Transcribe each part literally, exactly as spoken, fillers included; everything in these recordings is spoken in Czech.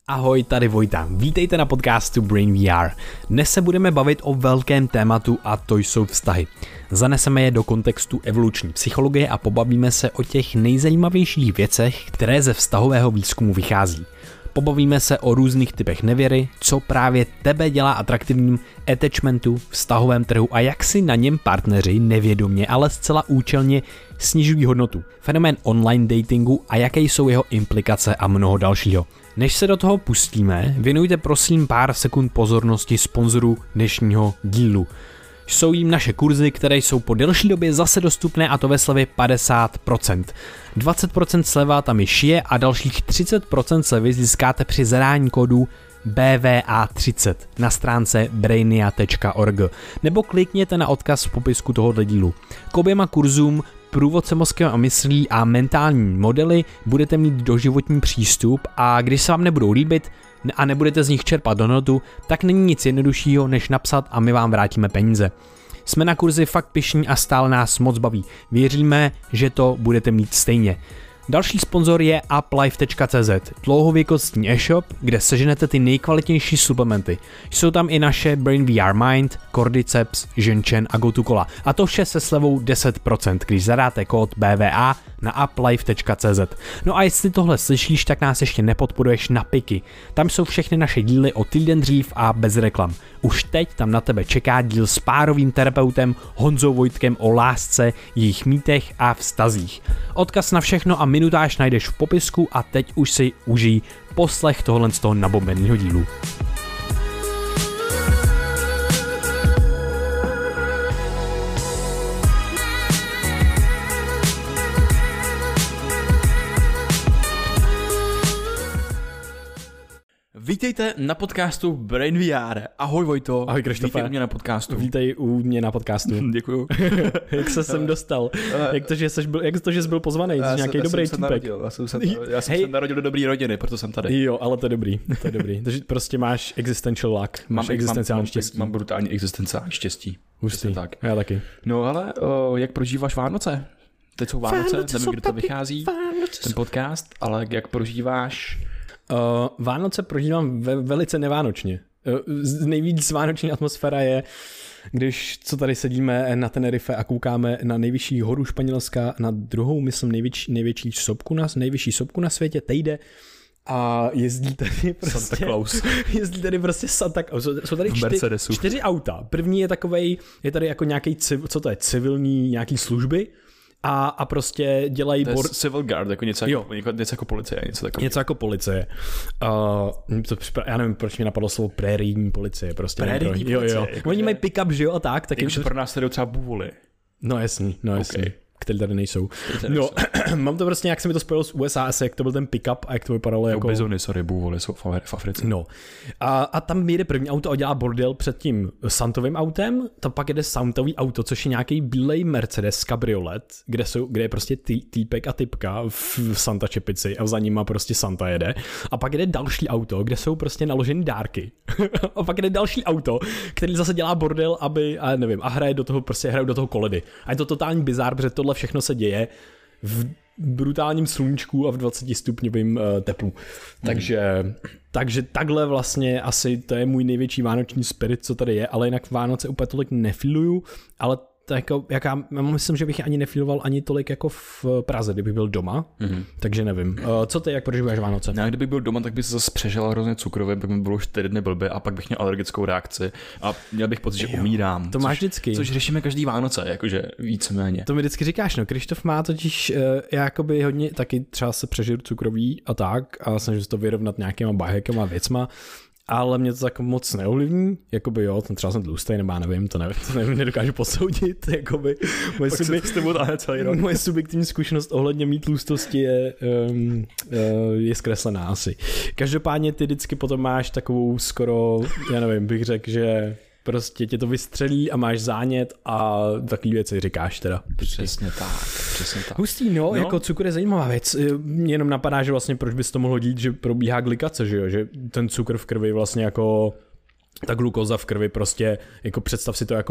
Ahoj, tady Vojta. Vítejte na podcastu Brain V R. Dnes se budeme bavit o velkém tématu a to jsou vztahy. Zaneseme je do kontextu evoluční psychologie a pobavíme se o těch nejzajímavějších věcech, které ze vztahového výzkumu vychází. Pobavíme se o různých typech nevěry, co právě tebe dělá atraktivním attachmentu, vztahovém trhu a jak si na něm partneři nevědomě, ale zcela účelně snižují hodnotu, fenomén online datingu a jaké jsou jeho implikace a mnoho dalšího. Než se do toho pustíme, věnujte prosím pár sekund pozornosti sponzoru dnešního dílu. Jsou jim naše kurzy, které jsou po delší době zase dostupné a to ve slevě padesát procent. dvacet procent sleva tam již je a dalších třicet procent slevy získáte při zadání kódu B V A třicet na stránce brainia tečka org nebo klikněte na odkaz v popisku tohoto dílu. K oběma kurzům průvodce mozkem a myslí a mentální modely budete mít doživotní přístup a když se vám nebudou líbit a nebudete z nich čerpat hodnotu, tak není nic jednoduššího než napsat a my vám vrátíme peníze. Jsme na kurzi fakt pyšní a stále nás moc baví. Věříme, že to budete mít stejně. Další sponzor je uplife tečka cé zet, dlouhověkostní e-shop, kde seženete ty nejkvalitnější suplementy. Jsou tam i naše Brain V R Mind, Cordyceps, Ženčen a Gotukola. A to vše se slevou deset procent, když zadáte kód B V A na uplife tečka cé zet. No a jestli tohle slyšíš, tak nás ještě nepodporuješ na Piky. Tam jsou všechny naše díly o týden dřív a bez reklam. Už teď tam na tebe čeká díl s párovým terapeutem Honzou Vojtkem o lásce, jejich mýtech a vztazích. Odkaz na všechno a minutáž najdeš v popisku a teď už si užij poslech tohle z toho nabombeného dílu. Vítejte na podcastu Brain V R. Ahoj Vojto. Ahoj Krištofe. Vítej u mě na podcastu. Vítej u mě na podcastu. Děkuju. Jak se sem dostal? Jak to, že jsi byl, jak to, že jsi byl pozvaný? Jsi nějaký já dobrý jsem týpek. Já jsem se já jsem hey. se narodil do dobrý rodiny, proto jsem tady. Jo, ale to je dobrý. To je dobrý. Takže prostě máš existential luck. Máš mám, existenciální mám, štěstí. Mám brutální existenciální štěstí. Hustý. Tak. Já taky. No ale o, jak prožíváš Vánoce? Teď jsou Vánoce, Vánoce nevím, kdy to vychází, Vánoce ten podcast, ale jak prožíváš? Uh, Vánoce prožívám ve, velice nevánočně. Uh, nejvíc vánoční atmosféra je, když co tady sedíme na Tenerife a koukáme na nejvyšší horu Španělska, na druhou, myslím, největší, největší sopku na, nejvyšší sopku na světě, Teide, a jezdí tady prostě Santa Claus. Jezdí tady prostě Santa Claus. Jsou tady čtyři, čtyři auta. První je takovej, je tady jako nějaký, co to je, civilní nějaký služby. A, a prostě dělají... To je bor... civil guard, jako něco jako, něco jako policie, něco takového. Něco jako policie. Uh, to, já nevím, proč mi napadlo slovo prérijní policie. Prostě prérijní policie. Jo, jo. Jako Oni že... mají pick-up, že jo, a tak. tak Jakože to... pro nás tady třeba bůvoly. No jasný, no jasný. Okay. Který tady nejsou. Tady no, mám to prostě, jak se mi to spojilo s U S A, jak to byl ten pick-up a jak to vypadalo jako... Bizony, sorry, bůvoly jsou v Africe. No. A, a tam jede první auto a dělá bordel před tím Santovým autem, tam pak jede Santový auto, což je nějaký bílej Mercedes kabriolet, kde, jsou, kde je prostě tý, týpek a typka v, v Santa čepici a za nima prostě Santa jede. A pak jede další auto, kde jsou prostě naložený dárky. A pak jede další auto, který zase dělá bordel, aby, a nevím, a hraje do toho, prostě hrajou do toho koledy. A je to totální bizár, protože tohle všechno se děje v brutálním sluníčku a v dvacetistupňovém uh, teplu. Takže, takže takhle vlastně asi to je můj největší vánoční spirit, co tady je, ale jinak Vánoce úplně tolik nefiluju, ale to jako, jak já, já myslím, že bych je ani nefiloval ani tolik jako v Praze, kdybych byl doma, mm-hmm. takže nevím. Uh, co ty, jak prožíváš Vánoce? No, kdybych byl doma, tak bych se zase přežil hrozně cukrovým, tak mi bylo čtyři dny blbě a pak bych měl alergickou reakci a měl bych pocit, že jo, umírám. To máš což, vždycky. Což řešíme každý Vánoce, jakože víceméně. To mi vždycky říkáš, no, Krištof má totiž uh, jakoby hodně, taky třeba se přežil cukroví a tak a snažím se to vyrovnat nějakýma bajekama věcma. Ale mě to tak moc neovlivní, jakoby jo, ten třeba jsem tlustej, nebo já nevím, to nevím, to nevím, nedokážu posoudit, jakoby. Moje, subjek... celý rok. Moje subjektivní zkušenost ohledně mít tlustosti je, um, uh, je zkreslená asi. Každopádně ty vždycky potom máš takovou skoro, já nevím, bych řekl, že prostě tě to vystřelí a máš zánět a takový věci říkáš teda. Přesně tak, přesně tak. Hustý, no, no, jako cukr je zajímavá věc. Mě jenom napadá, že vlastně proč bys to mohlo dít, že probíhá glikace, že jo, že ten cukr v krvi vlastně jako ta glukóza v krvi prostě, jako představ si to jako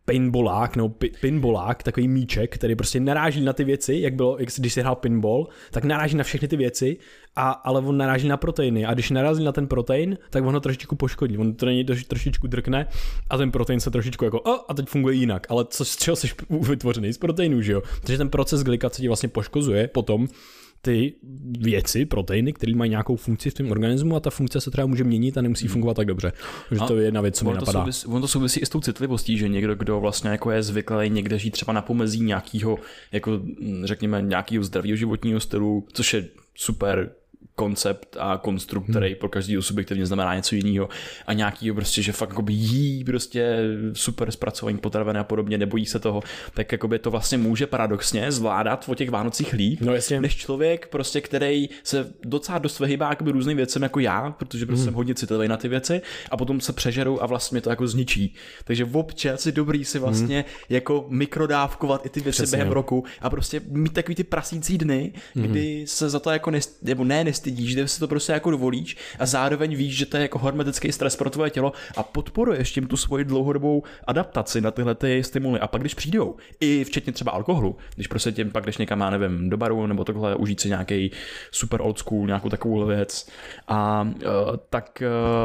paintballák, no pinballák, takový míček, který prostě naráží na ty věci, jak bylo, jak, když si hrál pinball, tak naráží na všechny ty věci, a, ale on naráží na proteiny a když narazí na ten protein, tak on ho trošičku poškodí, on to není trošičku drkne a ten protein se trošičku jako o, a teď funguje jinak, ale co, z čeho jsi vytvořený? Z proteinů, že jo? Takže ten proces glikace ti vlastně poškozuje potom ty věci, proteiny, které mají nějakou funkci v tom organismu a ta funkce se třeba může měnit a nemusí fungovat tak dobře. Takže to je jedna věc, co mi napadá. Souvisí, on to souvisí i s tou citlivostí, že někdo, kdo vlastně jako je zvyklý někde žít třeba na pomezí nějakého, jako řekněme, nějakého zdravého životního stylu, což je super koncept a konstrukt, který hmm. pro každý subjektivně znamená něco jiného a nějaký prostě, že fakt jakoby jí prostě super zpracovaný potraviny a podobně, nebojí se toho, tak jakoby to vlastně může paradoxně zvládat o těch Vánocích líp, no, než člověk prostě, který se docela dost vyhýbá jakoby různým věcem jako já, protože prostě hmm. jsem hodně citlivý na ty věci a potom se přežerou a vlastně to jako zničí. Takže občas je dobrý si vlastně hmm. jako mikrodávkovat i ty věci Přesně. během roku a prostě mít takový ty prasící dny, hmm. kdy se za to jako nest, nebo ne nestydíš, že si to prostě jako dovolíš a zároveň víš, že to je jako hormetický stres pro tvoje tělo a podporuješ tím tu svoji dlouhodobou adaptaci na tyhle ty stimuly. A pak když přijdou, i včetně třeba alkoholu, když prostě tím pak jdeš někam, já nevím, do baru nebo takhle užít si nějaký super old school, nějakou takovou věc a uh, tak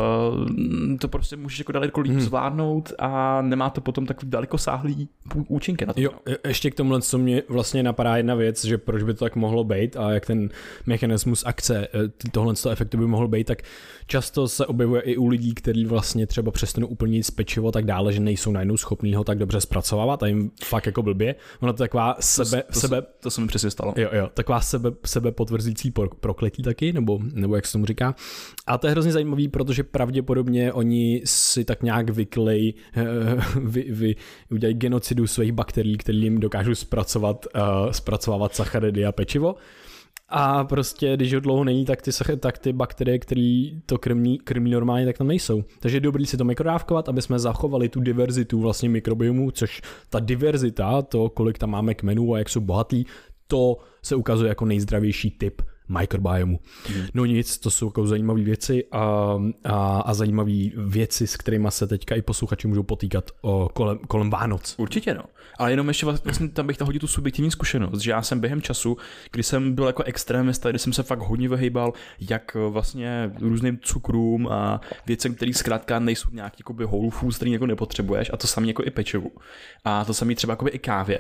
uh, to prostě můžeš jako daleko líp hmm. zvládnout a nemá to potom takový dalekosáhlý účinky na to. Jo, ještě k tomuhle, co mě vlastně napadá jedna věc, že proč by to tak mohlo být a jak ten mechanismus akce tohle efektu by mohl být, tak často se objevuje i u lidí, kteří vlastně třeba přestanou úplně jít z pečivo a tak dále, že nejsou najednou schopní ho tak dobře zpracovávat a jim fakt jako blbě. Ono to taková sebe... To, to, sebe, to se mi přesně stalo. Jo, jo, taková sebe, sebe potvrzující prokletí taky, nebo, nebo jak se tomu říká. A to je hrozně zajímavý, protože pravděpodobně oni si tak nějak vyklej, vy, vy udělají genocidu svých bakterií, které jim dokážou zpracovat, uh, zpracovávat sacharidy a pečivo. A prostě, když ho dlouho není, tak ty, tak ty bakterie, které to krmí, krmí normálně, tak tam nejsou. Takže je dobrý si to mikrodávkovat, aby jsme zachovali tu diverzitu vlastně mikrobiomu, což ta diverzita, to, kolik tam máme kmenů a jak jsou bohatý, to se ukazuje jako nejzdravější typ mikrobiomu. Hmm. No nic, to jsou jako zajímavé věci a, a, a zajímavé věci, s kterými se teďka i posluchači můžou potýkat o, kolem, kolem Vánoc. Určitě no. Ale jenom ještě vlastně tam bych to hodil tu subjektivní zkušenost, že já jsem během času, kdy jsem byl jako extrémista, kdy jsem se fakt hodně vyhýbal jak vlastně různým cukrům a věcem, které zkrátka nejsou nějaký jakoby whole foods, který jako nepotřebuješ a to samé jako i pečivu. A to samé třeba jakoby i kávě.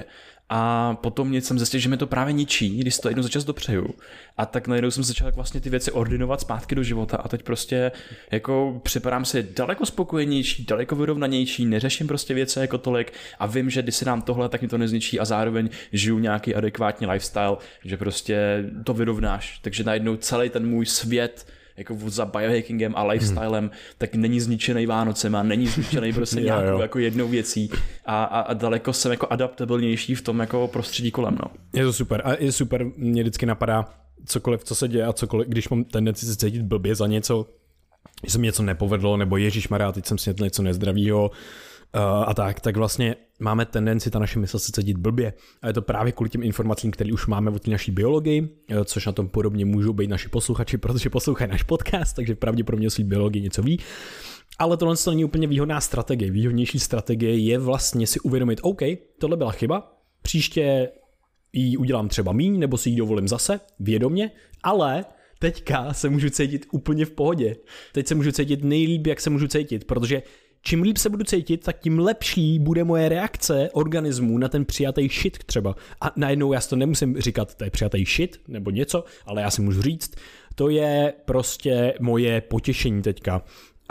A potom něco jsem zjistil, že mi to právě ničí, když to jednou za čas dopřeju. A tak najednou jsem začal vlastně ty věci ordinovat zpátky do života a teď prostě jako připadám si daleko spokojenější, daleko vyrovnanější, neřeším prostě věci jako tolik a vím, že když si dám tohle, tak mi to nezničí a zároveň žiju nějaký adekvátní lifestyle, že prostě to vyrovnáš. Takže najednou celý ten můj svět jako za biohackingem a lifestylem, hmm. tak není zničený Vánocem a není zničený prostě nějakou jako jednou věcí a, a, a daleko jsem jako adaptabilnější v tom jako prostředí kolem. No. Je to super a je super, mě vždycky napadá cokoliv, co se děje a cokoliv, když mám tendenci se cítit blbě za něco, že se mi něco nepovedlo, nebo ježišmarja, teď jsem snědl něco nezdravýho, Uh, a tak, tak vlastně máme tendenci ta naše mysl se cítit blbě a je to právě kvůli těm informacím, které už máme od té naší biologii, což na tom podobně můžou být naši posluchači, protože poslouchají náš podcast, takže pravděpodobně o svý biologii něco ví. Ale tohle to není úplně výhodná strategie. Výhodnější strategie je vlastně si uvědomit, OK, tohle byla chyba, příště ji udělám třeba míň, nebo si ji dovolím zase, vědomě, ale teďka se můžu cítit úplně v pohodě. Teď se můžu cítit nejlíp, jak se můžu cítit, protože čím líp se budu cítit, tak tím lepší bude moje reakce organismu na ten přijatý shit třeba. A najednou já si to nemusím říkat, to je přijatý shit nebo něco, ale já si můžu říct, to je prostě moje potěšení teďka.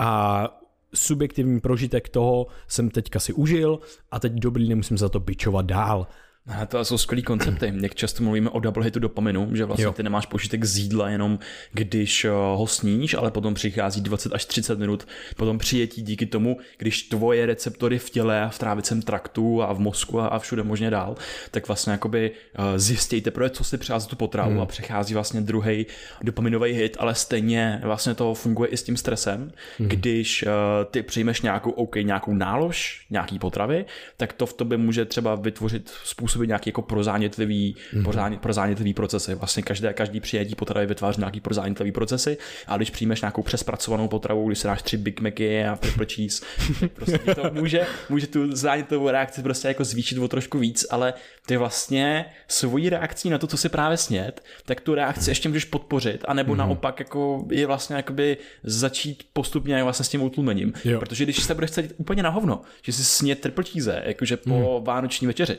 A subjektivní prožitek toho jsem teďka si užil a teď dobrý, nemusím za to bičovat dál. A to jsou skvělý koncepty. Jak často mluvíme o double hitu dopaminu, že vlastně jo. ty nemáš požitek z jídla jenom když ho sníš, ale potom přichází dvacet až třicet minut potom přijetí díky tomu, když tvoje receptory v těle a v trávicím traktu a v mozku a všude možně dál, tak vlastně jakoby zjistějí teprve, co si přijá za tu potravu hmm. a přichází vlastně druhý dopaminový hit, ale stejně vlastně to funguje i s tím stresem. Hmm. Když ty přijmeš nějakou, OK, nějakou nálož, nějaký potravy, tak to v tobě může třeba vytvořit způsob způsobit nějaký jako prozánětlivý, mm-hmm. prozánětlivý procesy. Vlastně každé, každý přijetí potravy vytváří nějaký prozánětlivý procesy a když přijmeš nějakou přespracovanou potravu, když si dáš tři Big Macy a triple cheese, tak prostě to může, může tu zánětlivou reakci prostě jako zvýšit o trošku víc, ale ty vlastně svojí reakcí na to, co si právě snět, tak tu reakci ještě můžeš podpořit, anebo mm-hmm. naopak jako je vlastně jakoby začít postupně vlastně s tím utlumením. Jo. Protože když se budeš cítit úplně na hovno, že si snět triple cheese, jakože po mm. vánoční večeři.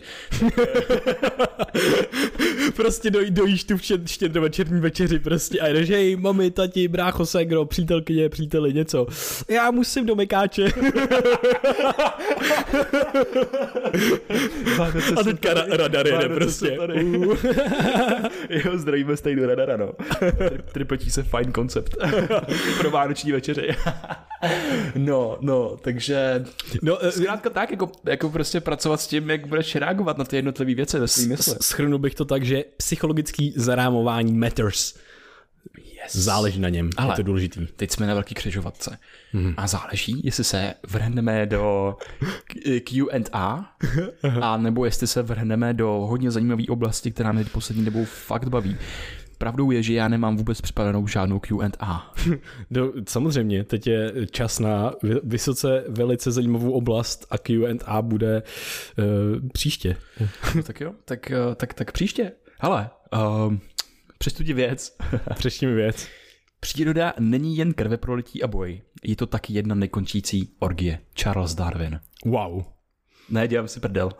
Prostě doj, dojíš tu štědrovečerní večeři prostě a jdeš, hej, mami, tati, brácho, segro, přítelkyně, příteli, něco. Já musím do Mekáče. A teďka ra- radar jede prostě. Jo, zdravíme stejnou radara, no. Triple cheese je fajn koncept. Pro vánoční večeři. No, no, takže no, zkrátka tak, jako, jako prostě pracovat s tím, jak budeš reagovat na ty jednotlivé věci ve svým mysli. Schrnul bych to tak, že psychologický zarámování matters. Yes. Záleží na něm, ale je to důležitý. Teď jsme na velký křižovatce mm. a záleží, jestli se vrhneme do Q and A a nebo jestli se vrhneme do hodně zajímavé oblasti, která mě poslední dobou fakt baví. Pravdou je, že já nemám vůbec připravenou žádnou Q and A. No, samozřejmě, teď je čas na vysoce velice zajímavou oblast a Q and A bude uh, příště. No, tak jo, tak, tak, tak příště. Hele, um, přečtu ti věc. Přečti mi věc. Příroda není jen krveprolití a boj, je to taky jedna nekončící orgie. Charles Darwin. Wow. Ne, dělám si prdel.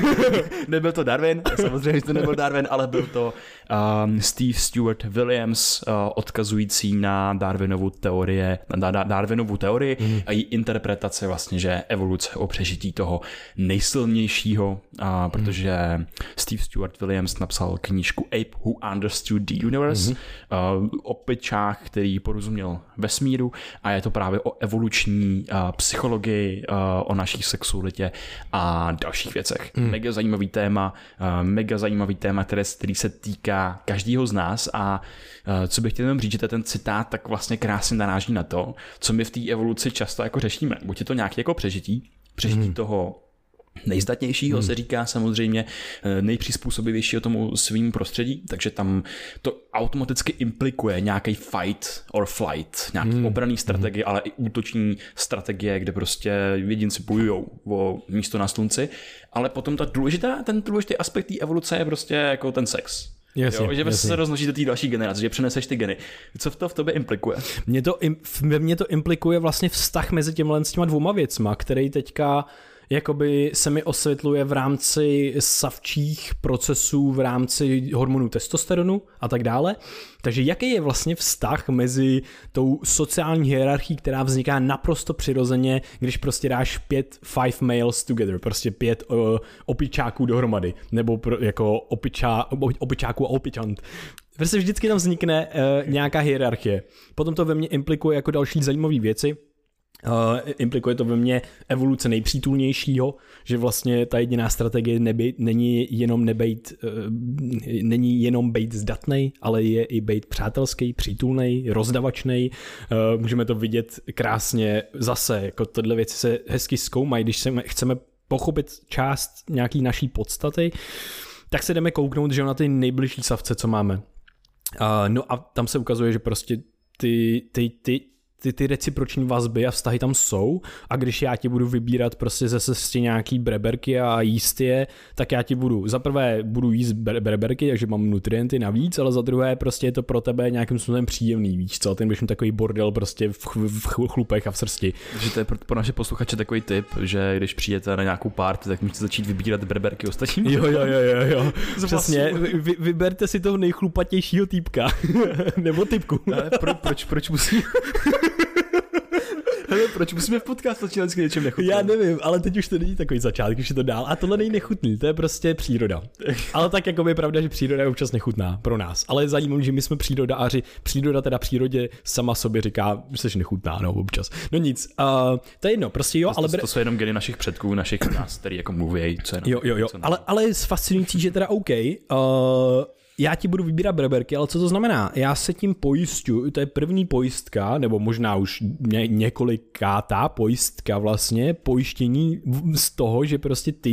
Nebyl to Darwin, samozřejmě to nebyl Darwin, ale byl to um, Steve Stuart Williams, uh, odkazující na Darwinovu teorie, na Darwinovu teorii mm. a její interpretace vlastně, že evoluce o přežití toho nejsilnějšího, uh, protože Steve Stuart Williams napsal knížku Ape Who Understood the Universe, mm. uh, o pičách, který porozuměl vesmíru a je to právě o evoluční uh, psychologii, uh, o naší sexualitě a a dalších věcech. Hmm. Mega zajímavý téma, uh, mega zajímavý téma, které, který se týká každého z nás a uh, co bych chtěl jenom říct, že ten citát tak vlastně krásně naráží na to, co my v té evoluci často jako řešíme. Buď je to nějaké jako přežití, přežití hmm. toho nejzdatnějšího hmm. se říká samozřejmě, nejpřizpůsobivějšího tomu svým prostředí, takže tam to automaticky implikuje nějaký fight or flight, nějaký hmm. obranný strategie, hmm. ale i útoční strategie, kde prostě jedinci bojujou o místo na slunci, ale potom ta důležitá, ten důležitý aspekt té evoluce je prostě jako ten sex. Jasně, jo, že jasně. se rozmnoží do té další generace, že přeneseš ty geny. Co v to v tobě implikuje? Mě to, mě to implikuje vlastně vztah mezi těmhle s těma dvouma věcma, který teďka jakoby se mi osvětluje v rámci savčích procesů, v rámci hormonů testosteronu a tak dále. Takže jaký je vlastně vztah mezi tou sociální hierarchií, která vzniká naprosto přirozeně, když prostě dáš pět five males together, prostě pět uh, opičáků dohromady, nebo pro, jako opičá, opičáků a opičant. Prostě vždycky tam vznikne uh, nějaká hierarchie. Potom to ve mně implikuje jako další zajímavé věci. Uh, implikuje to ve mně evoluce nejpřítulnějšího, že vlastně ta jediná strategie nebejt, není jenom nebejt, uh, není jenom bejt zdatnej, ale je i bejt přátelský, přítulnej, rozdavačnej. Uh, můžeme to vidět krásně zase, jako tohle věci se hezky zkoumají, když se, chceme pochopit část nějaký naší podstaty, tak se jdeme kouknout, že na ty nejbližší savce, co máme. Uh, no a tam se ukazuje, že prostě ty, ty, ty Ty, ty reciproční vazby a vztahy tam jsou a když já ti budu vybírat prostě ze sestě nějaký breberky a jíst je, tak já ti budu, za prvé budu jíst breberky, takže mám nutrienty navíc, ale za druhé prostě je to pro tebe nějakým způsobem příjemný, víš co, ten budeš mít takový bordel prostě v, ch- v chlupech a v srsti. Takže to je pro, pro naše posluchače takový tip, že když přijete na nějakou party, tak můžete začít vybírat breberky ostatním. Jo, jo, jo, jo, jo. Přesně, vy, vyberte si toho nejchlupatějšího týpka, nebo typku. Ale pro, proč, proč musí... Hele, proč musíme v podcastu vždycky něčem nechutným? Já nevím, ale teď už to není takový začátek, už je to dál. A tohle není nechutný, to je prostě příroda. Ale tak jako je pravda, že příroda je občas nechutná pro nás. Ale je zajímavé, že my jsme přírodáři. Příroda teda přírodě sama sobě říká, že jsi nechutná, no občas. No nic, uh, to je jedno, prostě jo. To, ale to, to jsou jenom geny našich předků, našich nás, který jako mluví, co je Jo, jo, jo, ale, ale je fascinující, že teda OK, uh, já ti budu vybírat breberky, ale co to znamená? Já se tím pojišťu, to je první pojistka, nebo možná už ně, několikátá pojistka vlastně, pojištění z toho, že prostě ty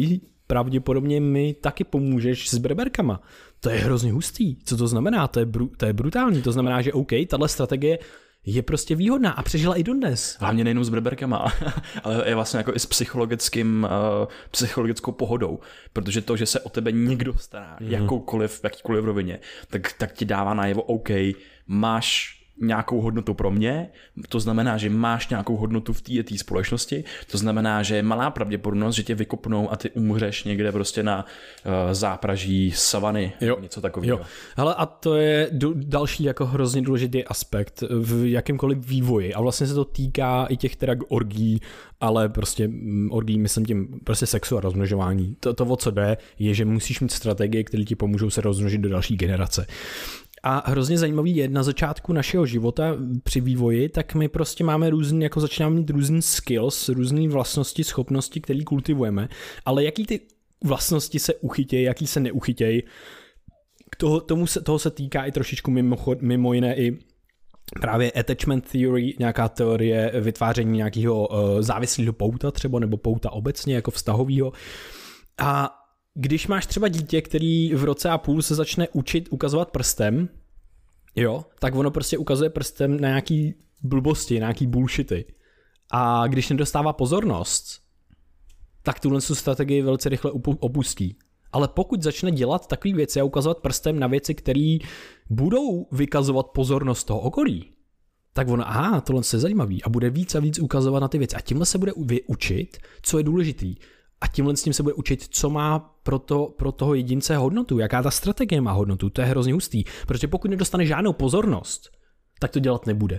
pravděpodobně mi taky pomůžeš s berberkama. To je hrozně hustý. Co to znamená? To je, bru, to je brutální. To znamená, že OK, tahle strategie je prostě výhodná a přežila i dodnes. Hlavně nejenom s berberkama, ale je vlastně jako i s psychologickým, uh, psychologickou pohodou, protože to, že se o tebe někdo stará, mm. jakoukoliv, v jakýkoliv rovině, tak, tak ti dává najevo, OK, máš nějakou hodnotu pro mě, to znamená, že máš nějakou hodnotu v té společnosti, to znamená, že je malá pravděpodobnost, že tě vykopnou a ty umřeš někde prostě na uh, zápraží savany, jo. něco takového. Jo. Hele, a to je do, další jako hrozně důležitý aspekt v jakémkoliv vývoji a vlastně se to týká i těch teda orgí, ale prostě orgí, myslím tím prostě sexu a rozmnožování. To, to, o co jde, je, že musíš mít strategie, které ti pomůžou se rozmnožit do další generace. A hrozně zajímavý je, na začátku našeho života při vývoji, tak my prostě máme různý, jako začínáme mít různý skills, různé vlastnosti, schopnosti, které kultivujeme, ale jaký ty vlastnosti se uchytějí, jaký se neuchytějí, toho, tomu se, toho se týká i trošičku mimo, mimo jiné i právě attachment theory, nějaká teorie vytváření nějakého uh, závislého pouta třeba, nebo pouta obecně jako vztahového. A když máš třeba dítě, který v roce a půl se začne učit ukazovat prstem, jo, tak ono prostě ukazuje prstem na nějaký blbosti, na nějaký bullshity. A když nedostává pozornost, tak tuhle strategii velice rychle opustí. Ale pokud začne dělat takové věci a ukazovat prstem na věci, které budou vykazovat pozornost toho okolí, tak ono, aha, tohle je zajímavý a bude víc a víc ukazovat na ty věci. A tímhle se bude vyučit, co je důležitý. A tímhle s tím se bude učit, co má pro, to, pro toho jedince hodnotu, jaká ta strategie má hodnotu. To je hrozně hustý, protože pokud nedostane žádnou pozornost, tak to dělat nebude.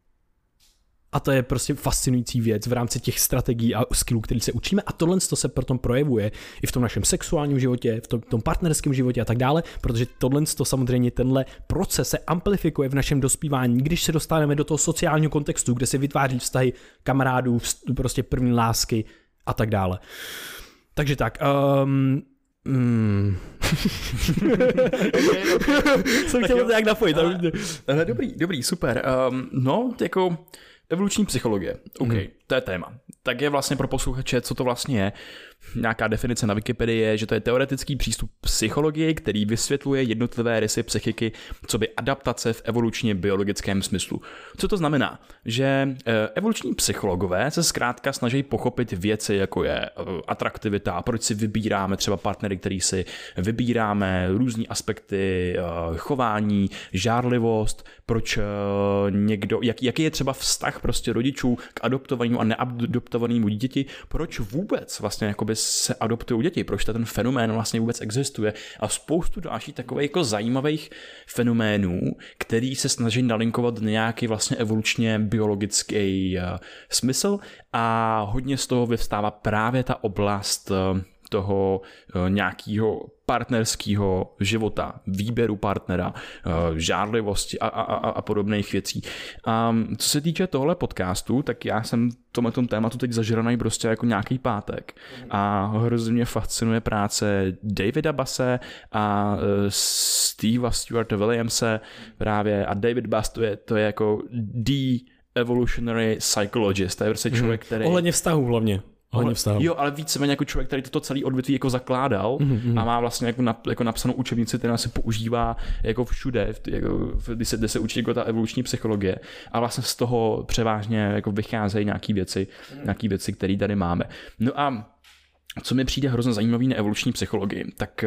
A to je prostě fascinující věc v rámci těch strategií a skillů, který se učíme. A tohle se potom projevuje i v tom našem sexuálním životě, v tom, tom partnerském životě a tak dále, protože tohle samozřejmě tenhle proces se amplifikuje v našem dospívání, když se dostaneme do toho sociálního kontextu, kde se vytváří vztahy kamarádů, prostě první lásky a tak dále. Takže tak. Um, mm. okay, okay. Jsem chtěl to nějak napojit. Ale, ale dobrý, dobrý, super. Um, no, jako evoluční psychologie. OK, mm. to je téma. Tak je vlastně pro posluchače, co to vlastně je. Nějaká definice na Wikipedii je, že to je teoretický přístup psychologie, který vysvětluje jednotlivé rysy psychiky, co by adaptace v evolučně biologickém smyslu. Co to znamená? Že evoluční psychologové se zkrátka snaží pochopit věci, jako je atraktivita, proč si vybíráme třeba partnery, který si vybíráme, různý aspekty chování, žárlivost, proč někdo, jak, jaký je třeba vztah prostě rodičů k adoptovanému a neadoptovanému dítěti, proč vůbec vlastně jakoby se adoptují děti, proč ten fenomén vlastně vůbec existuje a spoustu dalších takových jako zajímavých fenoménů, který se snaží nalinkovat na nějaký vlastně evolučně biologický uh, smysl a hodně z toho vyvstává právě ta oblast uh, toho uh, nějakého partnerského života, výběru partnera, žárlivosti a, a, a, a podobných věcí. A co se týče tohle podcastu, tak já jsem tomhle tématu teď zažranej prostě jako nějaký pátek a hrozně mě fascinuje práce Davida Basse a Steva Stuarta Williamse právě a David Bass to je, to je jako the evolutionary psychologist, to je prostě člověk, který... Ohledně vztahu hlavně. Ale, jo, ale víceméně jako člověk, který toto celý odvětví jako zakládal mm-hmm. a má vlastně jako, nap, jako napsanou učebnici, která se používá jako všude, jako, když se, kde se učí jako ta evoluční psychologie a vlastně z toho převážně jako vycházejí nějaký věci, mm. nějaký věci, které tady máme. No a co mi přijde hrozně zajímavý na evoluční psychologii, tak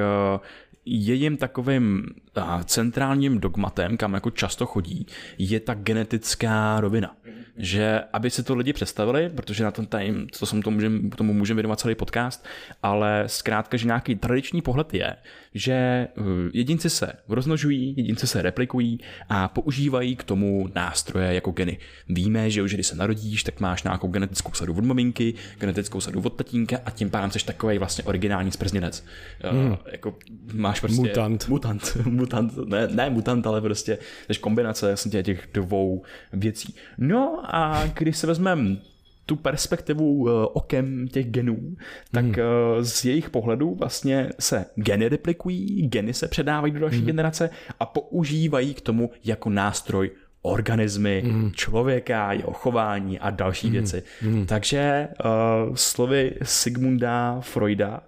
jejím takovým centrálním dogmatem, kam jako často chodí, je ta genetická rovina. Že aby si to lidi představili, protože na ten time, to jsem to můžem, tomu můžeme věnovat celý podcast, ale zkrátka, že nějaký tradiční pohled je, že jedinci se rozmnožují, jedinci se replikují a používají k tomu nástroje jako geny. Víme, že už když se narodíš, tak máš nějakou genetickou sadu od maminky, genetickou sadu od tatínka a tím pádem jsi takový vlastně originální sprzněnec. Hmm. Uh, jako máš prostě... Mutant. Mutant. mutant. Ne, ne mutant, ale prostě jsi kombinace vlastně těch dvou věcí. No a když se vezmeme tu perspektivu uh, okem těch genů, tak hmm. uh, z jejich pohledu vlastně se geny replikují, geny se předávají do další hmm. generace a používají k tomu jako nástroj organismy, mm. člověka, jeho chování a další mm. věci. Mm. Takže uh, slovy Sigmunda Freuda,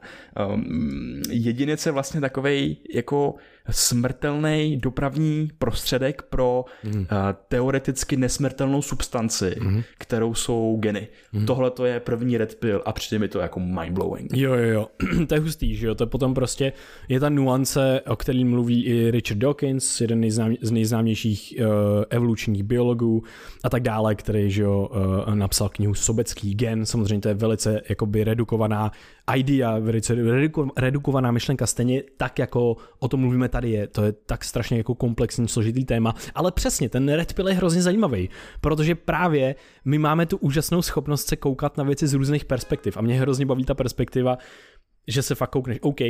um, jedinec je vlastně takovej jako smrtelný dopravní prostředek pro mm. uh, teoreticky nesmrtelnou substanci, mm. kterou jsou geny. Mm. Tohle to je první red pill a přijde mi to jako mindblowing. Jo, jo, jo. To je hustý, že jo. To potom prostě je ta nuance, o který mluví i Richard Dawkins, jeden nejznám, z nejznámějších uh, evolučních biologů a tak dále, který, že jo, uh, napsal knihu Sobecký gen. Samozřejmě to je velice jakoby redukovaná idea, velice reduko, redukovaná myšlenka, stejně tak, jako o tom mluvíme tady je. To je tak strašně jako komplexní, složitý téma. Ale přesně, ten red pill je hrozně zajímavý, protože právě my máme tu úžasnou schopnost se koukat na věci z různých perspektiv. A mě hrozně baví ta perspektiva, že se fakt koukneš, OK,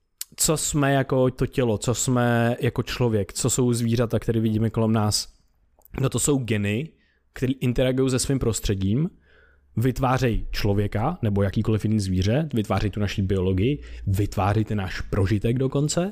co jsme jako to tělo, co jsme jako člověk, co jsou zvířata, které vidíme kolem nás. No to jsou geny, které interagují se svým prostředím, vytvářejí člověka nebo jakýkoliv jiný zvíře, vytvářejí tu naši biologii, vytvářejí ten náš prožitek dokonce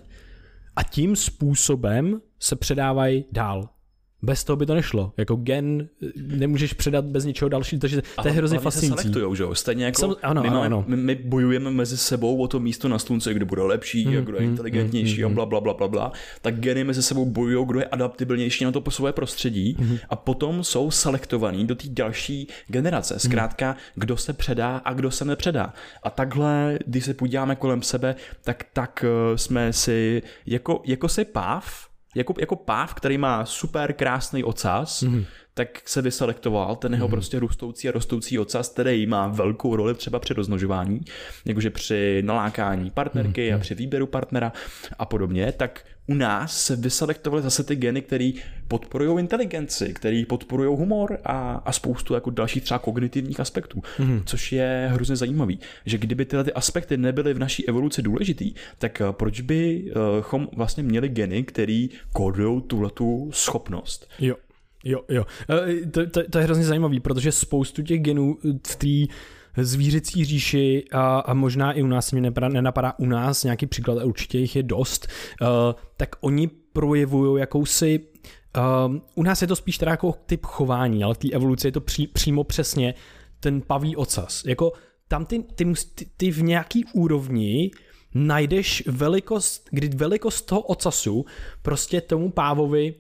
a tím způsobem se předávají dál. Bez toho by to nešlo. Jako gen nemůžeš předat bez ničeho dalšího, takže to je hrozně fascinující. Se selektujou, že jo? Stejně jako Sam, ano, my, ano, máme, ano. My, my bojujeme mezi sebou o to místo na slunce, kdo bude lepší, mm, kdo je inteligentnější mm, a bla, bla, bla, bla, bla. Tak geny mezi sebou bojují, kdo je adaptibilnější na to své prostředí mm. a potom jsou selektovaný do té další generace. Zkrátka, kdo se předá a kdo se nepředá. A takhle, když se podíváme kolem sebe, tak, tak jsme si jako, jako si páv, Jako, jako páv, který má super krásný ocas, mm-hmm. tak se vyselektoval ten jeho mm-hmm. prostě rostoucí a rostoucí ocas, který má velkou roli třeba při rozmnožování, jakože při nalákání partnerky mm-hmm. a při výběru partnera a podobně, tak u nás se vyselektovaly zase ty geny, které podporují inteligenci, které podporují humor a, a spoustu jako dalších třeba kognitivních aspektů, mm-hmm. což je hrozně zajímavý, že kdyby tyhle ty aspekty nebyly v naší evoluci důležitý, tak proč bychom vlastně měli geny, které kódují tuhletu schopnost? Jo. Jo, jo. To, to, to je hrozně zajímavý, protože spoustu těch genů v té zvířecí říši a, a možná i u nás, mě nenapadá, nenapadá u nás nějaký příklad, a určitě jich je dost, uh, tak oni projevují jakousi, uh, u nás je to spíš teda jako typ chování, ale v té evoluci je to pří, přímo přesně ten pavý ocas. Jako tam ty, ty, ty, ty v nějaký úrovni najdeš velikost, kdy velikost toho ocasu prostě tomu pávovi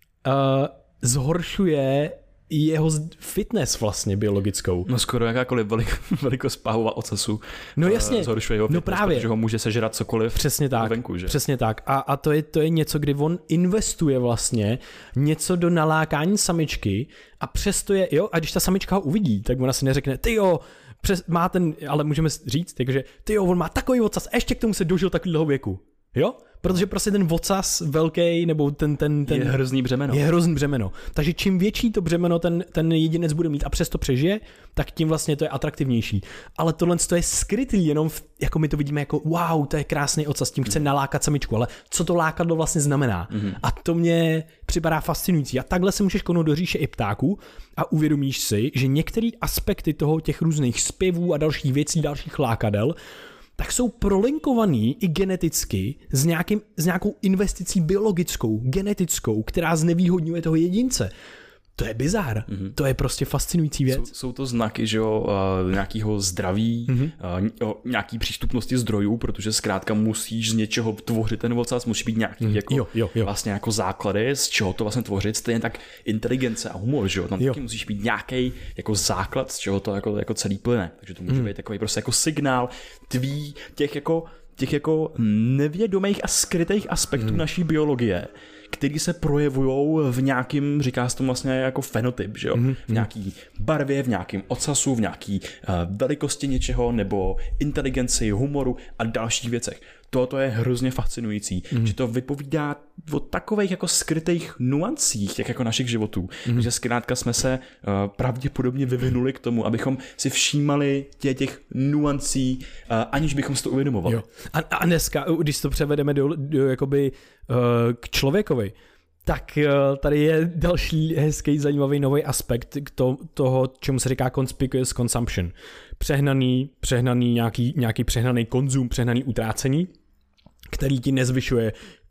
uh, zhoršuje jeho fitness vlastně biologickou. No skoro jakákoliv velik, velikost pávova ocasu no jasně, zhoršuje jeho fitness, no právě. Protože ho může sežrat cokoliv přesně tak, venku. Že? Přesně tak. A, a to, je, to je něco, kdy on investuje vlastně něco do nalákání samičky a přesto je, jo, a když ta samička ho uvidí, tak ona si neřekne, ty jo, přes, má ten, ale můžeme říct, takže ty jo, on má takový ocas, ještě k tomu se dožil takového věku. Jo? Protože prostě ten vocas velký, nebo ten, ten, ten... Je hrozný břemeno. Je hrozný břemeno. Takže čím větší to břemeno ten, ten jedinec bude mít a přesto přežije, tak tím vlastně to je atraktivnější. Ale tohle je skrytý jenom, v, jako my to vidíme jako wow, to je krásný ocas, tím chce nalákat samičku, ale co to lákadlo vlastně znamená? Mm-hmm. A to mě připadá fascinující. A takhle se můžeš konout do říše i ptáků a uvědomíš si, že některé aspekty toho těch různých zpěvů a dalších věcí, dalších lákadel, tak jsou prolinkovaný i geneticky s, nějakým, s nějakou investicí biologickou, genetickou, která znevýhodňuje toho jedince. To je bizár. Mm-hmm. To je prostě fascinující věc. Jsou, jsou to znaky, že jo, nějakého zdraví, mm-hmm. nějaký přístupnosti zdrojů, protože zkrátka musíš z něčeho tvořit ten ocas, musí být nějaký mm, jako, jo, jo, jo. vlastně jako základy, z čeho to vlastně tvořit, stejně tak inteligence a humor, že jo, tam jo. taky musíš být nějaký jako základ, z čeho to jako, jako celý plyne. Takže to může mm. být takový prostě jako signál tvý těch jako těch jako nevědomých a skrytých aspektů mm. naší biologie, který se projevují v nějakým, říká se tomu vlastně jako fenotyp, že jo? Mm-hmm. V nějaký barvě, v nějakém ocasu, v nějaký uh, velikosti něčeho, nebo inteligenci, humoru a dalších věcech. Toto je hrozně fascinující, mm-hmm. že to vypovídá o takových jako skrytých nuancích těch jako našich životů, mm-hmm. že zkrátka jsme se uh, pravděpodobně vyvinuli k tomu, abychom si všímali tě těch nuancí, uh, aniž bychom si to uvědomovali. Jo. A, a dneska, když to převedeme do, do jakoby uh, k člověkovi, tak uh, tady je další hezký, zajímavý nový aspekt k to, toho, čemu se říká conspicuous consumption. Přehnaný, přehnaný nějaký, nějaký přehnaný konzum, přehnaný utrácení, který ti nezvyšuje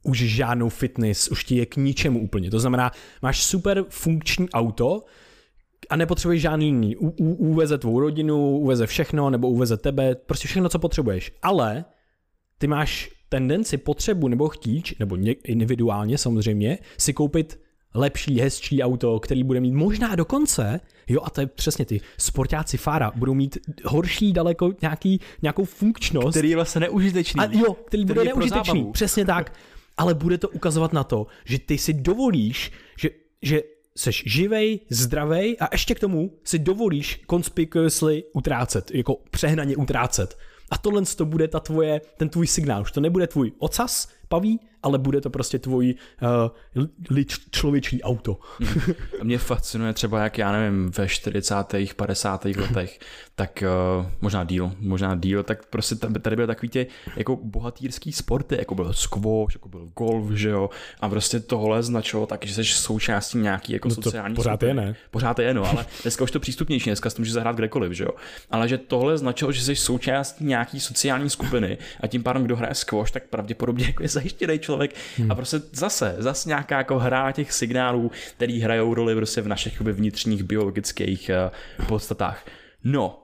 už žádnou fitness, už ti je k ničemu úplně. To znamená, máš super funkční auto a nepotřebuješ žádný jiný. U, u, uveze tvou rodinu, uveze všechno, nebo uveze tebe, prostě všechno, co potřebuješ. Ale ty máš tendenci, potřebu nebo chtíč, nebo individuálně samozřejmě, si koupit lepší, hezčí auto, který bude mít možná dokonce, jo, a to je přesně ty sportáci fára, budou mít horší daleko nějaký, nějakou funkčnost. Který je vlastně neužitečný. A jo, který, který bude neužitečný, přesně tak. Ale bude to ukazovat na to, že ty si dovolíš, že, že seš živej, zdravej a ještě k tomu si dovolíš conspicuously utrácet, jako přehnaně utrácet. A tohle to bude ta tvoje, ten tvůj signál. Už to nebude tvůj ocas, paví, ale bude to prostě tvůj uh, člověčí auto. A mě fascinuje třeba, jak já nevím, ve čtyřicátých, padesátých letech, tak uh, možná díl, možná díl, tak prostě tady byly takový ty jako bohatýrský sporty, jako byl squash, jako byl golf, že jo, a prostě tohle značilo tak, že jsi součástí nějaký jako no sociální pořád skupiny. je, ne? Pořád je, no, ale dneska už to přístupnější, dneska si to můžeš zahrát kdekoliv, že jo, ale že tohle značilo, že jsi součástí nějaký sociální skupiny a tím pádem, kdo hraje squash, tak pravděpodobně jako je zajištěný člověk hmm. a prostě zase, zase nějaká jako hra těch signálů, který hrajou roli prostě v našich vnitřních biologických uh, podstatách. No,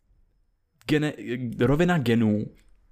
gene, rovina genů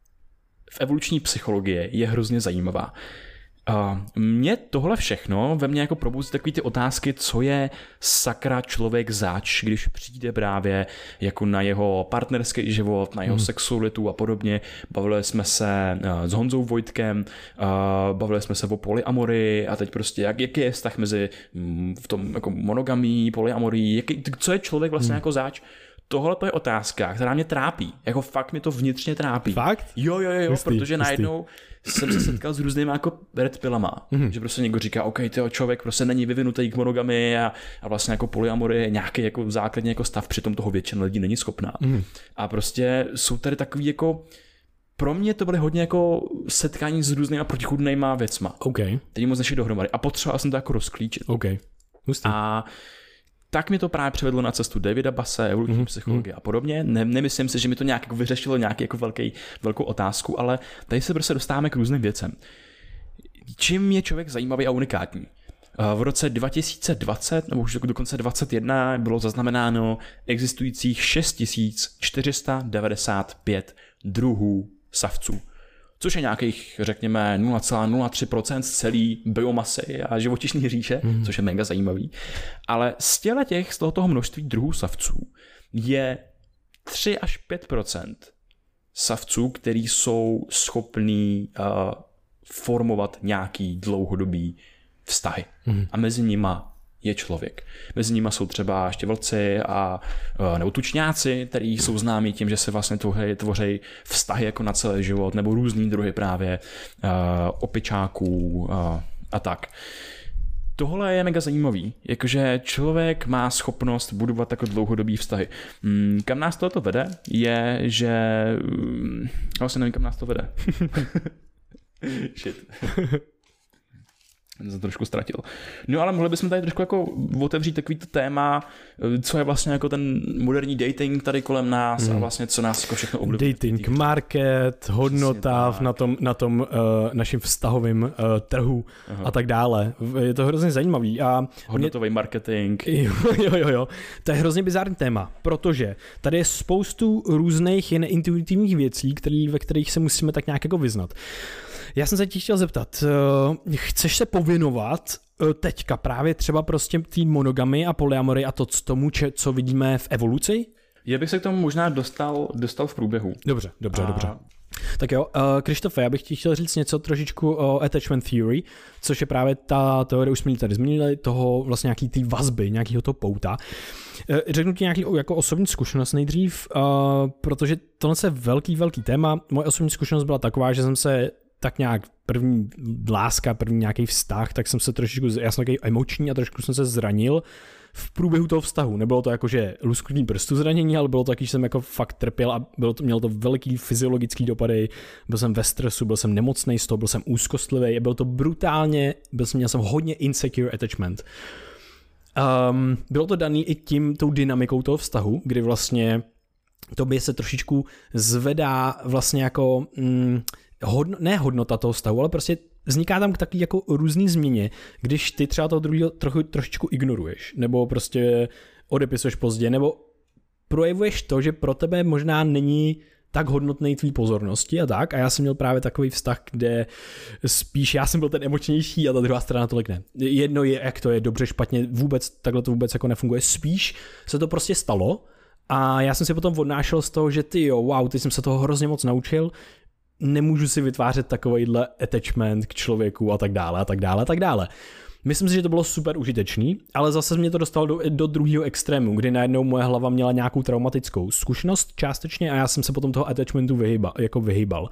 v evoluční psychologii je hrozně zajímavá. Uh, mě tohle všechno ve mně jako probouzí takový ty otázky, co je sakra člověk zač, když přijde právě jako na jeho partnerský život, na jeho hmm. sexualitu a podobně. Bavili jsme se uh, s Honzou Vojtkem, uh, bavili jsme se o polyamorii a teď prostě jak, jaký je vztah mezi um, v tom jako monogamí, polyamorii, jaký, co je člověk vlastně hmm. jako zač. Tohle to je otázka, která mě trápí. Jako fakt mě to vnitřně trápí. Fakt? Jo, jo, jo, jistý, protože jistý. najednou jsem se setkal s různými jako red pillama. Mm-hmm. Že prostě někdo říká, OK, tyjo, člověk prostě není vyvinutý k monogamy a, a vlastně jako polyamory je nějaký jako základní jako stav, přitom toho většina lidí není schopná. Mm-hmm. A prostě jsou tady takový jako pro mě to byly hodně jako setkání s různýma protichůdnýma věcma. OK. Který moc nešli dohromady. A potřeboval jsem to jako rozklíčit. OK. Hustý. A tak mi to právě převedlo na cestu Davida Basse, evoluční mm-hmm. psychologie a podobně. Ne, nemyslím si, že mi to nějak jako vyřešilo nějaký jako velký, velkou otázku, ale tady se prostě dostáváme k různým věcem. Čím je člověk zajímavý a unikátní? V roce dva tisíce dvacet, nebo už dokonce dvacet jedna, bylo zaznamenáno existujících šest tisíc čtyři sta devadesát pět druhů savců. Což je nějakých, řekněme, nula celá nula tři procenta z celé biomasy a živočišní říše, mm. což je mega zajímavý. Ale z těle těch, z tohoto množství druhů savců je tři až pět procent savců, který jsou schopní uh, formovat nějaký dlouhodobý vztahy. Mm. A mezi nima je člověk. Mezi nimi jsou třeba ještě vlci a nebo tučňáci, kteří jsou známí tím, že se vlastně tvoří, tvoří vztahy jako na celý život, nebo různý druhy právě uh, opičáků uh, a tak. Tohle je mega zajímavý, jakože člověk má schopnost budovat jako dlouhodobý vztahy. Hmm, kam nás tohoto vede, je, že... Já vlastně nevím, kam nás to vede. Shit. Jsem trošku ztratil. No ale mohli bychom tady trošku jako otevřít takový to téma, co je vlastně jako ten moderní dating tady kolem nás hmm. a vlastně co nás jako všechno ovlivňuje. Dating market, hodnota na tom, na tom uh, naším vztahovým uh, trhu Aha. a tak dále. Je to hrozně zajímavý. A hodnotový mě... marketing. Jo, jo, jo, jo. To je hrozně bizární téma, protože tady je spoustu různých jen intuitivních věcí, který, ve kterých se musíme tak nějak jako vyznat. Já jsem se tě chtěl zeptat, chceš se pověnovat teďka právě třeba prostě té monogamy a polyamory a to tomu, co vidíme v evoluci? Já bych se k tomu možná dostal, dostal v průběhu. Dobře, dobře, a... dobře. Tak jo, Krištofe, já bych ti chtěl říct něco trošičku o attachment theory, což je právě ta teorie, už jsme ji tady zmínili, toho vlastně nějaký té vazby, nějakého toho pouta. Řeknu ti nějaký jako osobní zkušenost nejdřív, protože tohle je velký, velký téma. Moje osobní zkušenost byla taková, že jsem se tak nějak první láska, první nějaký vztah, tak jsem se trošičku, já jsem takový emoční a trošku jsem se zranil v průběhu toho vztahu. Nebylo to jako, že lusknutí prstu zranění, ale bylo to taky, že jsem jako fakt trpěl a bylo to, mělo to veliký fyziologický dopady. Byl jsem ve stresu, byl jsem nemocnej z toho, byl jsem úzkostlivý, bylo to brutálně, byl jsem, měl jsem hodně insecure attachment. Um, bylo to daný i tím, tou dynamikou toho vztahu, kdy vlastně tobě se trošičku zvedá vlastně jako... Mm, Hodno, ne hodnota toho vztahu, ale prostě vzniká tam takový jako různý změně, když ty třeba toho druhého trochu, trošičku ignoruješ, nebo prostě odepisuješ pozdě, nebo projevuješ to, že pro tebe možná není tak hodnotnej tvý pozornosti a tak. A já jsem měl právě takový vztah, kde spíš já jsem byl ten emočnější a ta druhá strana tolik ne. Jedno je, jak to je, dobře, špatně, vůbec, takhle to vůbec jako nefunguje. Spíš se to prostě stalo a já jsem si potom odnášel z toho, že ty jo, wow, ty jsem se toho hrozně moc naučil, nemůžu si vytvářet takovýhle attachment k člověku a tak dále a tak dále a tak dále. Myslím si, že to bylo super užitečný, ale zase mě to dostalo do, do druhého extrému, kdy najednou moje hlava měla nějakou traumatickou zkušenost částečně a já jsem se potom toho attachmentu vyhýbal, jako vyhýbal.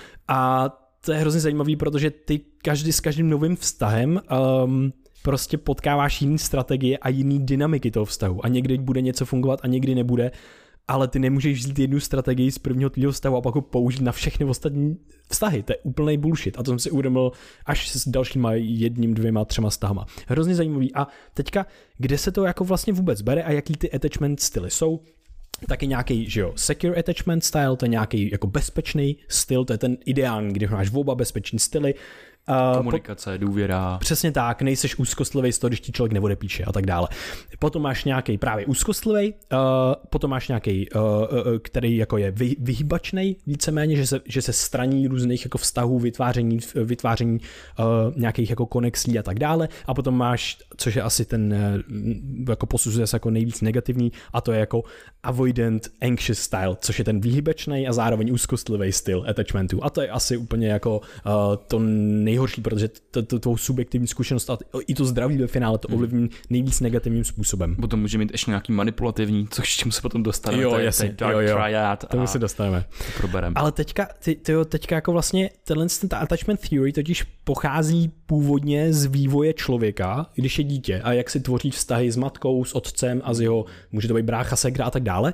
A to je hrozně zajímavý, protože ty každý s každým novým vztahem um, prostě potkáváš jiný strategie a jiný dynamiky toho vztahu a někdy bude něco fungovat a někdy nebude. Ale ty nemůžeš vzít jednu strategii z prvního tvýho vztahu a pak ho použít na všechny ostatní vztahy. To je úplný bullshit. A to jsem si uvědomil až s dalšíma jedním, dvěma, třema vztahama. Hrozně zajímavý. A teďka, kde se to jako vlastně vůbec bere a jaký ty attachment styly jsou, taky nějaký, že jo, secure attachment style, to je nějaký jako bezpečný styl, to je ten ideální, kdy máš oba bezpečný styly. Uh, Komunikace, po, důvěra. Přesně tak, nejseš úzkostlivý z toho, když ti člověk neodepíše a tak dále. Potom máš nějaký právě úzkostlivý, uh, potom máš nějaký, uh, uh, který jako je vy, vyhýbačnej víceméně, že se, že se straní různých jako vztahů, vytváření, vytváření uh, nějakých jako konexí a tak dále. A potom máš, což je asi ten, uh, jako posuzuje se jako nejvíc negativní, a to je jako avoidant anxious style, což je ten vyhýbačnej a zároveň úzkostlivý styl attachmentu. A to je asi úplně jako uh, to nej horší, protože tvou subjektivní zkušenost a i to zdraví ve finále to ovlivní nejvíc negativním způsobem. Potom může mít ještě nějaký manipulativní, což čemu se potom dostaneme. Jo, jasně, jo, jo. Tomu se dostaneme. To probereme. Ale teďka, ty, tyjo, teďka jako vlastně tenhle ten attachment theory totiž pochází původně z vývoje člověka, když je dítě a jak si tvoří vztahy s matkou, s otcem a s jeho, může to být brácha, segra a tak dále.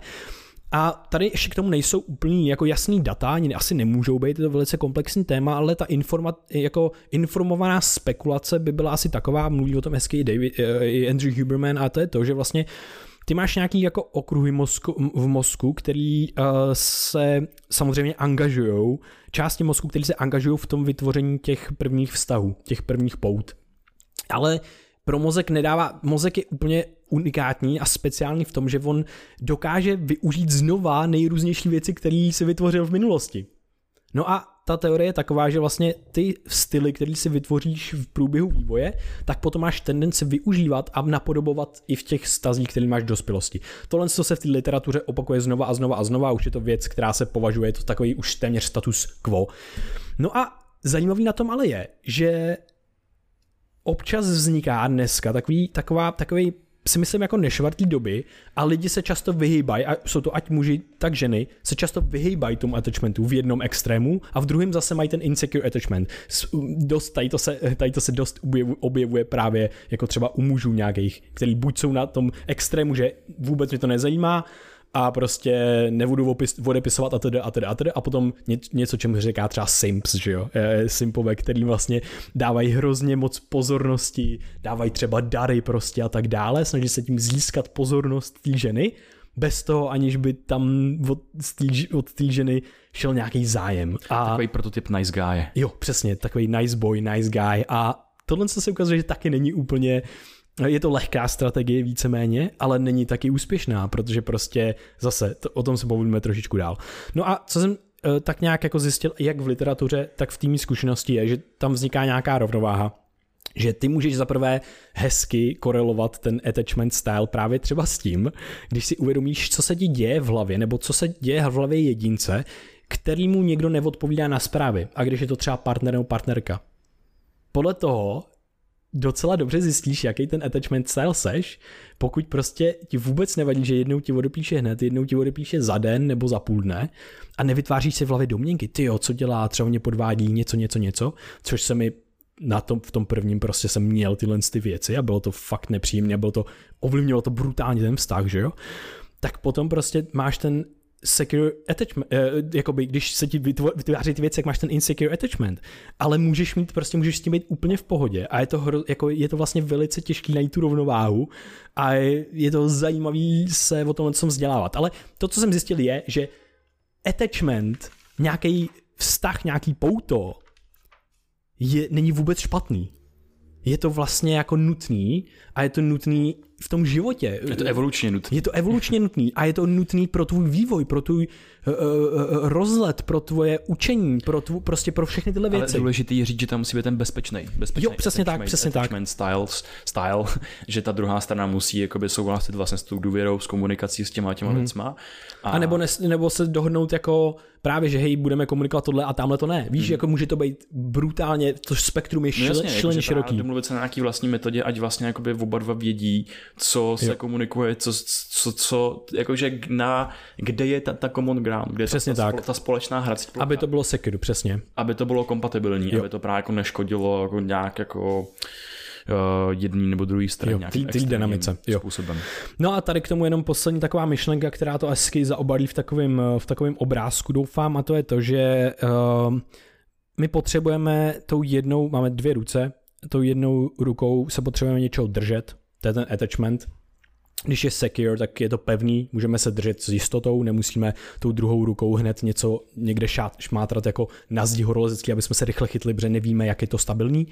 A tady ještě k tomu nejsou úplně jako jasný data, ani asi nemůžou být, je to velice komplexní téma, ale ta informa, jako informovaná spekulace by byla asi taková, mluví o tom hezky David, i Andrew Huberman, a to je to, že vlastně ty máš nějaký jako okruhy mozku, v mozku, který uh, se samozřejmě angažujou, části mozku, který se angažují v tom vytvoření těch prvních vztahů, těch prvních pout. Ale pro mozek nedává, mozek je úplně unikátní a speciální v tom, že on dokáže využít znova nejrůznější věci, které si vytvořil v minulosti. No a ta teorie je taková, že vlastně ty styly, které si vytvoříš v průběhu vývoje, tak potom máš tendenci využívat a napodobovat i v těch vztazích, které máš v dospělosti. Tohle se v té literatuře opakuje znova a znova a znova, už je to věc, která se považuje, je to takový už téměř status quo. No a zajímavý na tom ale je, že občas vzniká dneska takový, taková, takový, si myslím, jako nešvartý doby a lidi se často vyhýbají, a jsou to ať muži, tak ženy, se často vyhýbají tomu attachmentu v jednom extrému a v druhém zase mají ten insecure attachment. Dost, tady, to se, tady to se dost objevuje právě jako třeba u mužů nějakých, který buď jsou na tom extrému, že vůbec mě to nezajímá, a prostě nebudu opis, odepisovat a tedy a tedy a tedy a potom něco, čemu říká třeba simps, že jo, simpové, který vlastně dávají hrozně moc pozornosti, dávají třeba dary prostě a tak dále, snaží se tím získat pozornost té ženy, bez toho, aniž by tam od té ženy šel nějaký zájem. A takový prototyp nice guy. Jo, přesně, takový nice boy, nice guy a tohle se ukazuje, že taky není úplně. Je to lehká strategie víceméně, ale není taky úspěšná, protože prostě zase to, o tom se povíme trošičku dál. No a co jsem e, tak nějak jako zjistil, jak v literatuře, tak v té zkušenosti je, že tam vzniká nějaká rovnováha, že ty můžeš zaprvé hezky korelovat ten attachment style právě třeba s tím, když si uvědomíš, co se ti děje v hlavě, nebo co se děje v hlavě jedince, kterýmu někdo neodpovídá na zprávy, a když je to třeba partner nebo partnerka. Podle toho docela dobře zjistíš, jaký ten attachment style seš, pokud prostě ti vůbec nevadí, že jednou ti odepíše hned, jednou ti odepíše za den nebo za půl dne a nevytváříš si v hlavě domněnky, tyjo, co dělá, třeba mě podvádí, něco, něco, něco, což se mi na tom, v tom prvním prostě jsem měl tyhle ty věci a bylo to fakt nepříjemné, bylo to, ovlivnilo to brutálně ten vztah, že jo? Tak potom prostě máš ten secure attachment, eh, jakoby, když se ti vytváří ty věci, jak máš ten insecure attachment, ale můžeš mít, prostě můžeš s tím být úplně v pohodě a je to, hro, jako, je to vlastně velice těžký najít tu rovnováhu a je, je to zajímavý se o tomhle co vzdělávat, ale to, co jsem zjistil je, že attachment, nějaký vztah, nějaký pouto je, není vůbec špatný. Je to vlastně jako nutný a je to nutný v tom životě. Je to evolučně nutný. Je to evolučně nutný a je to nutný pro tvůj vývoj, pro tvůj uh, uh, rozlet, pro tvoje učení, pro tvů, prostě pro všechny tyhle věci. Ale důležitý je říct, že tam musí být ten bezpečný. bezpečný jo, přesně tak, přesně tak. Styles, style, že ta druhá strana musí jakoby souhlasit vlastně s tou důvěrou, s komunikací s těma těma hmm. věcma. A, a nebo, ne, nebo se dohodnout jako právě, že hej, budeme komunikovat tohle a tamhle to ne. Víš, hmm. jako může to být brutálně, to spektrum je šile, no jasně, šíleně široký. Domluvit se na nějaký vlastní metodě, ať vlastně jakoby oba dva vědí, co se jo. komunikuje, co, co, co jakože na, kde je ta, ta common ground, kde je ta, ta, ta společná hrací plocha. Aby to bylo secure, přesně. Aby to bylo kompatibilní, jo. aby to právě jako neškodilo jako nějak jako uh, jedný nebo druhý straně tý dynamice způsobem. No a tady k tomu jenom poslední taková myšlenka, která to hezky zaobalí v takovém v takovém obrázku, doufám, a to je to, že uh, my potřebujeme tou jednou, máme dvě ruce, tou jednou rukou se potřebujeme něčeho držet, to je ten attachment. Když je secure, tak je to pevný, můžeme se držet s jistotou, nemusíme tou druhou rukou hned něco někde šát, šmátrat jako na zdi horolezecký, aby jsme se rychle chytli, protože nevíme, jak je to stabilní.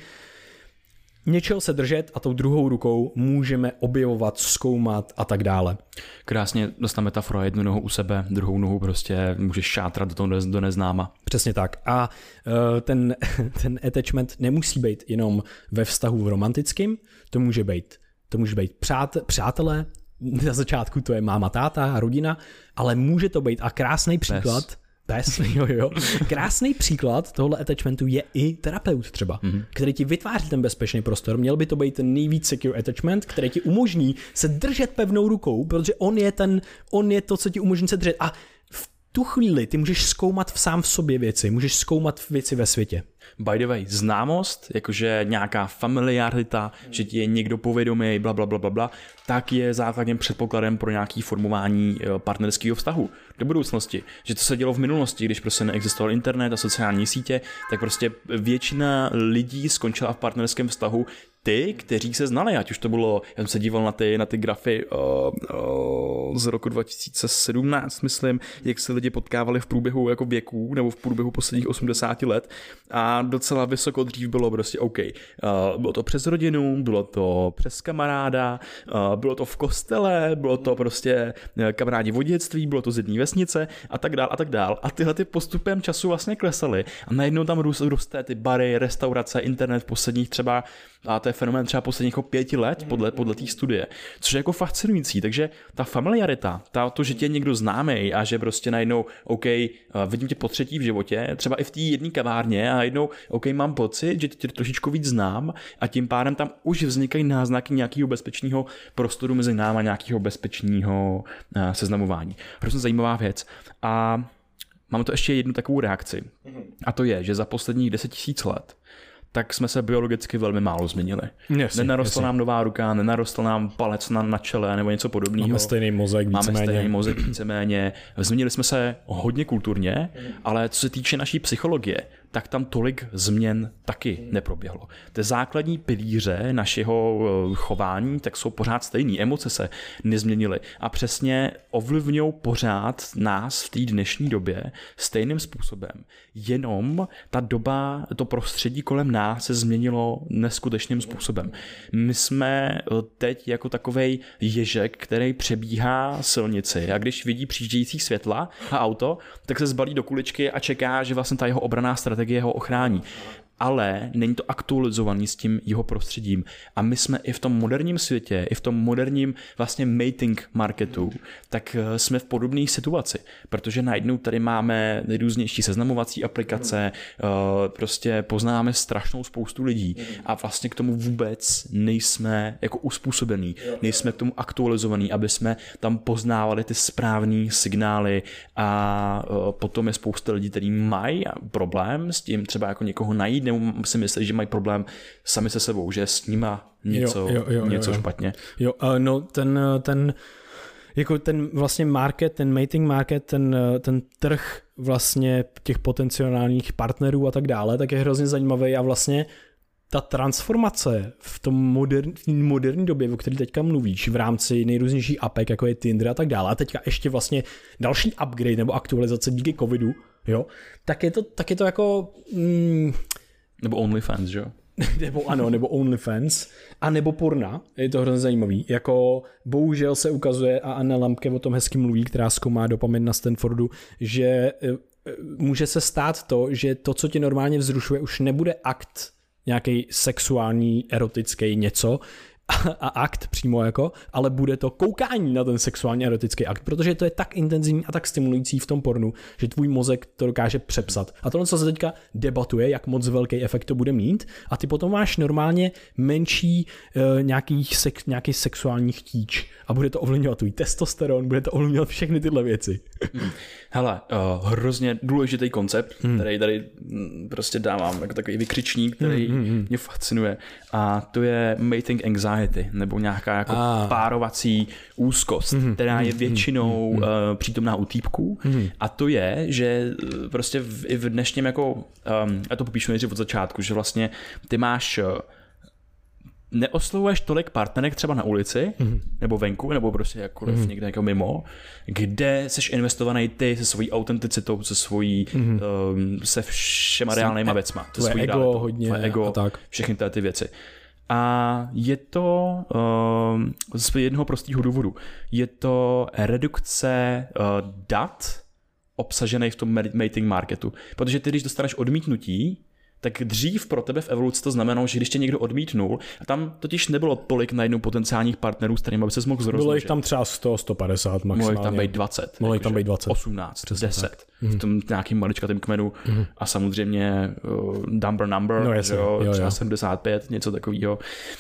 Něčeho se držet a tou druhou rukou můžeme objevovat, zkoumat a tak dále. Krásně dostane metafora, jednu nohu u sebe, druhou nohu prostě můžeš šátrat do toho do neznáma. Přesně tak. A uh, ten, ten attachment nemusí být jenom ve vztahu romantickým, to může být, to může být přát, přátelé, na začátku to je máma, táta, rodina, ale může to být a krásný příklad, Pes. Pes, jo, jo. Krásný příklad tohle attachmentu je i terapeut třeba, mm-hmm. který ti vytváří ten bezpečný prostor. Měl by to být ten nejvíc secure attachment, který ti umožní se držet pevnou rukou, protože on je ten, on je to, co ti umožní se držet. A v tu chvíli ty můžeš zkoumat v sám v sobě věci, můžeš zkoumat věci ve světě. By the way, známost, jakože nějaká familiarita, mm. že ti je někdo povědomý, bla, bla, bla, bla, bla, tak je základním předpokladem pro nějaký formování partnerského vztahu do budoucnosti. Že to se dělo v minulosti, když prostě neexistoval internet a sociální sítě, tak prostě většina lidí skončila v partnerském vztahu ty, kteří se znali, ať už to bylo, já jsem se díval na ty, na ty grafy uh, uh, z roku dva tisíce sedmnáct, myslím, jak se lidi potkávali v průběhu jako věků, nebo v průběhu posledních osmdesáti let a docela vysoko dřív bylo prostě OK. Uh, bylo to přes rodinu, bylo to přes kamaráda, uh, bylo to v kostele, bylo to prostě kamarádi v dětství, bylo to z jedné vesnice a tak dál a tak dál. A tyhle ty postupem času vlastně klesaly a najednou tam roste ty bary, restaurace, internet v posledních třeba, a to je fenomén třeba posledních jako pěti let podle, podle té studie, což je jako fascinující, takže ta familiarita, ta, to, že tě je někdo známý a že prostě najednou OK, vidím tě po třetí v životě, třeba i v té jedné kavárně a jednou OK, mám pocit, že tě trošičku víc znám a tím pádem tam už vznikají náznaky nějakého bezpečného prostoru mezi náma, nějakého bezpečného seznamování. Hrozně zajímavá věc. A mám to ještě jednu takovou reakci. A to je, že za posledních deset tisíc let tak jsme se biologicky velmi málo změnili. Jasně, nenarostla jasně. nám nová ruka, nenarostl nám palec na, na čele nebo něco podobného. Máme stejný mozek, víceméně. Máme stejný mozek, víceméně. Změnili jsme se hodně kulturně, ale co se týče naší psychologie, tak tam tolik změn taky neproběhlo. Ty základní pilíře našeho chování tak jsou pořád stejný. Emoce se nezměnily a přesně ovlivňují pořád nás v té dnešní době stejným způsobem. Jenom ta doba, to prostředí kolem nás se změnilo neskutečným způsobem. My jsme teď jako takovej ježek, který přebíhá silnici a když vidí přijíždějící světla a auto, tak se zbalí do kuličky a čeká, že vlastně ta jeho obranná strategie ho ochrání. Ale není to aktualizovaný s tím jeho prostředím. A my jsme i v tom moderním světě, i v tom moderním vlastně mating marketu, tak jsme v podobné situaci. Protože najednou tady máme nejrůznější seznamovací aplikace, prostě poznáme strašnou spoustu lidí a vlastně k tomu vůbec nejsme jako uspůsobení, nejsme k tomu aktualizovaný, aby jsme tam poznávali ty správné signály a potom je spousta lidí, kteří mají problém s tím třeba jako někoho najít, nebo si myslí, že mají problém sami se sebou, že s nima něco, jo, jo, jo, něco jo, jo. špatně. Jo, no ten, ten jako ten vlastně market, ten mating market, ten, ten trh vlastně těch potenciálních partnerů a tak dále, tak je hrozně zajímavý a vlastně ta transformace v tom moderní, moderní době, o které teďka mluvíš, v rámci nejrůznějších apek, jako je Tinder a tak dále, a teďka ještě vlastně další upgrade nebo aktualizace díky covidu, jo, tak je to, tak je to jako... Mm, Nebo OnlyFans, že jo? nebo ano, nebo OnlyFans, a nebo porna, je to hrozně zajímavý. Jako bohužel se ukazuje, a Anna Lampke o tom hezky mluví, která zkoumá dopamin na Stanfordu, že může se stát to, že to, co tě normálně vzrušuje, už nebude akt nějaký sexuální, erotický něco, a akt přímo jako, ale bude to koukání na ten sexuálně erotický akt, protože to je tak intenzivní a tak stimulující v tom pornu, že tvůj mozek to dokáže přepsat. A tohle, co se teďka debatuje, jak moc velký efekt to bude mít, a ty potom máš normálně menší uh, nějaký, sex, nějaký sexuální chtíč a bude to ovlivňovat tvůj testosteron, bude to ovlivňovat všechny tyhle věci. Hmm. Hele, uh, hrozně důležitý koncept, hmm. který tady prostě dávám jako takový vykřičník, který hmm, hmm, mě fascinuje, a to je mating anxiety, nebo nějaká jako ah. párovací úzkost, hmm, která je většinou hmm, uh, přítomná u týpků, hmm. a to je, že prostě v, i v dnešním jako, um, já to popíšu nejdřív od začátku, že vlastně ty máš uh, neoslovuješ tolik partnerek třeba na ulici, mm-hmm. nebo venku, nebo prostě jakkoliv mm-hmm. někde jako mimo, kde jsi investovaný ty se svojí autenticitou, se svojí, mm-hmm. um, se všema reálnýma věcma. Tvoje ego realitou, hodně tvoje ego, a tak. Všechny ty věci. A je to um, z jednoho prostého důvodu. Je to redukce uh, dat obsažených v tom mating marketu. Protože ty, když dostaneš odmítnutí, tak dřív pro tebe v evoluci to znamenalo, že když tě někdo odmítnul, a tam totiž nebylo tolik najednou potenciálních partnerů, s kterými by ses mohl zroznout. Bylo jich tam třeba sto, sto padesát maximálně. Mohlo jich tam být dvacet. Mohlo jich tam být dvacet. osmnáct, deset. V tom nějakým maličkatým kmenu. Mm. A samozřejmě uh, number number, no, jasně, jo, jo, třeba jo. sedmdesát pět, něco takového.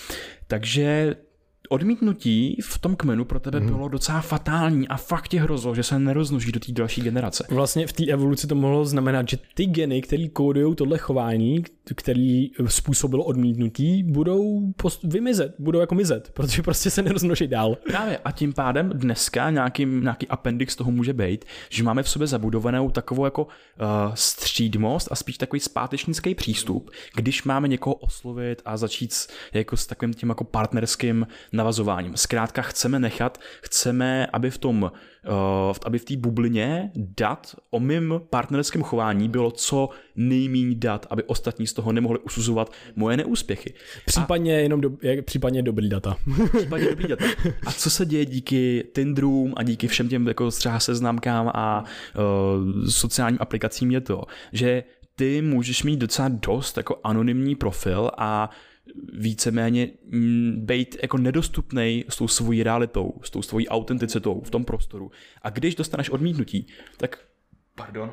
Takže odmítnutí v tom kmenu pro tebe mm. bylo docela fatální a fakt tě hrozilo, že se nerozmnoží do té další generace. Vlastně v té evoluci to mohlo znamenat, že ty geny, které kódují tohle chování, který způsobilo odmítnutí, budou post- vymizet, budou jako mizet, protože prostě se nerozmnoží dál. Právě, a tím pádem dneska nějaký, nějaký appendix toho může být, že máme v sobě zabudovanou takovou jako uh, střídmost a spíš takový zpátečnický přístup, když máme někoho oslovit a začít jako s takovým tím jako partnerským navazováním. Zkrátka chceme nechat, chceme, aby v tom, uh, aby v té bublině dat o mým partnerském chování bylo co nejméně dat, aby ostatní z toho nemohli usuzovat moje neúspěchy. Případně a... jenom do, případně dobrý data. Případně dobrý data. A co se děje díky Tinderům a díky všem těm jako třeba seznamkám a uh, sociálním aplikacím je to, že ty můžeš mít docela dost jako anonymní profil a víceméně být jako nedostupnej s tou svojí realitou, s tou svojí autenticitou v tom prostoru. A když dostaneš odmítnutí, tak pardon.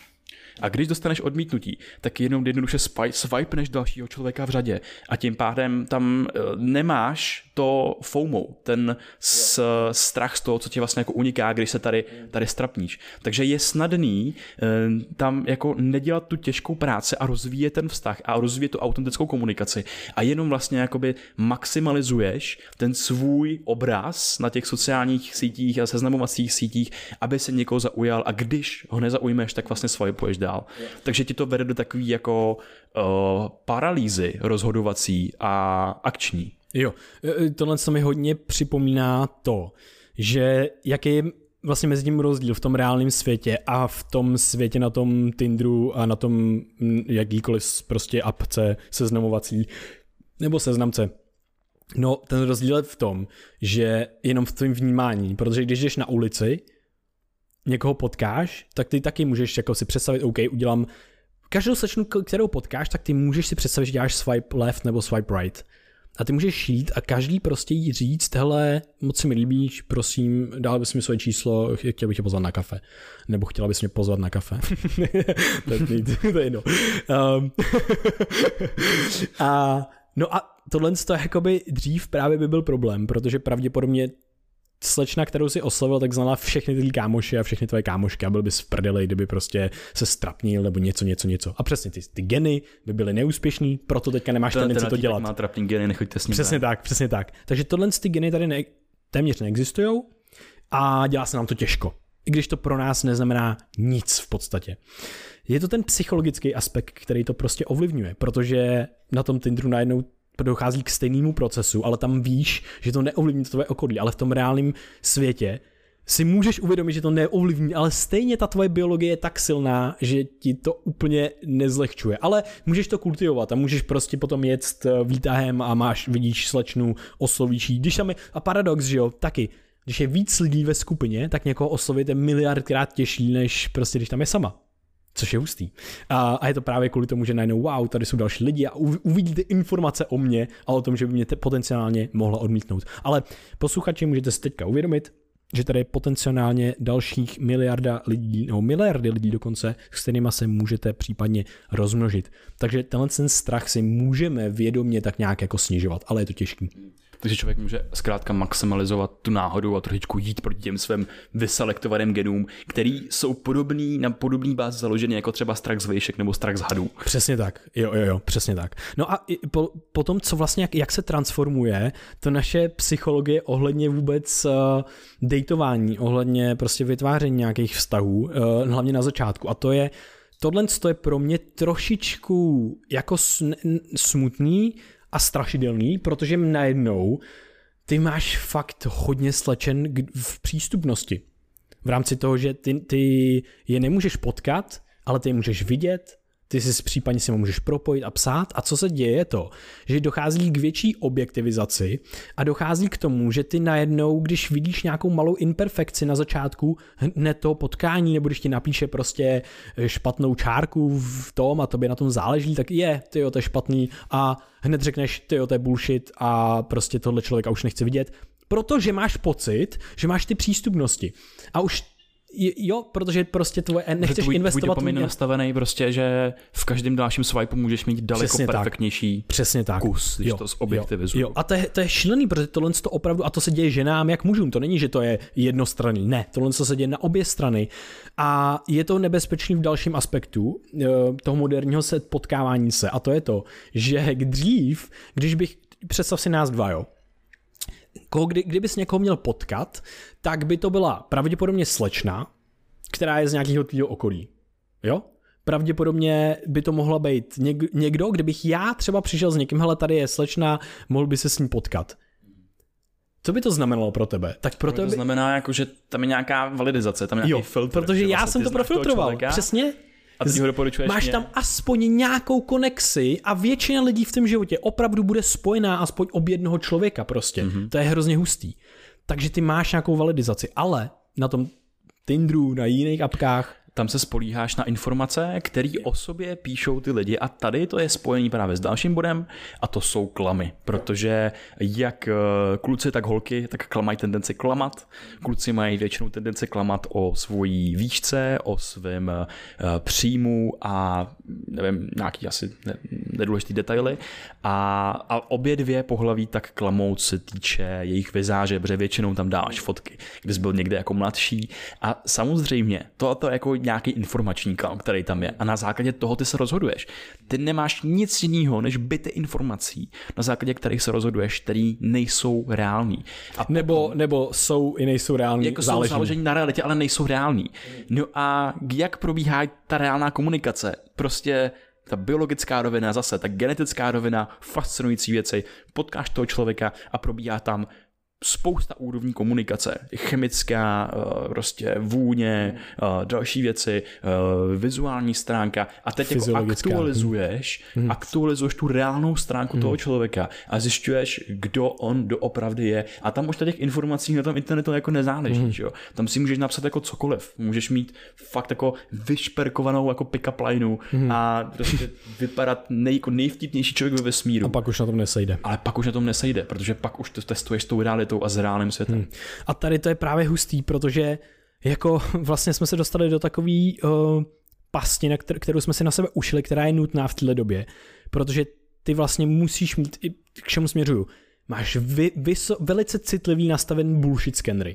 A když dostaneš odmítnutí, tak jenom jednoduše swipeneš dalšího člověka v řadě a tím pádem tam nemáš to FOMO, ten s, strach z toho, co ti vlastně jako uniká, když se tady, tady strapníš. Takže je snadný tam jako nedělat tu těžkou práci a rozvíjet ten vztah a rozvíjet tu autentickou komunikaci a jenom vlastně jakoby maximalizuješ ten svůj obraz na těch sociálních sítích a seznamovacích sítích, aby se někoho zaujal, a když ho nezaujmeš, tak vlastně swipuješ dál. Takže ti to vede do takový jako uh, paralýzy rozhodovací a akční. Jo, tohle se mi hodně připomíná to, že jaký je vlastně mezi tím rozdíl v tom reálném světě a v tom světě na tom Tinderu a na tom jakýkoliv prostě apce seznamovací nebo seznamce. No, ten rozdíl je v tom, že jenom v tom vnímání, protože když jdeš na ulici, někoho potkáš, tak ty taky můžeš jako si představit, OK, udělám každou slečnu, kterou potkáš, tak ty můžeš si představit, že děláš swipe left nebo swipe right. A ty můžeš jít a každý prostě jí říct, hele, moc si mi líbíš, prosím, dal bys mi svoje číslo, chtěl bych tě pozvat na kafe. Nebo chtěla bys mě pozvat na kafe. To je jedno. Um, a, no a tohle to jakoby dřív právě by byl problém, protože pravděpodobně slečna, kterou si oslovil, tak znala všechny ty kámoši a všechny tvoje kámošky a byl bys v prdeli, kdyby prostě se strapnil nebo něco, něco, něco. A přesně ty, ty geny by byly neúspěšný, proto teďka nemáš to, tendenci to dělat. Má trapný geny, nechoďte s ním. Přesně tak, přesně tak. Takže tohle ty geny tady ne, téměř neexistujou a dělá se nám to těžko. I když to pro nás neznamená nic v podstatě. Je to ten psychologický aspekt, který to prostě ovlivňuje, protože na tom Tinderu najednou dochází k stejnému procesu, ale tam víš, že to neovlivní tvoje okolí, ale v tom reálném světě si můžeš uvědomit, že to neovlivní, ale stejně ta tvoje biologie je tak silná, že ti to úplně nezlehčuje. Ale můžeš to kultivovat a můžeš prostě potom jet výtahem a máš, vidíš slečnu, oslovíš jí. Když tam je, a paradox, že jo, taky, když je víc lidí ve skupině, tak někoho oslovit je miliardkrát těžší, než prostě když tam je sama. Což je hustý. A, a je to právě kvůli tomu, že najednou wow, tady jsou další lidi a uvidíte informace o mně a o tom, že by mě te potenciálně mohla odmítnout. Ale posluchači, můžete si teďka uvědomit, že tady je potenciálně dalších miliarda lidí, nebo miliardy lidí dokonce, s kterýma se můžete případně rozmnožit. Takže tenhle ten strach si můžeme vědomě tak nějak jako snižovat, ale je to těžký. Takže člověk může zkrátka maximalizovat tu náhodu a trošičku jít proti těm svým vyselektovaným genům, který jsou podobný, na podobný bázi založený jako třeba strach z vejšek nebo strach z hadů. Přesně tak, jo, jo, jo, přesně tak. No a po, potom, co vlastně, jak, jak se transformuje to naše psychologie ohledně vůbec uh, dejtování, ohledně prostě vytváření nějakých vztahů, uh, hlavně na začátku. A to je, tohle je pro mě trošičku jako sn- smutný, a strašidelný, protože najednou ty máš fakt hodně slečen v přístupnosti. V rámci toho, že ty, ty je nemůžeš potkat, ale ty je můžeš vidět, ty si případně si můžeš propojit a psát. A co se děje je to, že dochází k větší objektivizaci a dochází k tomu, že ty najednou, když vidíš nějakou malou imperfekci na začátku hned toho potkání, nebo když ti napíše prostě špatnou čárku v tom a tobě na tom záleží, tak je, tyjo, to je špatný a hned řekneš, tyjo, to je bullshit a prostě tohle člověka už nechce vidět, protože máš pocit, že máš ty přístupnosti. A už jo, protože prostě tvoje nechceš tvůj, investovat. Tvůj dopamin je nastavený prostě, že v každém dalším swipe můžeš mít daleko přesně perfektnější tak. Přesně tak. kus, když jo, to zobjektivizuje. Jo, jo. A to je, to je šílený, protože tohle to opravdu, a to se děje ženám jak mužům, to není, že to je jednostranný, ne, tohle se děje na obě strany a je to nebezpečný v dalším aspektu toho moderního se potkávání se a to je to, že dřív, když bych, představ si nás dva, jo, Koho, kdy, kdybys někoho měl potkat, tak by to byla pravděpodobně slečna, která je z nějakého tvýho okolí. Jo? Pravděpodobně by to mohla být něk, někdo, kdybych já třeba přišel s někým, hele, tady je slečna, mohl by se s ní potkat. Co by to znamenalo pro tebe? Tak pro tebe to znamená, jako, že tam je nějaká validizace, tam je nějaký jo, filtr. Protože já vlastně jsem to profiltroval. Přesně. A ty ho doporučuješ Máš mě? tam aspoň nějakou konexi a většina lidí v tom životě opravdu bude spojená aspoň ob jednoho člověka prostě. Mm-hmm. To je hrozně hustý. Takže ty máš nějakou validizaci, ale na tom Tinderu, na jiných apkách tam se spolíháš na informace, které o sobě píšou ty lidi a tady to je spojený právě s dalším bodem a to jsou klamy, protože jak kluci, tak holky, tak mají tendenci klamat. Kluci mají většinou tendenci klamat o svojí výšce, o svém příjmu a nevím, nějaký asi nedůležitý detaily a, a obě dvě pohlaví tak klamou, co se týče jejich vizáže, protože většinou tam dáváš fotky, když jsi byl někde jako mladší a samozřejmě tohle je jako nějaký informační klam, který tam je a na základě toho ty se rozhoduješ. Ty nemáš nic jiného než byty informací, na základě kterých se rozhoduješ, který nejsou reální. A nebo, nebo jsou i nejsou reální. Jako jsou založení na realitě, ale nejsou reální. No a jak probíhá ta reálná komunikace? Prostě ta biologická rovina zase, ta genetická rovina, fascinující věci, potkáš toho člověka a probíhá tam spousta úrovní komunikace, chemická, prostě vůně, další věci, vizuální stránka a teď jako aktualizuješ, hmm. aktualizuješ tu reálnou stránku hmm. toho člověka a zjišťuješ, kdo on doopravdy je a tam už těch informací na tom internetu jako nezáleží, hmm. jo? Tam si můžeš napsat jako cokoliv, můžeš mít fakt jako vyšperkovanou jako pick-up lineu hmm. a prostě vypadat nej, jako nejvtipnější člověk ve vesmíru. A pak už na tom nesejde. Ale pak už na tom nesejde, protože pak už to testuješ s tou realitou a s reálným světem. Hmm. A tady to je právě hustý, protože jako vlastně jsme se dostali do takový uh, pasti, na kter- kterou jsme si na sebe ušili, která je nutná v této době, protože ty vlastně musíš mít, i k čemu směřuju, máš vy, vyso, velice citlivý nastavený bullshit skenry.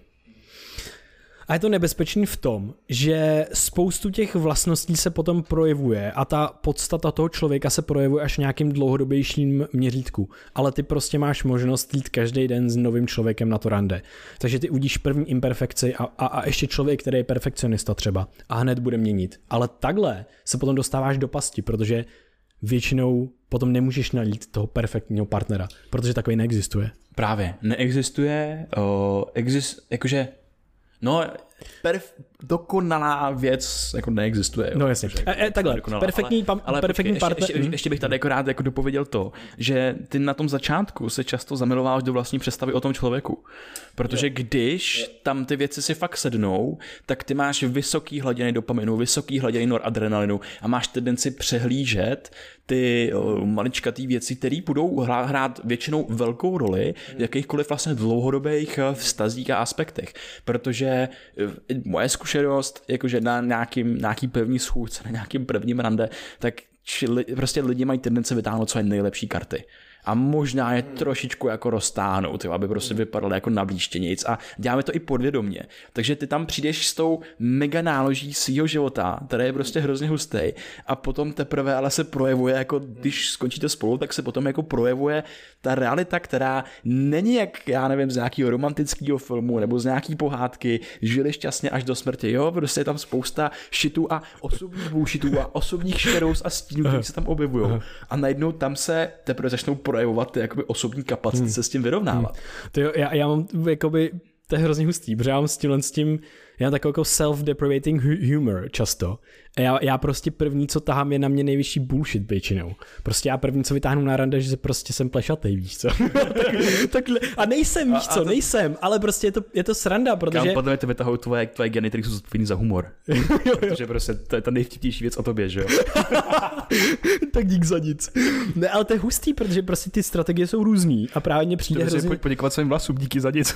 A je to nebezpečný v tom, že spoustu těch vlastností se potom projevuje a ta podstata toho člověka se projevuje až v nějakým dlouhodobějším měřítku. Ale ty prostě máš možnost jít každý den s novým člověkem na to rande. Takže ty uvidíš první imperfekci a, a, a ještě člověk, který je perfekcionista třeba a hned bude měnit. Ale takhle se potom dostáváš do pasti, protože většinou potom nemůžeš najít toho perfektního partnera, protože takový neexistuje. Právě, neexistuje, uh, exist, jakože No, perf- dokonalá věc jako neexistuje. Jo. No jasně. E, e, takhle, dokonalá, perfektní, ale, ale perfektní počkej, partner. ještě, ještě, ještě bych tady jako rád jako dopověděl to, že ty na tom začátku se často zamilováváš do vlastní představy o tom člověku. Protože jo. když tam ty věci si fakt sednou, tak ty máš vysoký hladiny dopaminu, vysoký hladiny noradrenalinu a máš tendenci přehlížet ty o, maličkatý věci, které budou hrát většinou velkou roli v jakýchkoliv vlastně dlouhodobých vztazích a aspektech. Protože moje zkušenost, jakože na nějakým, nějaký první schůzce, na nějakým prvním rande, tak čili, prostě lidi mají tendence vytáhnout své nejlepší karty. A možná je trošičku jako roztáhnout, jo, aby prostě vypadalo jako navlíštěnic a děláme to i podvědomě. Takže ty tam přijdeš s tou mega náloží svýho života, který je prostě hrozně hustý a potom teprve ale se projevuje, jako když skončíte spolu, tak se potom jako projevuje ta realita, která není jak, já nevím, z nějakého romantického filmu nebo z nějaký pohádky, žili šťastně až do smrti, jo, prostě je tam spousta shitů a osobních bullshitů a osobních shadows a stínů, které se tam objevují. A najednou tam se teprve začnou projevovat ty jakoby osobní kapacity, hmm. se s tím vyrovnávat. Hmm. To jo, já, já mám jakoby, to je hrozně hustý, protože já mám s tímhle s tím, já mám takový jako self-deprivating humor často. A já, já prostě první, co tahám, je na mě nejvyšší bullshit většinou. Prostě já první, co vytáhnu na rande, že prostě jsem plešatej, víš co. Takhle. A nejsem, víš co, a to... nejsem, ale prostě je to, je to sranda, protože... Kam potom to vytahují tvoje, tvoje geny, které jsou zodpovědný za humor. jo, jo. Protože prostě to je ta nejvtipnější věc o tobě, že jo. Tak dík za nic. Ne, ale to je hustý, protože prostě ty strategie jsou různý a právě mě přijde hrozně... Pojď poděkovat svým vlasům, díky za nic.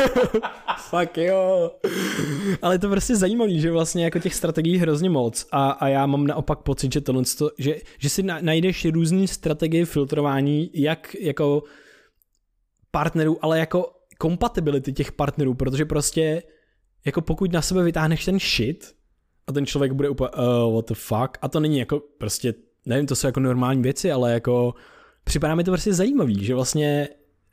Fuck jo. Ale je to prostě zajímavý, že vlastně jako těch strategií hrozně moc a, a já mám naopak pocit, že tohle, že, že si na, najdeš různý strategie filtrování, jak jako partnerů, ale jako kompatibility těch partnerů, protože prostě jako pokud na sebe vytáhneš ten shit a ten člověk bude úplně uh, what the fuck a to není jako prostě, nevím, to jsou jako normální věci, ale jako připadá mi to prostě zajímavý, že vlastně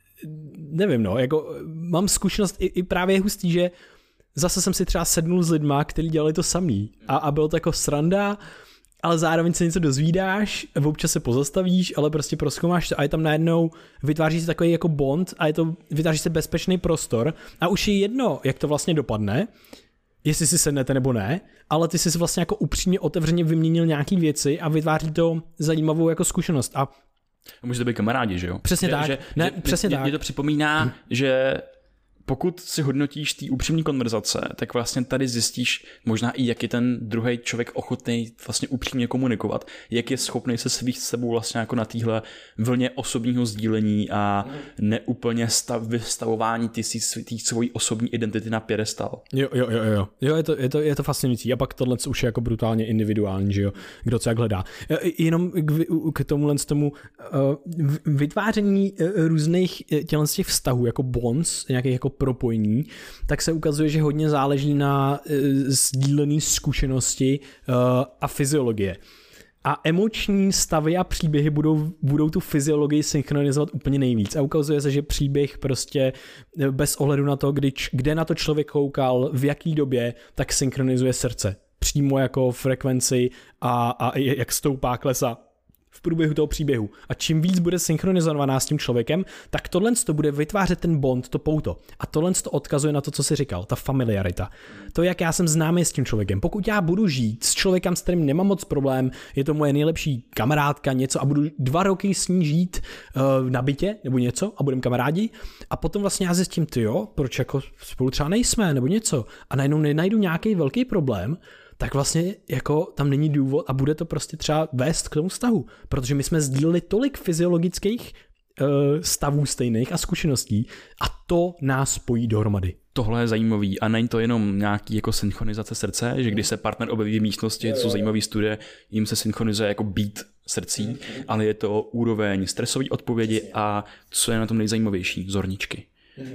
nevím, no, jako mám zkušenost i, i právě hustý, že zase jsem si třeba sednul s lidma, kteří dělali to samý a, a bylo to jako sranda, ale zároveň se něco dozvídáš, občas se pozastavíš, ale prostě prozkoumáš to a je tam najednou, vytváří se takový jako bond a je to, vytváří se bezpečný prostor a už je jedno, jak to vlastně dopadne, jestli si sednete nebo ne, ale ty jsi vlastně jako upřímně otevřeně vyměnil nějaký věci a vytváří to zajímavou jako zkušenost a můžete být kamarádi, že jo? Přesně že, tak. Že, ne, že, přesně mě, tak. Mě to připomíná, hmm. že pokud si hodnotíš ty upřímné konverzace, tak vlastně tady zjistíš možná i, jak je ten druhý člověk ochotný vlastně upřímně komunikovat, jak je schopný se svých s sebou vlastně jako na téhle vlně osobního sdílení a neúplně stav, vystavování ty svojí osobní identity na pědestal. Jo, jo, jo, jo. Jo, je to, je to, je to fascinující. A pak tohle už je jako brutálně individuální, že jo, kdo co jak hledá. Jenom k, k tomuhle z tomu uh, vytváření různých tělen z těch vztahů, jako bonds, nějakých jako propojení, tak se ukazuje, že hodně záleží na uh, sdílené zkušenosti uh, a fyziologie. A emoční stavy a příběhy budou, budou tu fyziologii synchronizovat úplně nejvíc. A ukazuje se, že příběh prostě bez ohledu na to, kdy, kde na to člověk koukal, v jaký době, tak synchronizuje srdce. Přímo jako frekvenci a, a jak stoupá, klesá v průběhu toho příběhu. A čím víc bude synchronizovaná s tím člověkem, tak tohle to bude vytvářet ten bond, to pouto. A tohle to odkazuje na to, co jsi říkal, ta familiarita. To, jak já jsem známý s tím člověkem. Pokud já budu žít s člověkem, s kterým nemám moc problém, je to moje nejlepší kamarádka, něco a budu dva roky s ní žít uh, na bytě nebo něco a budeme kamarádi a potom vlastně já zjistím, ty jo, proč jako spolu třeba nejsme nebo něco a najednou nenajdu nějaký velký problém, tak vlastně jako tam není důvod a bude to prostě třeba vést k tomu vztahu, protože my jsme sdíleli tolik fyziologických uh, stavů stejných a zkušeností a to nás spojí dohromady. Tohle je zajímavý a není to jenom nějaký jako synchronizace srdce, že když se partner objeví v místnosti, co zajímavý studie, jim se synchronizuje jako beat srdcí, ale je to úroveň stresové odpovědi a co je na tom nejzajímavější, zorničky.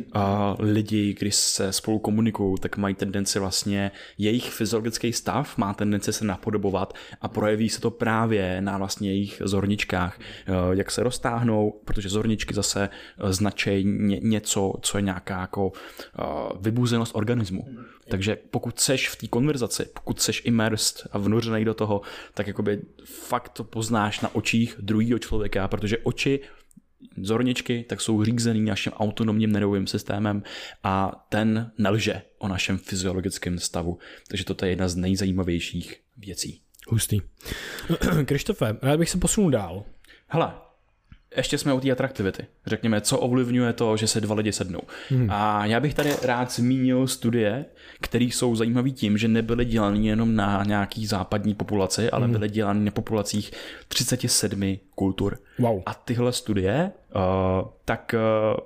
A lidi, když se spolu komunikují, tak mají tendenci vlastně, jejich fyziologický stav má tendenci se napodobovat a projeví se to právě na vlastně jejich zorničkách, jak se roztáhnou, protože zorničky zase značí něco, co je nějaká jako vybuzenost organismu. Takže pokud seš v té konverzaci, pokud seš immersed a vnořený do toho, tak jakoby fakt to poznáš na očích druhého člověka, protože oči zorničky, tak jsou řízený naším autonomním nervovým systémem a ten nelže o našem fyziologickém stavu. Takže toto je jedna z nejzajímavějších věcí. Hustý. Krištofe, rád bych se posunul dál. Hele, ještě jsme u té atraktivity. Řekněme, co ovlivňuje to, že se dva lidi sednou. Hmm. A já bych tady rád zmínil studie, které jsou zajímavé tím, že nebyly dělané jenom na nějaký západní populaci, ale hmm. byly dělané na populacích třicet sedm kultur. Wow. A tyhle studie uh, tak uh,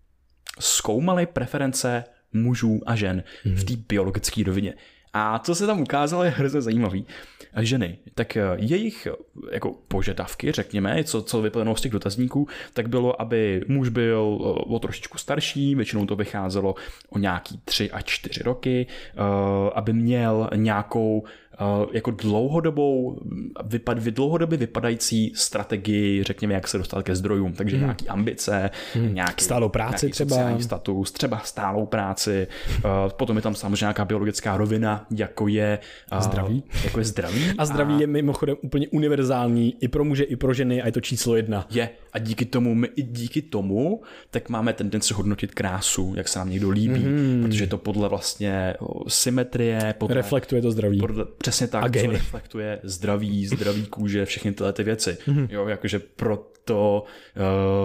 zkoumaly preference mužů a žen hmm. v té biologické rovině. A co se tam ukázalo, je hrozně zajímavý. Ženy, tak jejich jako požadavky, řekněme, co, co vyplynulo z těch dotazníků, tak bylo, aby muž byl o trošičku starší, většinou to vycházelo o nějaký tři a čtyři roky, aby měl nějakou jako dlouhodobou, vypad, dlouhodobě vypadající strategii, řekněme, jak se dostat ke zdrojům, takže hmm. nějaký ambice, hmm. nějaký, stálou práci nějaký třeba. Sociální status, třeba stálou práci, potom je tam samozřejmě nějaká biologická rovina, jako je zdraví. Jako je zdraví. A zdraví a... je mimochodem úplně univerzální i pro muže, i pro ženy a je to číslo jedna. Je. A díky tomu, my i díky tomu, tak máme tendenci hodnotit krásu, jak se nám někdo líbí, mm. protože to podle vlastně symetrie, podle, reflektuje to zdraví. Podle, přesně tak, co reflektuje zdraví, zdraví kůže, všechny tyhle ty věci. Mm. Jo, jakože proto uh,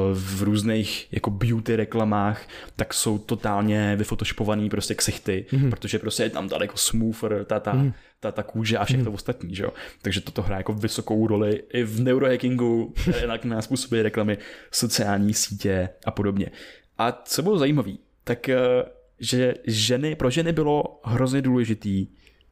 v různých jako beauty reklamách tak jsou totálně vyfotoshopovaný prostě ksichty, mm. protože prostě je tam tady jako smoother, ta, ta, mm. ta, ta kůže a všechno mm. ostatní, že jo. Takže toto hraje jako vysokou roli i v neurohackingu, jinak na způsoby reklamy, sociální sítě a podobně. A co bylo zajímavé, tak že ženy, pro ženy bylo hrozně důležitý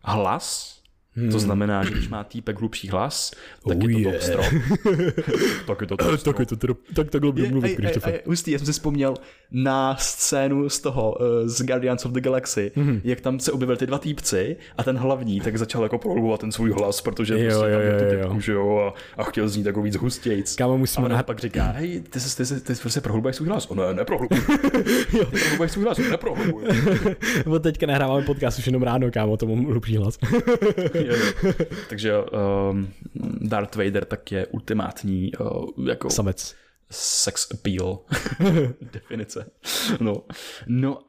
hlas. Hmm. To znamená, že když má týpek hlubší hlas, tak oh je to top strop. tak je to top strop. Tak, je to, tak takhle budu mluvit, Krištofe. Hustý, já jsem si vzpomněl na scénu z toho, z Guardians of the Galaxy, hmm. jak tam se objevili ty dva týpci a ten hlavní tak začal jako prolubovat ten svůj hlas, protože jo, prostě tam měl tu typku, že jo, a, a chtěl znít jako víc hustějc. Kámo, musíme... A on pak říká, hej, ty se, ty se, ty se prostě prohlubuješ svůj hlas. O ne, neprohlubuj. Ty prohlubuješ svůj hlas, neprohlubuj. Bo teďka nahráváme podcast už jenom ráno, kámo, to mám hlubší hlas. Jo, jo. Takže um, Darth Vader tak je ultimátní uh, jako samec. Sex appeal definice. No. no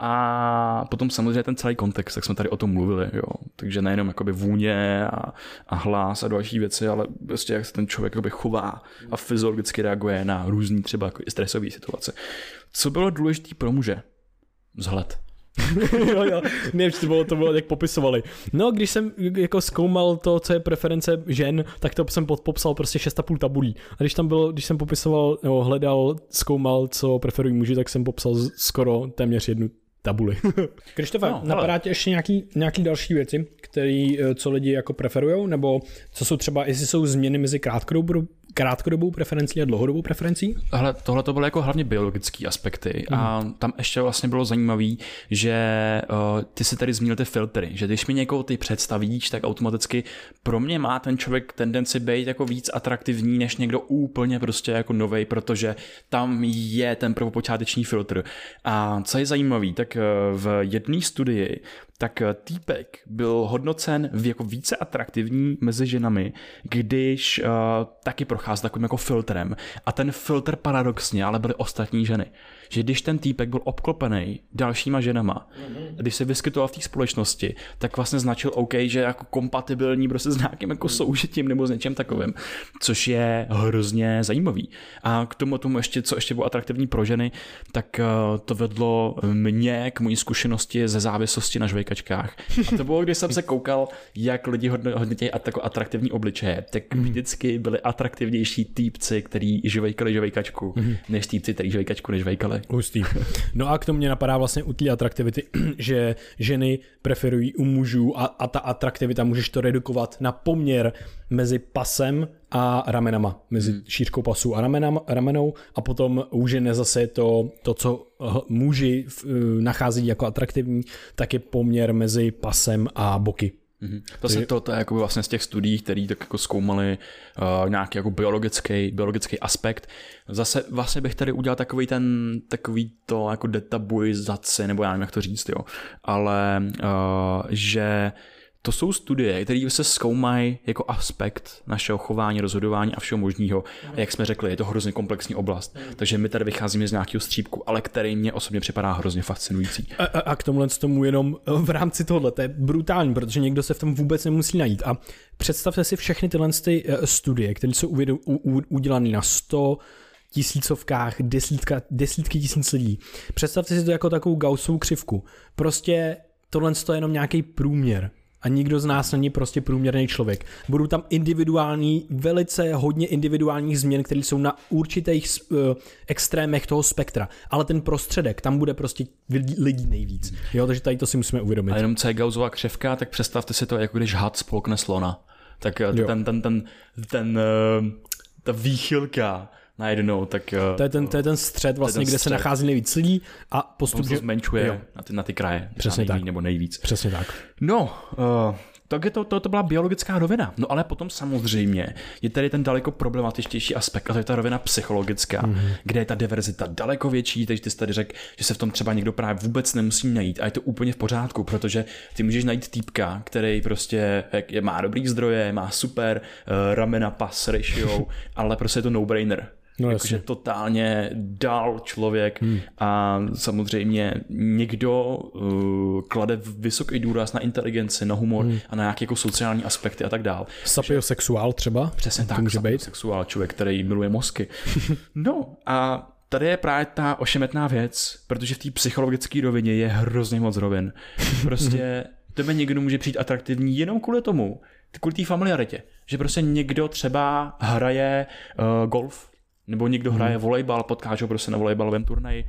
a potom samozřejmě ten celý kontext, jak jsme tady o tom mluvili, jo. Takže nejenom jakoby vůně a, a hlas a další věci, ale prostě jak se ten člověk jakoby chová a fyziologicky reaguje na různý třeba jako i stresové situace. Co bylo důležité pro muže? Vzhled. jo, jo, nevím, to bylo, to bylo, jak popisovali. No, když jsem jako zkoumal to, co je preference žen, tak to jsem popsal prostě šest a půl tabulí. A když tam bylo, když jsem popisoval, nebo hledal, zkoumal, co preferují muži, tak jsem popsal skoro téměř jednu tabuli. Krištofe, no, napadá tě ještě nějaký, nějaký další věci, které co lidi jako preferujou, nebo co jsou třeba, jestli jsou změny mezi krátkodobou, krátkodobou preferencí a dlouhodobou preferencí? Hele, tohle to byly jako hlavně biologické aspekty mm. a tam ještě vlastně bylo zajímavý, že uh, ty si tady zmínil ty filtry, že když mi někoho ty představíš, tak automaticky pro mě má ten člověk tendenci být jako víc atraktivní než někdo úplně prostě jako novej, protože tam je ten prvopočáteční filtr. A co je zajímavý, tak uh, v jedné studii tak týpek byl hodnocen jako více atraktivní mezi ženami, když uh, taky procházel takovým jako filtrem. A ten filtr paradoxně, ale byly ostatní ženy. Že když ten týpek byl obklopený dalšíma ženama, mm-hmm. když se vyskytoval v té společnosti, tak vlastně značil OK, že jako kompatibilní prostě s nějakým jako soužitím nebo s něčím takovým, což je hrozně zajímavý. A k tomu, tomu ještě, co ještě bylo atraktivní pro ženy, tak uh, to vedlo mě k mojí zkušenosti ze závislosti na žvejkačkách. A to bylo, když jsem se koukal, jak lidi hodnotějí jako atraktivní obličeje, tak vždycky byli atraktivnější týpci, který žvejkali žvejkačku, mm-hmm. než týpci, který žvejkačku nežvejkali. Hustý. No a k tomu mě napadá vlastně u té atraktivity, že ženy preferují u mužů a, a ta atraktivita můžeš to redukovat na poměr mezi pasem a ramenama, mezi hmm. šířkou pasu a ramenam, ramenou a potom u ženy zase to, to co muži nachází jako atraktivní, tak je poměr mezi pasem a boky. Mm-hmm. To, se, to, to je jako vlastně z těch studií, které tak jako zkoumali uh, nějaký jako biologický, biologický aspekt. Zase vlastně bych tady udělal takový ten, takový to jako detabuizaci, nebo já nevím, jak to říct, jo. Ale uh, že To jsou studie, které se zkoumají jako aspekt našeho chování, rozhodování a všeho možného. Jak jsme řekli, je to hrozně komplexní oblast. Takže my tady vycházíme z nějakého střípku, ale který mě osobně připadá hrozně fascinující. A, a, a k tomuhle tomu jenom v rámci tohohle, to je brutální, protože někdo se v tom vůbec nemusí najít. A představte si všechny tyhle ty studie, které jsou udělané na sto tisícovkách, desítka, desítky tisíc lidí. Představte si to jako takovou Gaussovu křivku. Prostě tohle je jenom nějaký průměr. A nikdo z nás není prostě průměrný člověk. Budou tam individuální, velice hodně individuálních změn, které jsou na určitých uh, extrémech toho spektra. Ale ten prostředek, tam bude prostě lidí nejvíc. Jo, takže tady to si musíme uvědomit. A jenom co je Gaussova křivka, tak představte si to, jako když had spolkne slona. Tak jo. ten, ten, ten, ten, uh, ta výchylka najednou, tak... Uh, to, je ten, to je ten střed vlastně, kde střed. se nachází nejvíc lidí a postupně... se zmenšuje na ty, na ty kraje. Přesně tak. Nebo nejvíc. Přesně tak. No, uh, tak je to, to, to byla biologická rovina. No ale potom samozřejmě je tady ten daleko problematičtější aspekt, a to je ta rovina psychologická, mm-hmm. kde je ta diverzita daleko větší, takže ty jsi tady řekl, že se v tom třeba někdo právě vůbec nemusí najít a je to úplně v pořádku, protože ty můžeš najít týpka, který prostě je, má dobrý zdroje, má super uh, ramena pass ratio, ale prostě je to no-brainer. No, jakože totálně dál člověk hmm. a samozřejmě někdo uh, klade vysoký důraz na inteligenci, na humor hmm. a na nějaké jako sociální aspekty a tak dál. Sapiosexuál třeba? Přesně tak, může být sexuál, člověk, který miluje mozky. No a tady je právě ta ošemetná věc, protože v té psychologické rovině je hrozně moc rovin. Prostě tebe někdo může přijít atraktivní jenom kvůli tomu, kvůli té familiaritě, že prostě někdo třeba hraje uh, golf, nebo někdo hraje hmm. volejbal, potkáš ho prostě na volejbalovém turnaji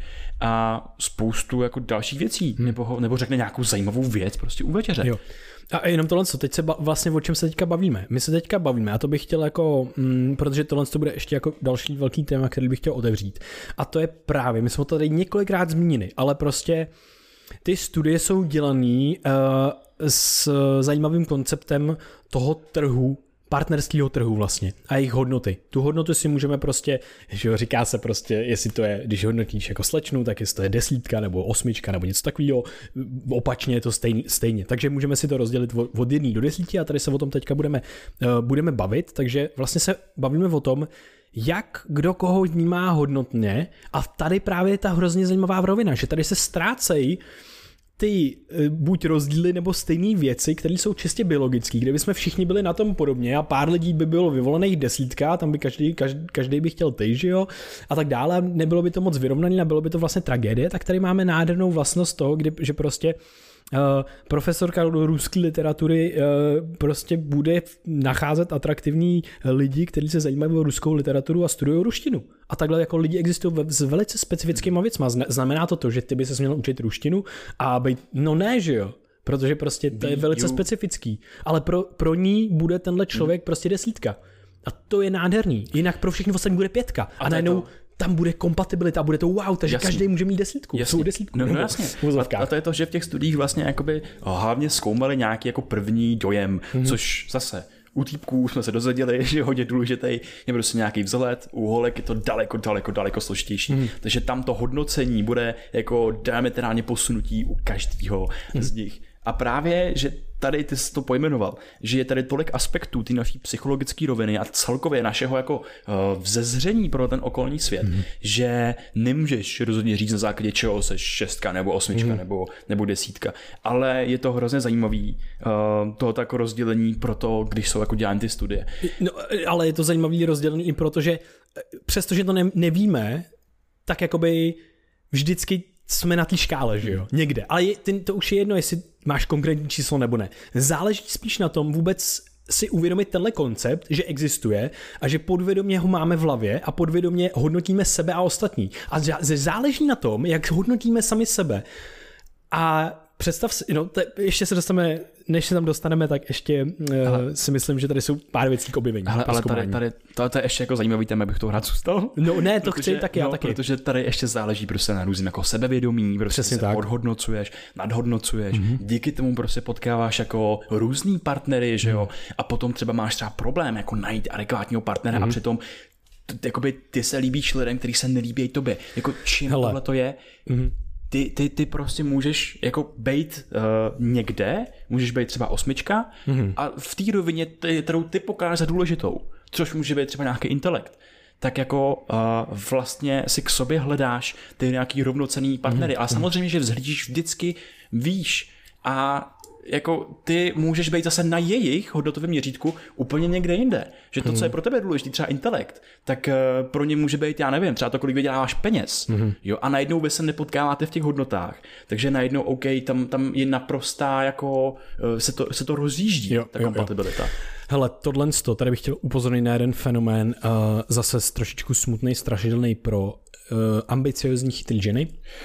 a spoustu jako dalších věcí, hmm. nebo, nebo řekne nějakou zajímavou věc prostě u večeře. Jo. A jenom tohle, co teď se ba- vlastně o čem se teďka bavíme. My se teďka bavíme a to bych chtěl jako, mm, protože tohle to bude ještě jako další velký téma, který bych chtěl otevřít. A to je právě, my jsme to tady několikrát zmínili, ale prostě ty studie jsou dělané uh, s zajímavým konceptem toho trhu, partnerského trhu vlastně a jejich hodnoty. Tu hodnotu si můžeme prostě, že jo, říká se prostě, jestli to je, když hodnotíš jako slečnu, tak jestli to je desítka nebo osmička nebo něco takového, opačně je to stejný, stejně. Takže můžeme si to rozdělit od, od jedné do desíti a tady se o tom teďka budeme, uh, budeme bavit, takže vlastně se bavíme o tom, jak kdo koho vnímá hodnotně a tady právě je ta hrozně zajímavá rovina, že tady se ztrácejí ty buď rozdíly nebo stejné věci, které jsou čistě biologické, kde bychom všichni byli na tom podobně a pár lidí by bylo vyvolených desítka, tam by každý, každý, každý by chtěl ty, že jo, a tak dále, nebylo by to moc vyrovnané a bylo by to vlastně tragédie, tak tady máme nádhernou vlastnost toho, kdy, že prostě Uh, profesorka ruské literatury uh, prostě bude nacházet atraktivní lidi, kteří se zajímají o ruskou literaturu a studují ruštinu. A takhle jako lidi existují s velice specifickýma věcma. Znamená to to, že ty by se měl učit ruštinu a být, no ne, že jo. Protože prostě to je velice specifický. Ale pro, pro ní bude tenhle člověk prostě desítka. A to je nádherný. Jinak pro všechny ostatní bude pětka. A, a najednou tam bude kompatibilita a bude to wow, takže jasně. Každý může mít desítku. Jasně. desítku. No, no jasně. A, a to je to, že v těch studiích vlastně jakoby hlavně zkoumali nějaký jako první dojem, mm-hmm. což zase u týpků jsme se dozvěděli, že je hodně důležitý, je prostě nějaký vzhled, u holek je to daleko, daleko, daleko složitější. Mm. Takže tam to hodnocení bude jako diametrálně posunutí u každého mm. z nich. A právě, že tady ty jsi to pojmenoval, že je tady tolik aspektů té naší psychologické roviny a celkově našeho jako uh, vzezření pro ten okolní svět, mm. že nemůžeš rozhodně říct na základě čeho seš šestka nebo osmička mm. nebo, nebo desítka, ale je to hrozně zajímavý uh, to jako rozdělení pro to, když jsou jako dělány ty studie. No, ale je to zajímavý rozdělení i proto, že přestože to ne, nevíme, tak jakoby vždycky jsme na té škále, že jo, někde. Ale je, ty, to už je jedno, jestli máš konkrétní číslo nebo ne. Záleží spíš na tom vůbec si uvědomit tenhle koncept, že existuje a že podvědomě ho máme v hlavě a podvědomě hodnotíme sebe a ostatní. A záleží na tom, jak hodnotíme sami sebe. A představ si, no, te, ještě se dostaneme, než se tam dostaneme, tak ještě uh, si myslím, že tady jsou pár věcí k objevení. Ale, ale tady, tady to, to je ještě jako zajímavý téma, bych to rád zůstal. No ne, to protože, chci taky, no, já taky. Protože tady ještě záleží prostě na různým jako sebevědomí, prostě se tak. odhodnocuješ, nadhodnocuješ, mm-hmm. díky tomu prostě potkáváš jako různý partnery, že jo, mm-hmm. a potom třeba máš třeba problém jako najít adekvátního partnera mm-hmm. a přitom t- jakoby ty se líbíš lidem, který se nelíbí tobě. Jako čím tohle to je? Mm-hmm. ty, ty, ty prostě můžeš jako bejt uh, někde, můžeš být třeba osmička mm-hmm. a v té rovině, kterou ty pokážeš za důležitou, což může být třeba nějaký intelekt, tak jako uh, vlastně si k sobě hledáš ty nějaký rovnocenný partnery. Mm-hmm. Ale samozřejmě, že vzhlížíš vždycky výš a jako ty můžeš být zase na jejich hodnotovém měřítku úplně někde jinde. Že to, co je pro tebe důležitý, třeba intelekt, tak uh, pro ně může být, já nevím, třeba to, kolik vyděláváš peněz. Mm-hmm. Jo, a najednou vy se nepotkáváte v těch hodnotách. Takže najednou, OK, tam, tam je naprostá, jako uh, se, to, se to rozjíždí, jo, ta jo, kompatibilita. Jo. Hele, tohle, tady bych chtěl upozornit na jeden fenomén, uh, zase trošičku smutný, strašidelný pro uh, ambiciozní chytrý ženy.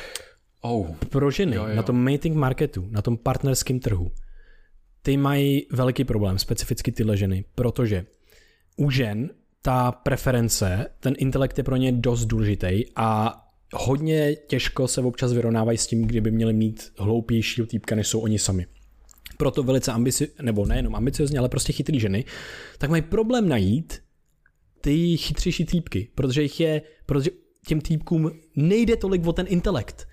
Oh. Pro ženy jo, jo. na tom mating marketu, na tom partnerském trhu, ty mají velký problém, specificky tyhle ženy, protože u žen ta preference, ten intelekt je pro ně dost důležitý a hodně těžko se občas vyrovnávají s tím, kdyby měli mít hloupějšího týpka, než jsou oni sami. Proto velice ambici, nebo nejenom ambiciozní, ale prostě chytrý ženy, tak mají problém najít ty chytřejší týpky, protože jich je, protože těm týpkům nejde tolik o ten intelekt.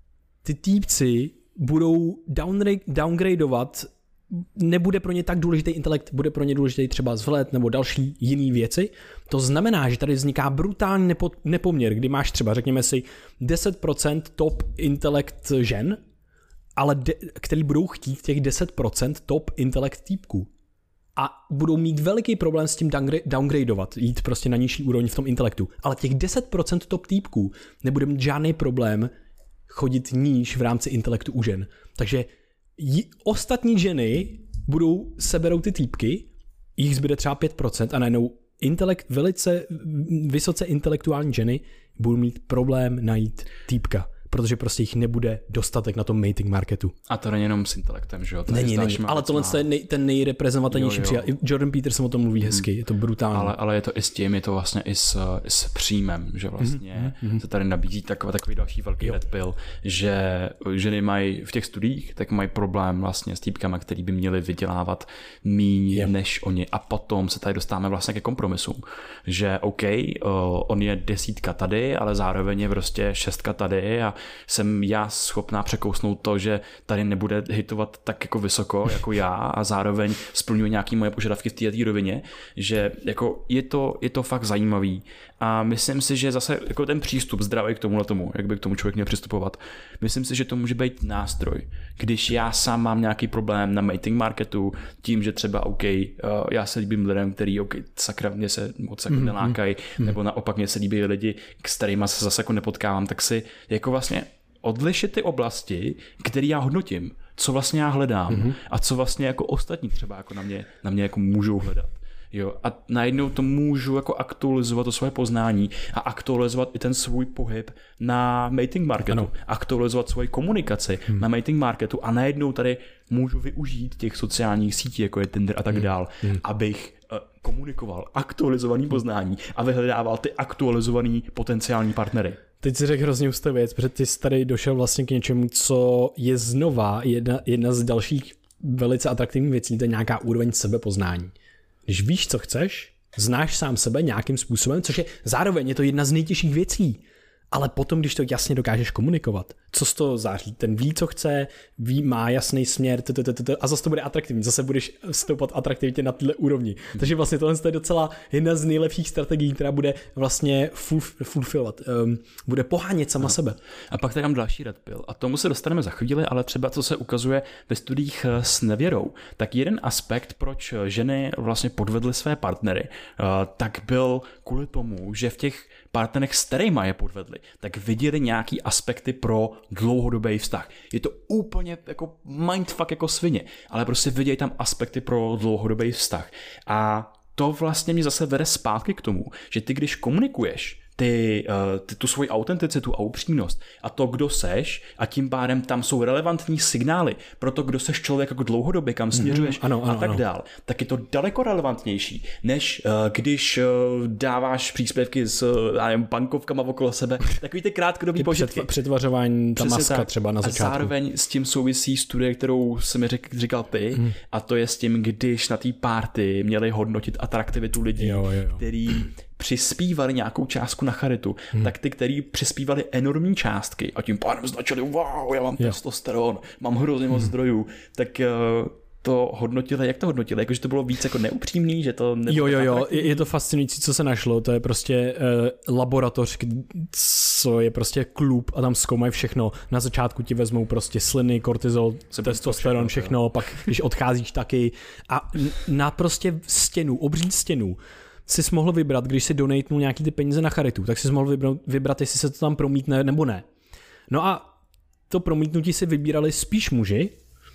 Ty týpci budou downgradeovat, nebude pro ně tak důležitý intelekt, bude pro ně důležitý třeba vzhled nebo další jiný věci. To znamená, že tady vzniká brutální nepo, nepoměr, kdy máš třeba, řekněme si, deset procent top intelekt žen, ale de, který budou chtít těch deset procent top intelekt týpků. A budou mít veliký problém s tím downgradeovat, jít prostě na nižší úroveň v tom intelektu. Ale těch deset procent top týpků nebude mít žádný problém chodit níž v rámci intelektu u žen. Takže j- ostatní ženy budou, seberou ty týpky, jich zbyde třeba pět procent a najednou intelekt, velice vysoce intelektuální ženy budou mít problém najít týpka, protože prostě jich nebude dostatek na tom mating marketu. A to není jenom s intelektem, že jo? Není, není, ale tohle má... je nej, ten nejreprezentativnější příklad. Jordan Peterson o tom mluví hezky, hmm. je to brutální. Ale, ale je to i s tím, je to vlastně i s, i s příjmem, že vlastně hmm. se tady nabízí takový, takový další velký red pill, že ženy mají v těch studiích, tak mají problém vlastně s týpkama, který by měli vydělávat míň jo. než oni. A potom se tady dostáváme vlastně ke kompromisům, že OK, on je desítka tady, ale zároveň je prostě šestka tady a jsem já schopná překousnout to, že tady nebude hitovat tak jako vysoko jako já a zároveň splňuje nějaké moje požadavky v této rovině, že jako je to, je to fakt zajímavý a myslím si, že zase jako ten přístup zdravý k tomuhle tomu, jak by k tomu člověk měl přistupovat, myslím si, že to může být nástroj. Když já sám mám nějaký problém na mating marketu tím, že třeba OK, já se líbím lidem, který OK, sakra mě se moc jako nelákají, mm-hmm. nebo naopak mě se líbí lidi, s kterýma se zase jako nepotkávám, tak si jako vlastně odlišit ty oblasti, které já hodnotím, co vlastně já hledám mm-hmm. a co vlastně jako ostatní třeba jako na mě, na mě jako můžou hledat. Jo, a najednou to můžu jako aktualizovat to svoje poznání a aktualizovat i ten svůj pohyb na mating marketu. Ano. Aktualizovat svoji komunikaci hmm. na mating marketu a najednou tady můžu využít těch sociálních sítí, jako je Tinder a tak hmm. dál, hmm. abych uh, komunikoval aktualizovaný poznání a vyhledával ty aktualizovaný potenciální partnery. Teď si řekl hrozně hustou věc, protože ty jsi tady došel vlastně k něčemu, co je znova jedna, jedna z dalších velice atraktivních věcí, to je nějaká úroveň sebepoznání. Když víš, co chceš, znáš sám sebe nějakým způsobem, což je zároveň je to jedna z nejtěžších věcí, ale potom, když to jasně dokážeš komunikovat, co z toho září, ten ví, co chce, ví, má jasný směr a zase to bude atraktivní, zase budeš stoupat atraktivitě na této úrovni. Takže vlastně tohle je docela jedna z nejlepších strategií, která bude vlastně fulfillovat, um, bude pohánět sama no. sebe. A pak tady mám další red pill a tomu se dostaneme za chvíli, ale třeba co se ukazuje ve studiích s nevěrou, tak jeden aspekt, proč ženy vlastně podvedly své partnery, tak byl kvůli tomu, že v těch partnerech, s kterýma je podvedli, tak viděli nějaký aspekty pro dlouhodobý vztah. Je to úplně jako mindfuck jako svině, ale prostě vidějí tam aspekty pro dlouhodobý vztah. A to vlastně mě zase vede zpátky k tomu, že ty když komunikuješ ty, ty, tu svoji autenticitu a upřímnost a to, kdo seš a tím pádem tam jsou relevantní signály pro to, kdo seš člověk jako dlouhodobě, kam směřuješ mm, ano, ano, a tak ano. dál, tak je to daleko relevantnější, než uh, když uh, dáváš příspěvky s uh, bankovkama okolo sebe, takový ty krátkodobý požitky. Přetvařování, ta maska tak. třeba na začátku. A zároveň s tím souvisí studie, kterou jsi mi řek, říkal ty, mm. a to je s tím, když na té party měli hodnotit atraktivitu lidí, jo, jo, jo. který přispívali nějakou částku na charitu, hmm. tak ty, který přispívali enormní částky a tím pádem značili, wow, já mám jo. testosteron, mám hrozně moc hmm. zdrojů, tak uh, to hodnotili, jak to hodnotili? Jakože to bylo víc jako neupřímný, že to nebylo. Jo, jo, jo, je, je to fascinující, co se našlo, to je prostě uh, laboratoř, co je prostě klub a tam zkoumají všechno. Na začátku ti vezmou prostě sliny, kortizol, testosteron, všechno, všechno pak když odcházíš taky a na prostě stěnu, obří stěnu jsi mohl vybrat, když si donatnul nějaký ty peníze na charitu, tak jsi mohl vybrat, vybrat, jestli se to tam promítne nebo ne. No a to promítnutí si vybírali spíš muži,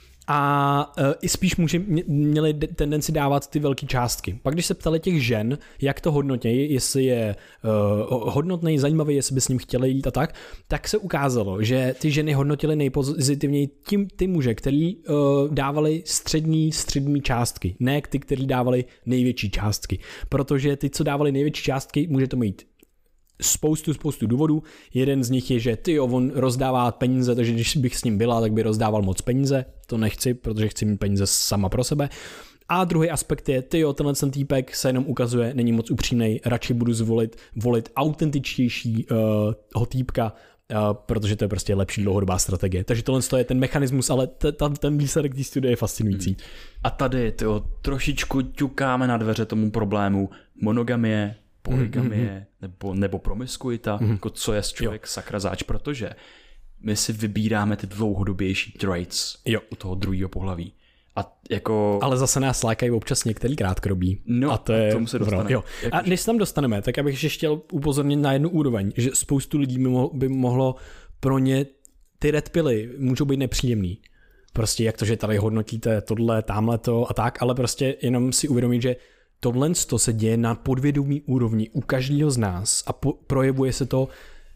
a uh, i spíš muži měli tendenci dávat ty velké částky. Pak když se ptali těch žen, jak to hodnotějí, jestli je uh, hodnotný, zajímavý, jestli by s ním chtěli jít a tak, tak se ukázalo, že ty ženy hodnotily nejpozitivněji tím ty muže, který uh, dávali střední, střední částky, ne ty, kteří dávali největší částky. Protože ty, co dávali největší částky, může to mít spoustu, spoustu důvodů. Jeden z nich je, že ty on rozdává peníze, takže když bych s ním byla, tak by rozdával moc peníze. To nechci, protože chci mít peníze sama pro sebe. A druhý aspekt je, ty tenhle ten týpek se jenom ukazuje, není moc upřímnej, radši budu zvolit volit autentičtějšího uh, týpka, uh, protože to je prostě lepší dlouhodobá strategie. Takže tohle je ten mechanismus, ale t- t- ten výsledek té studie je fascinující. Hmm. A tady tyjo, trošičku ťukáme na dveře tomu problému monogamie, polygamie mm-hmm. nebo, nebo promiskuita, mm-hmm. jako co je člověk jo. sakra zač, protože my si vybíráme ty dlouhodobější traits jo. u toho druhého pohlaví. A jako... Ale zase nás lákají občas některý krátkodobí. No, a to je... tomu se dostaneme. Jo. A než se tam dostaneme, tak abych ještě chtěl upozornit na jednu úroveň, že spoustu lidí by mohlo, by mohlo pro ně ty red pily můžou být nepříjemný. Prostě jak to, že tady hodnotíte tohle, támhleto a tak, ale prostě jenom si uvědomit, že tohle se děje na podvědomí úrovni u každého z nás a po, projevuje se to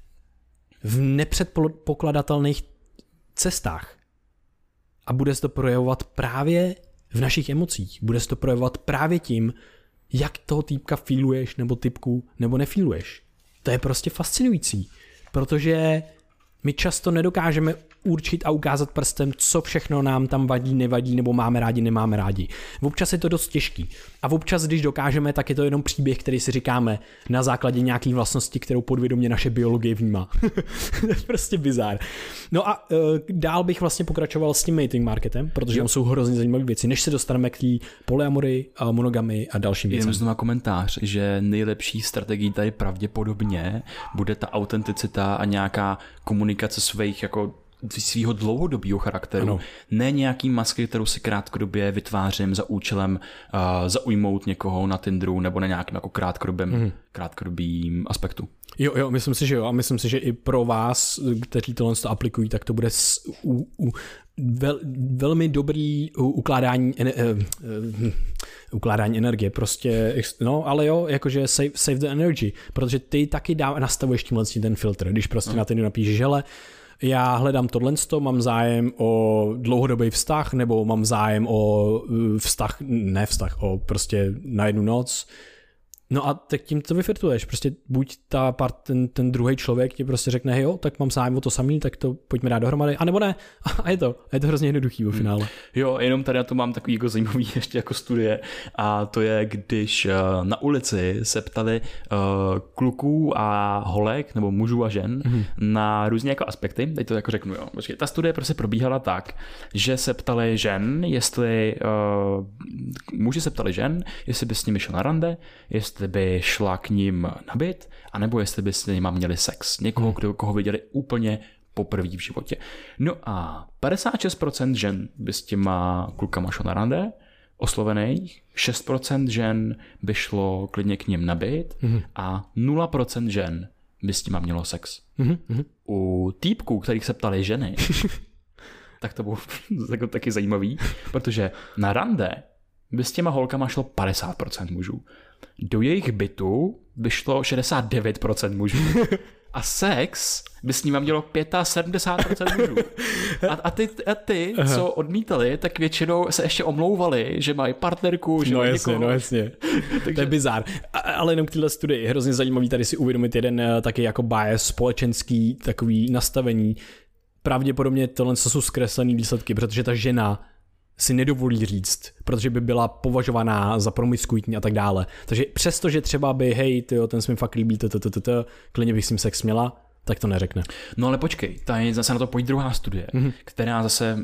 v nepředpokladatelných cestách. A bude se to projevovat právě v našich emocích. Bude se to projevovat právě tím, jak toho týpka feeluješ nebo typku nebo nefeeluješ. To je prostě fascinující, protože my často nedokážeme určit a ukázat prstem, co všechno nám tam vadí, nevadí, nebo máme rádi, nemáme rádi. Občas je to dost těžký. A občas, když dokážeme, tak je to jenom příběh, který si říkáme na základě nějakých vlastností, kterou podvědomě naše biologie vnímá. To je prostě bizár. No a uh, dál bych vlastně pokračoval s tím mating marketem, protože tam jsou hrozně zajímavé věci, než se dostaneme k té polyamory, a monogamy a dalším věcem. Jenom znovu komentář, že nejlepší strategií tady pravděpodobně bude ta autenticita a nějaká komunikace svých jako svýho dlouhodobého charakteru. Ano. Ne nějaký masky, kterou si krátkodobě vytvářím za účelem uh, zaujmout někoho na Tinderu nebo na nějakým jako krátkodobém, mm. krátkodobým aspektu. Jo, jo, myslím si, že jo. A myslím si, že i pro vás, kteří tohle to aplikují, tak to bude s, u, u, vel, velmi dobrý u, ukládání, uh, uh, ukládání energie. Prostě, no, ale jo, jakože save, save the energy, protože ty taky dá, nastavuješ tímhle ten filtr. Když prostě no. na Tinderu napíšeš, hele, já hledám tohle, mám zájem o dlouhodobý vztah, nebo mám zájem o vztah, ne vztah, o prostě na jednu noc. No a tak tím to vyfiltruješ. Prostě buď ta part, ten, ten druhý člověk ti prostě řekne, jo, tak mám zájem o to samý, tak to pojďme dát dohromady, a nebo ne. A je to, je to hrozně jednoduchý v finále. Hmm. Jo, jenom tady na to mám takový jako zajímavý ještě jako studie, a to je, když uh, na ulici se ptali uh, kluků a holek, nebo mužů a žen, hmm. na různé jako aspekty, teď to jako řeknu, jo. Počkej, ta studie prostě probíhala tak, že se ptali žen, jestli uh, muži se ptali žen, jestli by s nimi šel na rande, jestli by šla k ním na byt, anebo jestli by s nimi měli sex. Někoho, hmm. kdo, koho viděli úplně poprvé v životě. No a padesát šest procent žen by s těma klukama šlo na rande, oslovených, šest procent žen by šlo klidně k ním na byt hmm. a nula procent žen by s těma mělo sex. Hmm. U týpků, kterých se ptali ženy, tak to bylo jako taky zajímavý, protože na rande by s těma holkama šlo padesát procent mužů. Do jejich bytu by šlo šedesát devět procent mužů. A sex by s nima mělo sedmdesát pět procent mužů. A, a, ty, a ty, Aha. co odmítali, tak většinou se ještě omlouvali, že mají partnerku, že no mají jasně, někoho. No jasně, Takže... to je bizár. A, ale jenom k téhle studii je hrozně zajímavý tady si uvědomit jeden taky jako bias, společenský takový nastavení. Pravděpodobně tohle jsou zkreslený výsledky, protože ta žena si nedovolí říct, protože by byla považovaná za promiskuitní a tak dále. Takže přesto, že třeba by, hej, tyjo, ten se mi fakt líbí, klidně bych s ním sex měla, tak to neřekne. No ale počkej, tady zase na to pojď druhá studie, mm-hmm. která zase,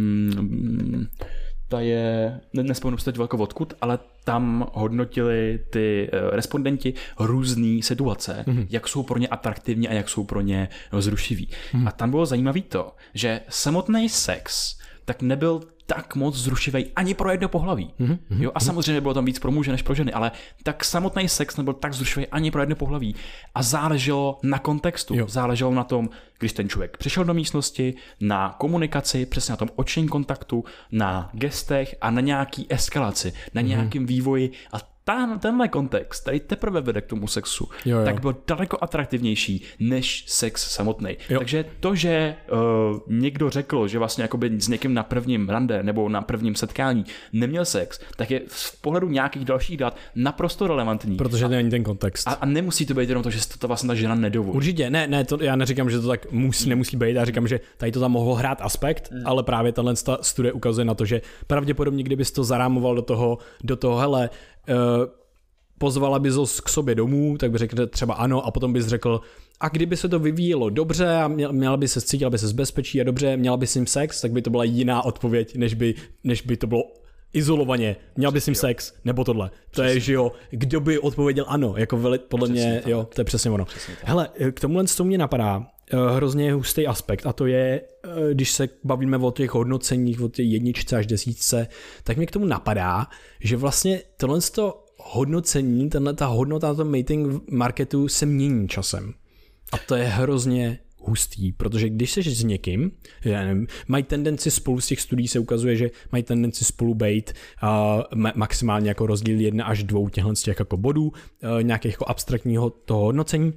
mm, ta je, nespomenu si teď velko odkud, ale tam hodnotili ty respondenti různé situace, mm-hmm. jak jsou pro ně atraktivní a jak jsou pro ně zrušivý. Mm-hmm. A tam bylo zajímavé to, že samotný sex tak nebyl tak moc zrušivý ani pro jedno pohlaví. Mm-hmm. Jo, a samozřejmě bylo tam víc pro muže než pro ženy, ale tak samotný sex nebyl tak zrušivý ani pro jedno pohlaví. A záleželo na kontextu, jo. záleželo na tom, když ten člověk přišel do místnosti, na komunikaci, přesně na tom očním kontaktu, na gestech a na nějaký eskalaci, na nějakým mm-hmm. vývoji a Ten, tenhle kontext, tady teprve vede k tomu sexu, jo, jo. tak byl daleko atraktivnější než sex samotný. Takže to, že uh, někdo řekl, že vlastně jakoby s někým na prvním rande nebo na prvním setkání neměl sex, tak je z pohledu nějakých dalších dat naprosto relevantní. Protože to není ten kontext. A, a nemusí to být jenom to, že to, to vlastně ta žena nedovolí. Určitě, ne, ne, to já neříkám, že to tak musí, nemusí být, já říkám, že tady to tam mohlo hrát aspekt, mm. ale právě tahle studie ukazuje na to, že pravděpodobně, kdybys to zarámoval do toho, do toho hele, Uh, pozvala bys ho k sobě domů, tak by řekl třeba ano a potom bys řekl, a kdyby se to vyvíjelo dobře a měla by se cítila by se z bezpečí a dobře, měla by s ním sex, tak by to byla jiná odpověď, než by, než by to bylo izolovaně, měl by s ním sex, nebo tohle. To přesně. je, že jo, kdo by odpověděl ano, jako veli, podle přesně mě, tak. jo, to je přesně ono. Přesně Hele, k tomuhle to mě napadá uh, hrozně hustý aspekt a to je, uh, když se bavíme o těch hodnoceních, o těch jedničce až desítce, tak mě k tomu napadá, že vlastně tohle to hodnocení, tenhle ta hodnota na tom mating marketu se mění časem. A to je hrozně hustý, protože když jsi s někým, já nevím, mají tendenci spolu z těch studií se ukazuje, že mají tendenci spolu bejt uh, maximálně jako rozdíl jedna až dvou těchhle z těch jako bodů, uh, nějakého jako abstraktního toho hodnocení.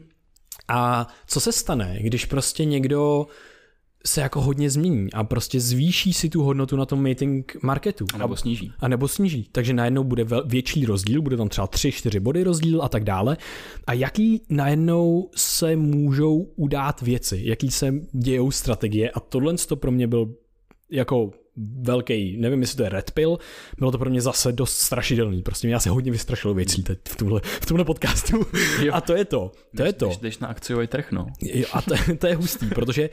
A co se stane, když prostě někdo se jako hodně změní a prostě zvýší si tu hodnotu na tom mating marketu. A nebo sníží. A nebo sníží. Takže najednou bude větší rozdíl, bude tam třeba tři, čtyři body rozdíl a tak dále. A jaký najednou se můžou udát věci, jaký se dějou strategie a tohle to pro mě byl jako velký, nevím, jestli to je red pill, bylo to pro mě zase dost strašidelný. Prostě mě se hodně vystrašilo věcí teď v tomhle, v tomhle podcastu. Jo. A to je to. To je to. Když jdeš na akciový trh, no. Jo, a to, to je hustý, protože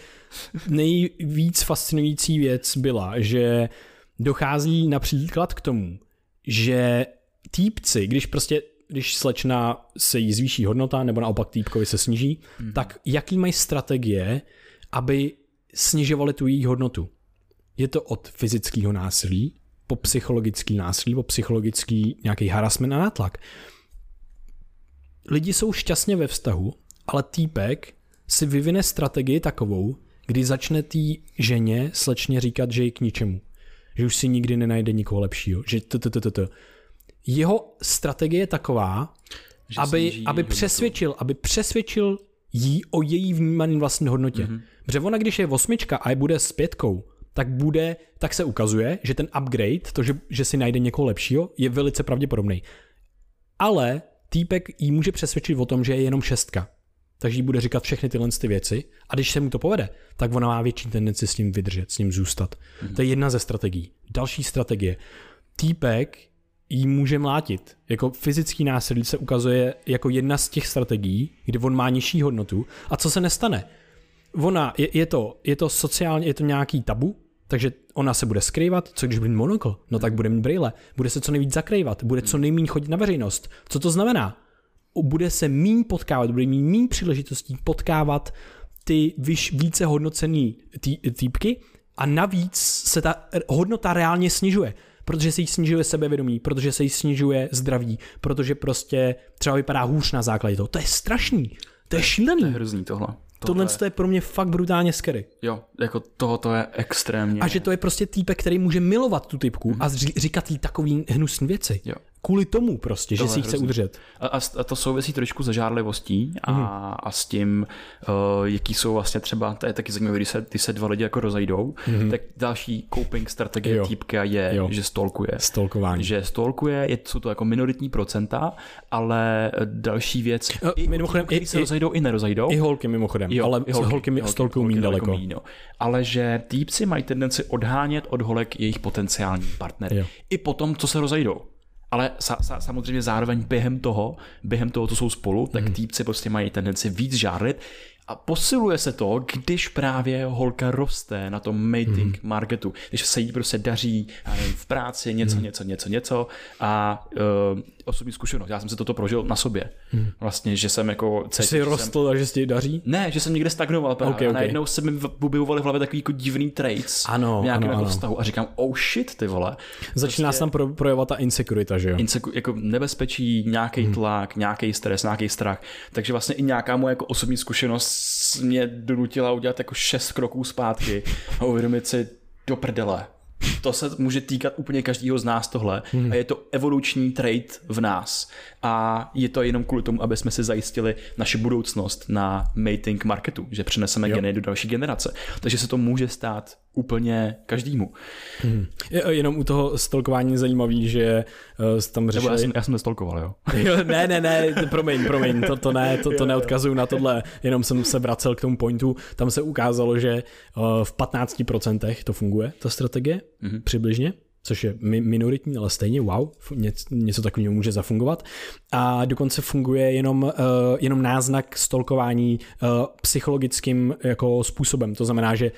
nejvíc fascinující věc byla, že dochází například k tomu, že týpci, když prostě když slečna se jí zvýší hodnota, nebo naopak týpkovi se sníží, hmm. tak jaký mají strategie, aby snižovali tu její hodnotu? Je to od fyzického násilí, po psychologický násilí, po psychologický nějaký harassment a nátlak. Lidi jsou šťastně ve vztahu, ale týpek si vyvine strategii takovou, kdy začne té ženě, slečně říkat, že je k ničemu. Že už si nikdy nenajde nikoho lepšího. Že t. Jeho strategie je taková, aby, aby přesvědčil, aby přesvědčil jí o její vnímaný vlastní hodnotě. Mm-hmm. Protože ona, když je osmička a je bude s pětkou, tak bude, tak se ukazuje, že ten upgrade, to, že, že si najde někoho lepšího, je velice pravděpodobný. Ale týpek jí může přesvědčit o tom, že je jenom šestka. Takže jí bude říkat všechny tyhle ty věci a když se mu to povede, tak ona má větší tendenci s ním vydržet, s ním zůstat. Mm. To je jedna ze strategií. Další strategie. Týpek jí může mlátit. Jako fyzický násilí se ukazuje jako jedna z těch strategií, kde on má nižší hodnotu. A co se nestane? Ona, je, je, to, je to sociálně, je to nějaký tabu, takže ona se bude skrývat, co když bude mít monokl? No tak bude mít brýle, bude se co nejvíc zakrývat, bude co nejméně chodit na veřejnost. Co to znamená? Bude se míň potkávat, bude mít míň příležitostí potkávat ty vyš, více hodnocený tý, týpky a navíc se ta hodnota reálně snižuje, protože se jí snižuje sebevědomí, protože se jí snižuje zdraví, protože prostě třeba vypadá hůř na základě toho. To je strašný, to je šílený. To je hrozný tohle. Tohle je... je pro mě fakt brutálně scary. Jo, jako tohoto je extrémně. A že to je prostě týpek, který může milovat tu typku mm. a říkat jí takový hnusný věci. Jo. kvůli tomu prostě, Tohle že si ji chce hrozný. udržet. A, a to souvisí trošku se žárlivostí a, mm. a s tím, uh, jaký jsou vlastně třeba, to je taky zajímavé, když se, když se dva lidi jako rozejdou, mm. tak další coping strategie jo. týpka je, jo. že stalkuje. Stalkování. Že stalkuje, je, jsou to jako minoritní procenta, ale další věc, uh, i mimochodem, týpky, i, se i, rozejdou i nerozejdou. I holky mimochodem, jo, ale i holky, holky mi stalkují méně daleko. Míň, no. Ale že týpci mají tendenci odhánět od holek jejich potenciální partnery. Jo. I potom, co se rozejdou. Ale sa, sa, samozřejmě zároveň během toho, během toho, co jsou spolu, tak mm. týpci prostě mají tendenci víc žárlit a posiluje se to, když právě holka roste na tom mating mm. marketu, když se jí prostě daří nevím, v práci něco, mm. něco, něco, něco a uh, osobní zkušenost. Já jsem se toto prožil na sobě. Mm. Vlastně, že jsem jako... Jsi jsi rostl jsem, a že se ti daří? Ne, že jsem někde stagnoval právě. Okay, a okay. najednou se mi objevovaly v hlavě takový jako divný traits ano, v nějakém ano, jako ano. vztahu a říkám, oh shit, ty vole. Začíná prostě, se tam pro, projevovat ta insekurita, že jo? Inseku, jako nebezpečí, nějaký hmm. tlak, nějaký stres, nějaký strach. Takže vlastně i nějaká moje jako osobní zkušenost mě donutila udělat jako šest kroků zpátky a uvědomit si do prdele. To se může týkat úplně každého z nás tohle hmm. a je to evoluční trait v nás a je to jenom kvůli tomu, aby jsme si zajistili naši budoucnost na mating marketu, že přeneseme jo. geny do další generace. Takže se to může stát úplně každému. Hmm. Jenom u toho stalkování zajímavý, že uh, tam řešili... Já jsem, já jsem nestalkoval, jo? jo? Ne, ne, ne, promiň, promiň, to, to ne, to, to neodkazuju na tohle, jenom jsem se vracel k tomu pointu, tam se ukázalo, že uh, v patnáct procent to funguje, ta strategie, mm-hmm. přibližně, což je mi- minoritní, ale stejně wow, něco, něco takového může zafungovat. A dokonce funguje jenom, uh, jenom náznak stalkování uh, psychologickým jako způsobem, to znamená, že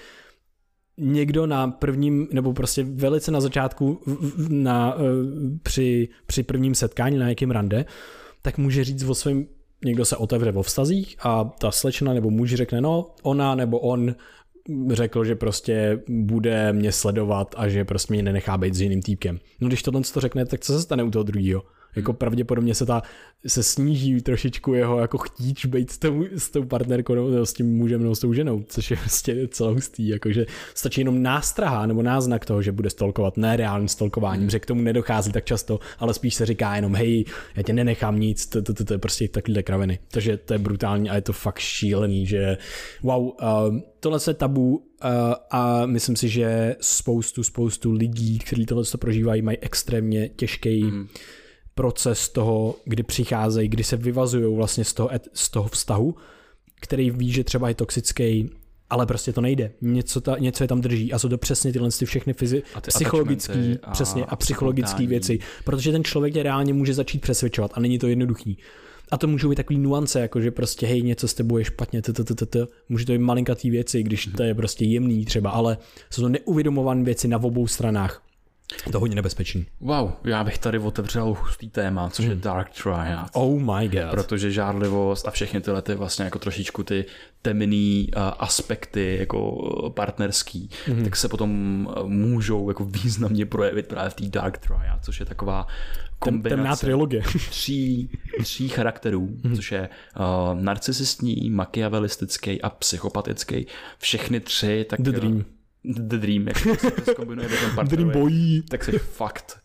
někdo na prvním, nebo prostě velice na začátku na, při, při prvním setkání na nějakém rande, tak může říct o svém, někdo se otevře o vztazích a ta slečna nebo muž řekne, no ona nebo on řekl, že prostě bude mě sledovat a že prostě mě nenechá být s jiným týpkem. No když tohle to řekne, tak co se stane u toho druhého? Jako pravděpodobně se ta se sníží trošičku jeho jako chtíč být s tou, s tou partnerkou nebo s tím mužem nebo s tou ženou, což je prostě celá hustý, jakože stačí jenom nástraha nebo náznak toho, že bude stalkovat, ne reálným stalkováním, že k tomu nedochází tak často, ale spíš se říká jenom hej, já tě nenechám nic, to, to, to, to je prostě takovýhle kraviny. Takže to je brutální a je to fakt šílený, že wow, uh, tohle je tabu uh, a myslím si, že spoustu, spoustu lidí, kteří tohle prožívají, mají extrémně těžký mm. proces toho, kdy přicházejí, kdy se vyvazují vlastně z toho, z toho vztahu, který ví, že třeba je toxický, ale prostě to nejde. Něco, ta, něco je tam drží a jsou to přesně tyhle ty všechny fyzi- psychologické a, přesně, a psychologické věci, protože ten člověk tě reálně může začít přesvědčovat a není to jednoduchý. A to můžou být takový nuance, jako že prostě hej, něco s tebou je špatně, t, t, t, t, t. Může to být malinkatý věci, když to je prostě jemný třeba, ale jsou to neuvědomované věci na obou stranách. Je to hodně nebezpečný. Wow, já bych tady otevřel hustý téma, což hmm. je Dark Triad. Oh my god. Protože žárlivost a všechny tyhle ty vlastně jako trošičku ty temný uh, aspekty jako partnerský, hmm. tak se potom můžou jako významně projevit právě v té Dark Triad, což je taková kombinace trilogie. tří, tří charakterů, hmm. což je uh, narcisistní, machiavelistický a psychopatický. Všechny tři tak... The Dream. The Dream, jak se zkombinuje ten partnerovi. Dream boy. Tak jsi fakt.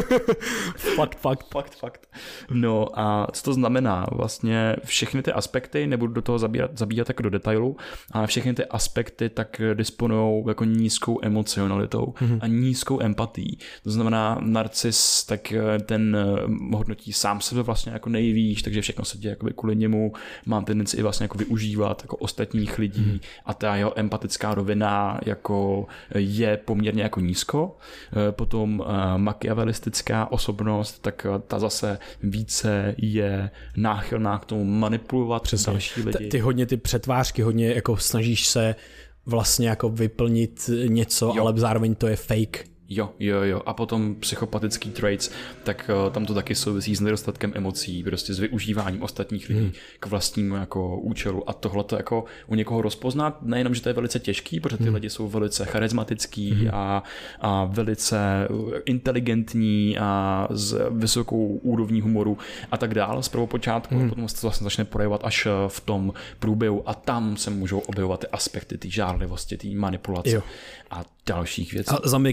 fakt, fakt. Fakt, fakt. No a co to znamená? Vlastně všechny ty aspekty, nebudu do toho zabírat, zabíjat jako do detailu, ale všechny ty aspekty tak disponují jako nízkou emocionalitou mm-hmm. a nízkou empatií. To znamená, narcis, tak ten hodnotí sám sebe vlastně jako nejvíc, takže všechno se děje jako kvůli němu, mám tendenci i vlastně jako využívat jako ostatních lidí mm-hmm. a ta jeho empatická rovina jako je poměrně jako nízko. Potom machiavelistická osobnost, tak ta zase více je náchylná k tomu manipulovat přes další lidi. Ty, ty hodně ty přetvářky, hodně jako snažíš se vlastně jako vyplnit něco, jo. ale zároveň to je fake. Jo, jo, jo. A potom psychopatický traits, tak uh, tam to taky souvisí s nedostatkem emocí, prostě s využíváním ostatních lidí hmm. k vlastnímu jako účelu. A tohle to jako u někoho rozpoznat, nejenom, že to je velice těžký, protože ty hmm. lidi jsou velice charismatický hmm. a, a velice inteligentní a s vysokou úrovní humoru a tak dále z prvopočátku. Hmm. Potom se to vlastně začne projevovat až v tom průběhu a tam se můžou objevovat ty aspekty, ty žárlivosti, ty manipulace jo. a dalších věcí. A zamykáš se vlastně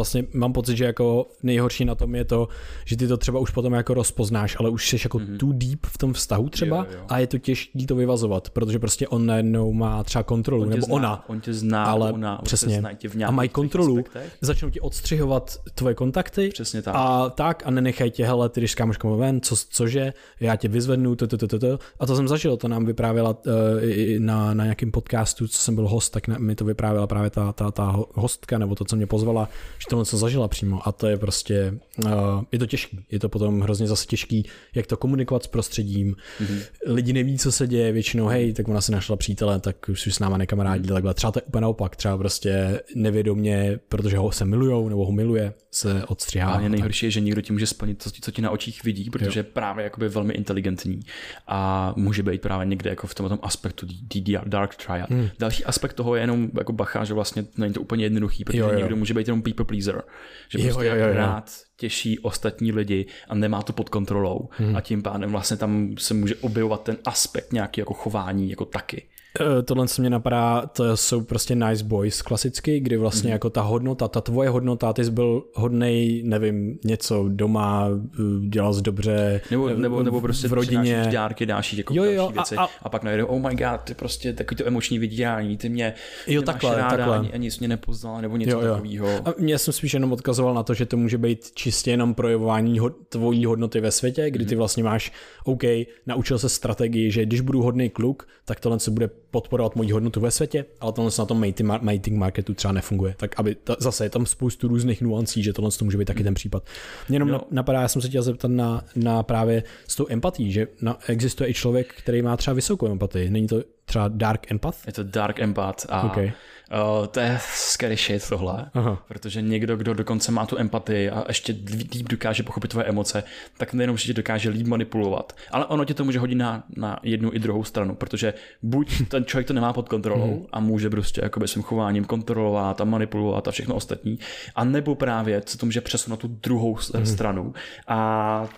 vlastně mám pocit, že jako nejhorší na tom je to, že ty to třeba už potom jako rozpoznáš, ale už jsi jako mm-hmm. too deep v tom vztahu třeba jo, jo. a je to těžké to vyvazovat, protože prostě on najednou má třeba kontrolu, on nebo zná, ona. On tě zná, ale ona, přesně. Tě v a mají kontrolu, začnou ti odstřihovat tvoje kontakty přesně tak. a tak a nenechaj tě, hele, ty když s kámoškou ven, co, cože, já tě vyzvednu, to, to, to, to, to. A to jsem zažil, to nám vyprávěla uh, na, na nějakém podcastu, co jsem byl host, tak mi to vyprávěla právě ta, ta, ta hostka, nebo to, co mě pozvala, že tohle co zažila přímo a to je prostě, uh, je to těžký, je to potom hrozně zase těžký, jak to komunikovat s prostředím, mm-hmm. lidi neví, co se děje, většinou, hej, tak ona si našla přítele, tak už si s náma nekamarádí, mm-hmm. takhle, třeba to je úplně naopak, třeba prostě nevědomě, protože ho se milujou, nebo ho miluje, se odstřihá. A nejhorší je, že někdo ti může splnit to, co ti na očích vidí, protože jo. je právě jakoby velmi inteligentní a může být právě někde jako v tomhle aspektu dark triad. Mm. Další aspekt toho je jenom jako bacha, že vlastně není to úplně jednoduchý, protože jo, jo. někdo může být jenom people pleaser, že prostě jo, jo, jo, rád těší ostatní lidi a nemá to pod kontrolou mm. a tím pádem vlastně tam se může objevovat ten aspekt nějaký jako chování jako taky. Tohle, co mě napadá, to jsou prostě nice boys klasicky, kdy vlastně mm. jako ta hodnota, ta tvoje hodnota, ty jsi byl hodnej, nevím, něco doma, dělal jsi dobře nebo, nebo, nebo prostě v rodině. dárky, dáš jako jo, jo, další věci a, a, a pak najednou, oh my god, ty prostě takový to emoční vydírání, ty mě jo, takhle, ráda, takhle. Ani, ani jsi mě nepoznal, nebo něco jo, jo. takového. A mě jsem spíš jenom odkazoval na to, že to může být čistě jenom projevování ho, tvojí hodnoty ve světě, kdy ty vlastně máš, OK, naučil se strategii, že když budu hodný kluk, tak tohle se bude podporovat moji hodnotu ve světě, ale tohle na tom mating marketu třeba nefunguje. Tak aby ta, zase je tam spoustu různých nuancí, že tohle to může být taky ten případ. Mě jenom no. napadá, já jsem se chtěl zeptat na, na právě s tou empatí, že na, existuje i člověk, který má třeba vysokou empatii. Není to třeba dark empath? Je to dark empath a okay. uh, to je scary shit tohle, Aha. protože někdo, kdo dokonce má tu empatii a ještě líp dokáže pochopit tvoje emoce, tak nejenom, že tě dokáže líp manipulovat, ale ono tě to může hodit na, na jednu i druhou stranu, protože buď ten člověk to nemá pod kontrolou a může prostě jakoby svým chováním kontrolovat a manipulovat a všechno ostatní, a nebo právě se to může přesunout na tu druhou stranu. A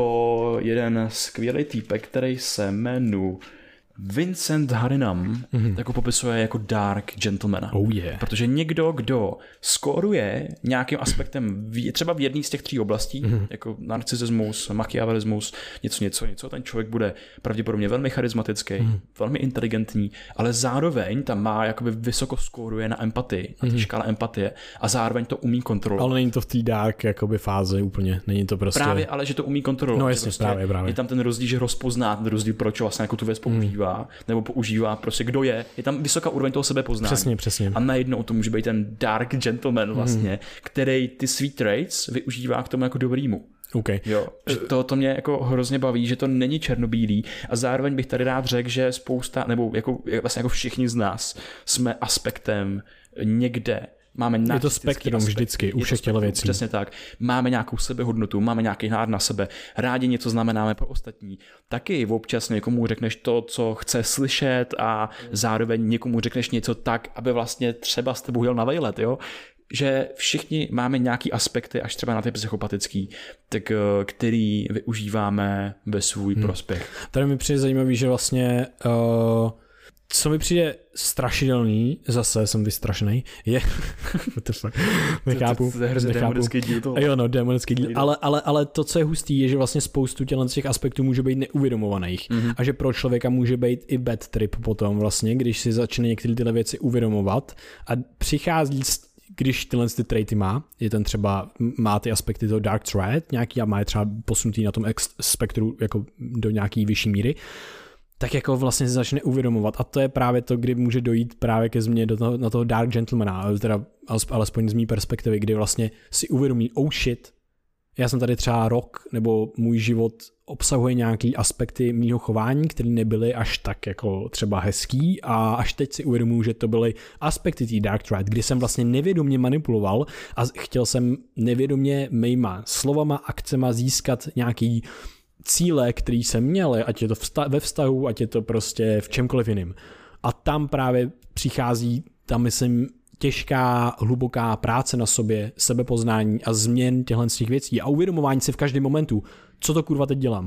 to jeden skvělý týpek, který se jmenuje Vincent Harinam mm-hmm. tak ho popisuje jako dark gentlemana. Oh yeah. Protože někdo, kdo skóruje nějakým aspektem v, třeba v jedné z těch tří oblastí, mm-hmm. jako narcismus, machiavelismus, něco, něco, něco, ten člověk bude pravděpodobně velmi charismatický, mm-hmm. velmi inteligentní, ale zároveň tam má, jakoby vysoko skóruje na empatii, na té mm-hmm. škále empatie a zároveň to umí kontrolovat. Ale není to v té dark jakoby fázi úplně, není to prostě... Právě, ale že to umí kontrolovat. No jasně, prostě právě, právě. Je tam ten rozdíl, že rozpozná ten rozdíl, proč vlastně jako tu věc používá. Mm. nebo používá, prostě kdo je. Je tam vysoká úroveň toho sebepoznání. Přesně, přesně. A najednou to může být ten dark gentleman vlastně, mm. který ty sweet traits využívá k tomu jako dobrýmu. Okay. Jo, že to, to mě jako hrozně baví, že to není černobílý a zároveň bych tady rád řekl, že spousta, nebo jako, vlastně jako všichni z nás jsme aspektem někde. Máme je to spektrum vždycky u všech těchto věcí. Přesně tak. Máme nějakou sebehodnotu, máme nějaký národ na sebe, rádi něco znamenáme pro ostatní. Taky občas někomu řekneš to, co chce slyšet a zároveň někomu řekneš něco tak, aby vlastně třeba s tebou jel na vejlet, jo? Že všichni máme nějaký aspekty, až třeba na ty psychopatický, tak, který využíváme ve svůj hmm. prospěch. Tady mi přijde zajímavý, že vlastně uh... co mi přijde strašidelný, zase jsem vystrašený, je... What the fuck? Nechápu. To je hrozně démonický díl toho. Jo, no, démonický díl. Ale, ale, ale to, co je hustý, je, že vlastně spoustu těch aspektů může být neuvědomovaných. Mm-hmm. A že pro člověka může být i bad trip potom vlastně, když si začne některé tyhle věci uvědomovat a přichází když tyhle ty traity má, je ten třeba, má ty aspekty toho dark triad nějaký a má je třeba posunutý na tom ex- spektru jako do nějaký vyšší míry, tak jako vlastně se začne uvědomovat a to je právě to, kdy může dojít právě ke změně do toho, na toho dark gentlemana, teda alespoň z mý perspektivy, kdy vlastně si uvědomí, oh shit, já jsem tady třeba rok, nebo můj život obsahuje nějaký aspekty mýho chování, které nebyly až tak jako třeba hezký a až teď si uvědomuji, že to byly aspekty té dark triad, kdy jsem vlastně nevědomě manipuloval a chtěl jsem nevědomě mýma slovama, akcema získat nějaký cíle, který jsem měl, ať je to vsta- ve vztahu, ať je to prostě v čemkoliv jiným. A tam právě přichází, tam myslím, těžká, hluboká práce na sobě, sebepoznání a změn těchto z těch věcí a uvědomování si v každém momentu, co to kurva teď dělám.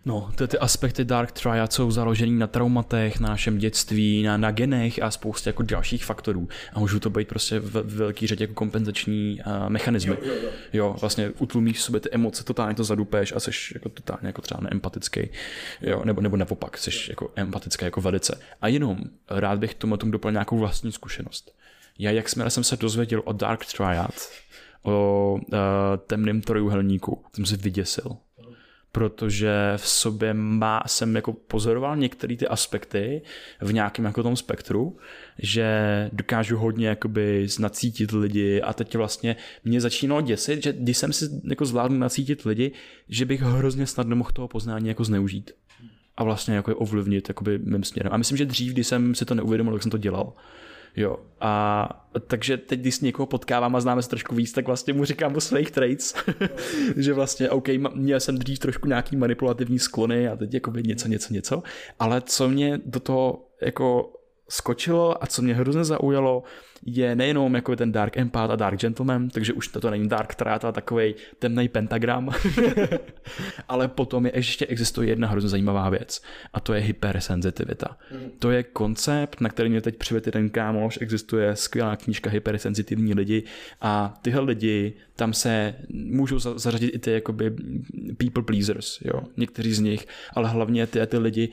No, ty, ty aspekty Dark Triad jsou založený na traumatech, na našem dětství, na, na genech a spoustě jako dalších faktorů. A můžou to být prostě v, v velký řadě jako kompenzační uh, mechanismy. Jo, jo, jo. jo, vlastně utlumíš sobě ty emoce, totálně to zadupeš a seš jako totálně jako třeba neempatický. Jo, nebo, nebo naopak, seš jako empatický jako velice. A jenom rád bych tomu tomu doplnil nějakou vlastní zkušenost. Já, jakmile jsem se dozvěděl o Dark Triad, o uh, temném trojuhelníku, jsem se vyděsil. Protože v sobě má, jsem jako pozoroval některé ty aspekty v nějakém jako tom spektru, že dokážu hodně jakoby nacítit lidi a teď vlastně mě začínalo děsit, že když jsem si jako zvládl nacítit lidi, že bych hrozně snadno mohl toho poznání jako zneužít a vlastně jako ovlivnit jakoby mým směrem. A myslím, že dřív, když jsem si to neuvědomil, jak jsem to dělal. Jo, a takže teď, když s někoho potkávám a známe se trošku víc, tak vlastně mu říkám o svých traits, že vlastně, OK, měl jsem dřív trošku nějaký manipulativní sklony a teď jakoby něco, něco, něco, ale co mě do toho jako skočilo a co mě hrozně zaujalo, je nejenom jako ten Dark Empath a Dark Gentleman, takže už to není Dark Triad, ale takovej temný pentagram, ale potom je, ještě existuje jedna hrozně zajímavá věc a to je hypersenzitivita. Mm. To je koncept, na který mě teď přivedl jeden kámoš, existuje skvělá knížka Hypersenzitivní lidi a tyhle lidi, tam se můžou zařadit i ty jakoby people pleasers, jo, někteří z nich, ale hlavně ty, ty lidi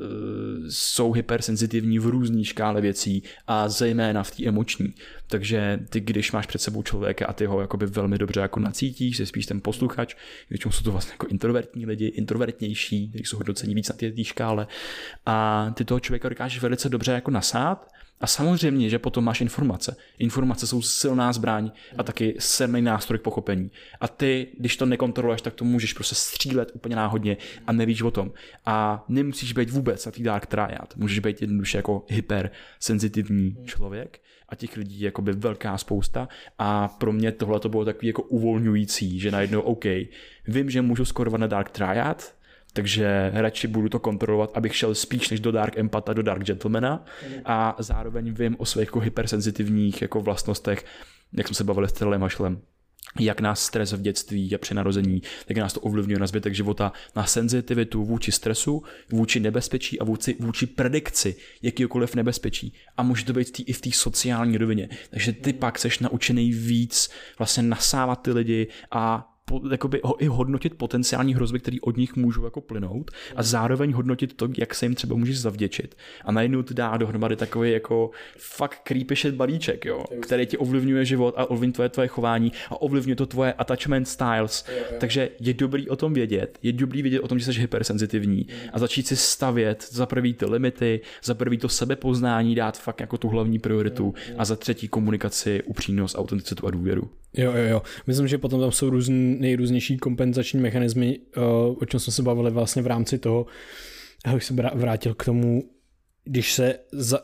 jsou hypersenzitivní v různé škále věcí a zejména v té emoční. Takže ty, když máš před sebou člověka a ty ho jakoby velmi dobře jako nacítíš, jsi spíš ten posluchač, většinou jsou to vlastně jako introvertní lidi, introvertnější, kteří jsou hodnocení víc na té škále a ty toho člověka dokážeš velice dobře jako nasát. A samozřejmě, že potom máš informace. Informace jsou silná zbraň a taky silný nástroj k pochopení. A ty, když to nekontroluješ, tak to můžeš prostě střílet úplně náhodně a nevíš o tom. A nemusíš být vůbec na tý Dark Triad. Můžeš být jednoduše jako hypersenzitivní člověk a těch lidí je jakoby velká spousta. A pro mě tohle to bylo takový jako uvolňující, že najednou OK, vím, že můžu skorovat na Dark Triad, takže radši budu to kontrolovat, abych šel spíš než do Dark Empath a do Dark Gentlemana a zároveň vím o svých jako hypersenzitivních jako vlastnostech, jak jsme se bavili s Trelem a Šlem, jak nás stres v dětství a při narození, tak nás to ovlivňuje na zbytek života, na senzitivitu vůči stresu, vůči nebezpečí a vůči, vůči predikci jakýkoliv nebezpečí. A může to být tý, i v té sociální rovině. Takže ty pak seš naučený víc vlastně nasávat ty lidi a po, jakoby, ho, i hodnotit potenciální hrozby, které od nich můžou jako plynout a zároveň hodnotit to, jak se jim třeba můžeš zavděčit. A najednou ti dá dohromady takový jako fakt creepy shit balíček, jo, který ti ovlivňuje život a ovlivňuje tvoje, tvoje chování a ovlivňuje to tvoje attachment styles. Jo, jo. Takže je dobrý o tom vědět, je dobrý vědět o tom, že jsi hypersenzitivní a začít si stavět za prvý ty limity, za prvý to sebepoznání, dát fakt jako tu hlavní prioritu jo, jo. a za třetí komunikaci, upřímnost, autenticitu a důvěru. Jo, jo, jo. Myslím, že potom tam jsou různý, nejrůznější kompenzační mechanismy, o čem jsme se bavili vlastně v rámci toho, abych se vrátil k tomu, když se za,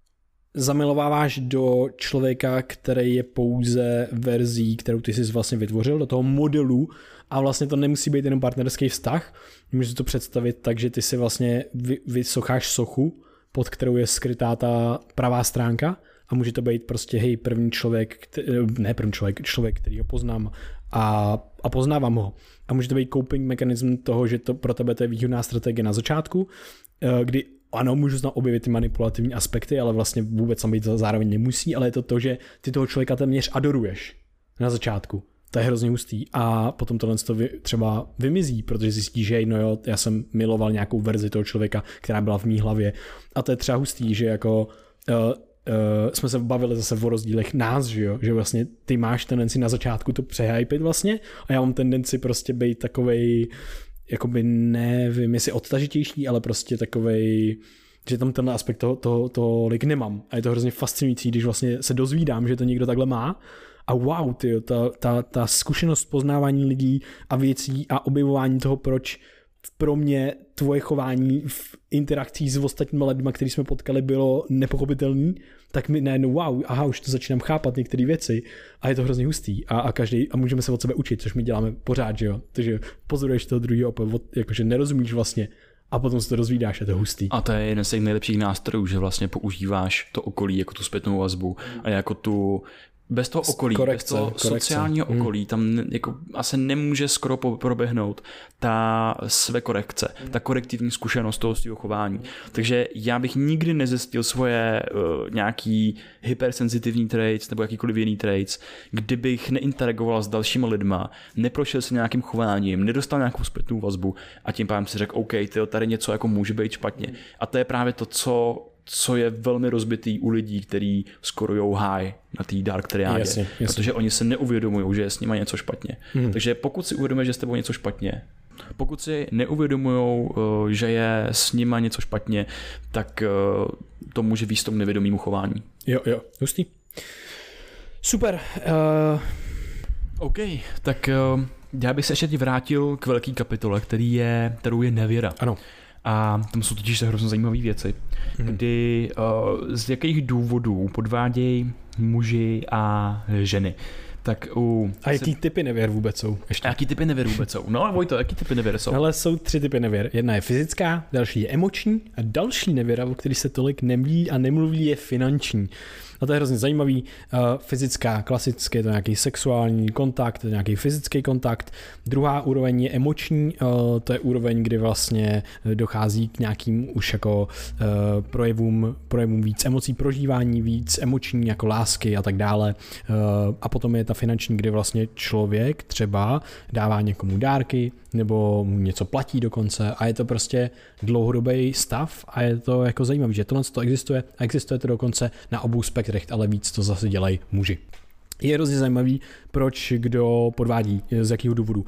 zamilováváš do člověka, který je pouze verzí, kterou ty jsi vlastně vytvořil, do toho modelu a vlastně to nemusí být jenom partnerský vztah. Můžeš to představit tak, že ty si vlastně vy, vysocháš sochu, pod kterou je skrytá ta pravá stránka. A může to být prostě, hej, první člověk, který, ne první člověk, člověk, který ho poznám a, a poznávám ho. A může to být coping mechanism toho, že to pro tebe to je výhodná strategie na začátku, kdy ano, můžu tam objevit ty manipulativní aspekty, ale vlastně vůbec tam být zároveň nemusí, ale je to to, že ty toho člověka téměř adoruješ na začátku. To je hrozně hustý a potom tohle to vy, třeba vymizí, protože zjistíš, že no jo, já jsem miloval nějakou verzi toho člověka, která byla v mý hlavě a to je třeba hustý, že jako uh, Uh, jsme se bavili zase o rozdílech nás, že jo, že vlastně ty máš tendenci na začátku to přehypit vlastně a já mám tendenci prostě být takovej, jakoby nevím, jestli odtažitější, ale prostě takovej, že tam tenhle aspekt toho, toho, tolik nemám a je to hrozně fascinující, když vlastně se dozvídám, že to někdo takhle má a wow, tyjo, ta, ta, ta zkušenost poznávání lidí a věcí a objevování toho, proč pro mě tvoje chování v interakcích s ostatními lidmi, který jsme potkali, bylo nepochopitelný, tak mi najednou wow, aha, už to začínám chápat některé věci a je to hrozně hustý a, a každý a můžeme se od sebe učit, což my děláme pořád, že jo. Takže pozoruješ toho druhého, jakože nerozumíš vlastně a potom se to dozvídáš, je to hustý. A to je jeden z těch nejlepších nástrojů, že vlastně používáš to okolí jako tu zpětnou vazbu a jako tu bez toho okolí, korekce, bez toho korekce. sociálního hmm. okolí, tam jako asi nemůže skoro proběhnout ta své korekce, hmm. ta korektivní zkušenost toho svého chování. Takže já bych nikdy nezjistil svoje uh, nějaký hypersenzitivní traits nebo jakýkoliv jiný traits, kdybych neinteragoval s dalšíma lidma, neprošel se nějakým chováním, nedostal nějakou zpětnou vazbu a tím pádem si řekl, OK, tyjo, tady něco jako může být špatně. A to je právě to, co co je velmi rozbitý u lidí, kteří skorujou high na té dark triádě, jasně, jasně. protože oni se neuvědomují, že je s nimi něco špatně. Hmm. Takže pokud si uvědomuješ, že s tebou něco špatně, pokud si neuvědomují, že je s nima něco špatně, tak to může výst tomu nevědomému chování. Jo, jo, hustý. Super. Uh... OK, tak já bych se ještě vrátil k velký kapitole, který je, kterou je nevěra. Ano. A tam jsou totiž hrozně zajímavé věci, hmm. kdy uh, z jakých důvodů podvádějí muži a ženy. Tak u... A jaký se... typy nevěr vůbec jsou? Ještě? A jaký typy nevěr vůbec jsou? No Vojto, jaký typy nevěr jsou? Hele, jsou tři typy nevěr. Jedna je fyzická, další je emoční a další nevěra, o který se tolik nemluví a nemluví, je finanční. A to je hrozně zajímavý. Uh, fyzická, klasicky je to nějaký sexuální kontakt, to je nějaký fyzický kontakt. Druhá úroveň je emoční, uh, to je úroveň, kdy vlastně dochází k nějakým už jako uh, projevům, projevům víc emocí, prožívání víc emoční, jako lásky a tak dále. Uh, a potom je ta finanční, kdy vlastně člověk třeba dává někomu dárky nebo mu něco platí dokonce a je to prostě dlouhodobý stav a je to jako zajímavé, že tohle to existuje a existuje to dokonce na obou spektrech, ale víc to zase dělají muži. Je hrozně zajímavý, proč kdo podvádí, z jakého důvodu.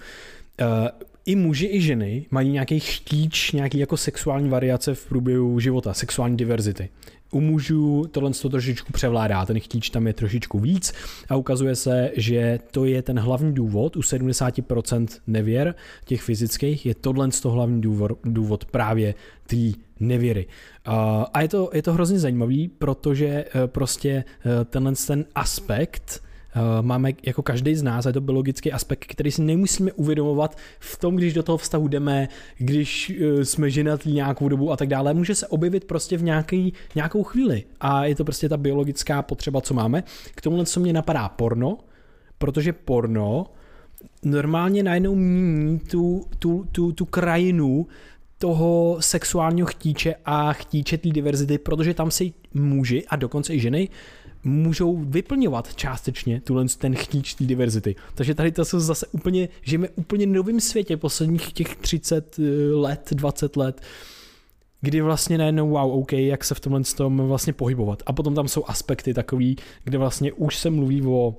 I muži, i ženy mají nějaký chtíč, nějaký jako sexuální variace v průběhu života, sexuální diverzity. U mužů tohle to trošičku převládá, ten chtíč tam je trošičku víc a ukazuje se, že to je ten hlavní důvod, u sedmdesát procent nevěr těch fyzických je tohle to hlavní důvod, důvod právě té nevěry. A je to, je to hrozně zajímavý, protože prostě tenhle ten aspekt máme jako každý z nás, a je to biologický aspekt, který si nemusíme uvědomovat v tom, když do toho vztahu jdeme, když jsme ženatí nějakou dobu a tak dále. Může se objevit prostě v nějaký, nějakou chvíli a je to prostě ta biologická potřeba, co máme. K tomuhle, co mě napadá, porno, protože porno normálně najednou mění tu, tu, tu, tu krajinu toho sexuálního chtíče a chtíče té diverzity, protože tam si muži a dokonce i ženy můžou vyplňovat částečně tuhle ten chtíč té diverzity. Takže tady to jsou zase úplně, žijeme úplně novým světě posledních těch třicet let, dvacet let, kdy vlastně najednou wow, OK, jak se v tomhle tom vlastně pohybovat. A potom tam jsou aspekty takový, kde vlastně už se mluví o,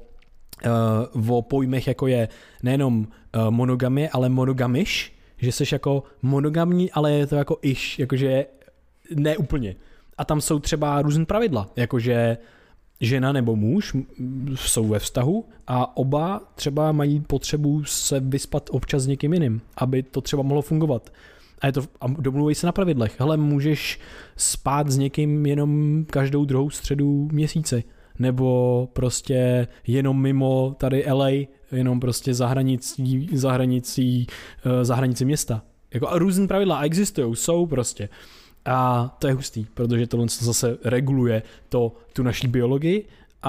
uh, o pojmech, jako je nejenom uh, monogamie, ale monogamiš, že jsi jako monogamní, ale je to jako iš, jakože ne úplně. A tam jsou třeba různé pravidla, jakože žena nebo muž jsou ve vztahu a oba třeba mají potřebu se vyspat občas s někým jiným, aby to třeba mohlo fungovat. A, je to, a domluví se na pravidlech. Hele, můžeš spát s někým jenom každou druhou středu měsíce. Nebo prostě jenom mimo tady L A, jenom prostě za hranicí, za hranicí, za hranicí města. Jako a různé pravidla existují, jsou prostě. A to je hustý, protože tohle zase reguluje to, tu naší biologii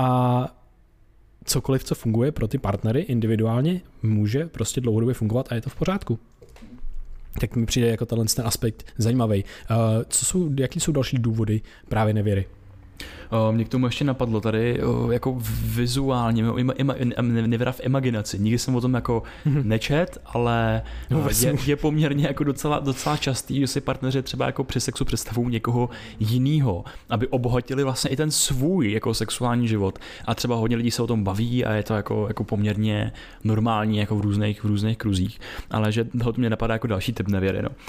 a cokoliv, co funguje pro ty partnery individuálně, může prostě dlouhodobě fungovat a je to v pořádku. Tak mi přijde jako tenhle ten aspekt zajímavý. Co jsou, jaký jsou další důvody právě nevěry? Mě k tomu ještě napadlo tady jako vizuálně, ima, ima, nevěra v imaginaci. Nikdy jsem o tom jako nečet, ale no, je, je poměrně jako docela, docela častý, že si partneři třeba jako při sexu představují někoho jinýho, aby obohatili vlastně i ten svůj jako sexuální život. A třeba hodně lidí se o tom baví a je to jako, jako poměrně normální jako v různých, v různých kruzích. Ale že to mě napadá jako další typ nevěry. No, uh,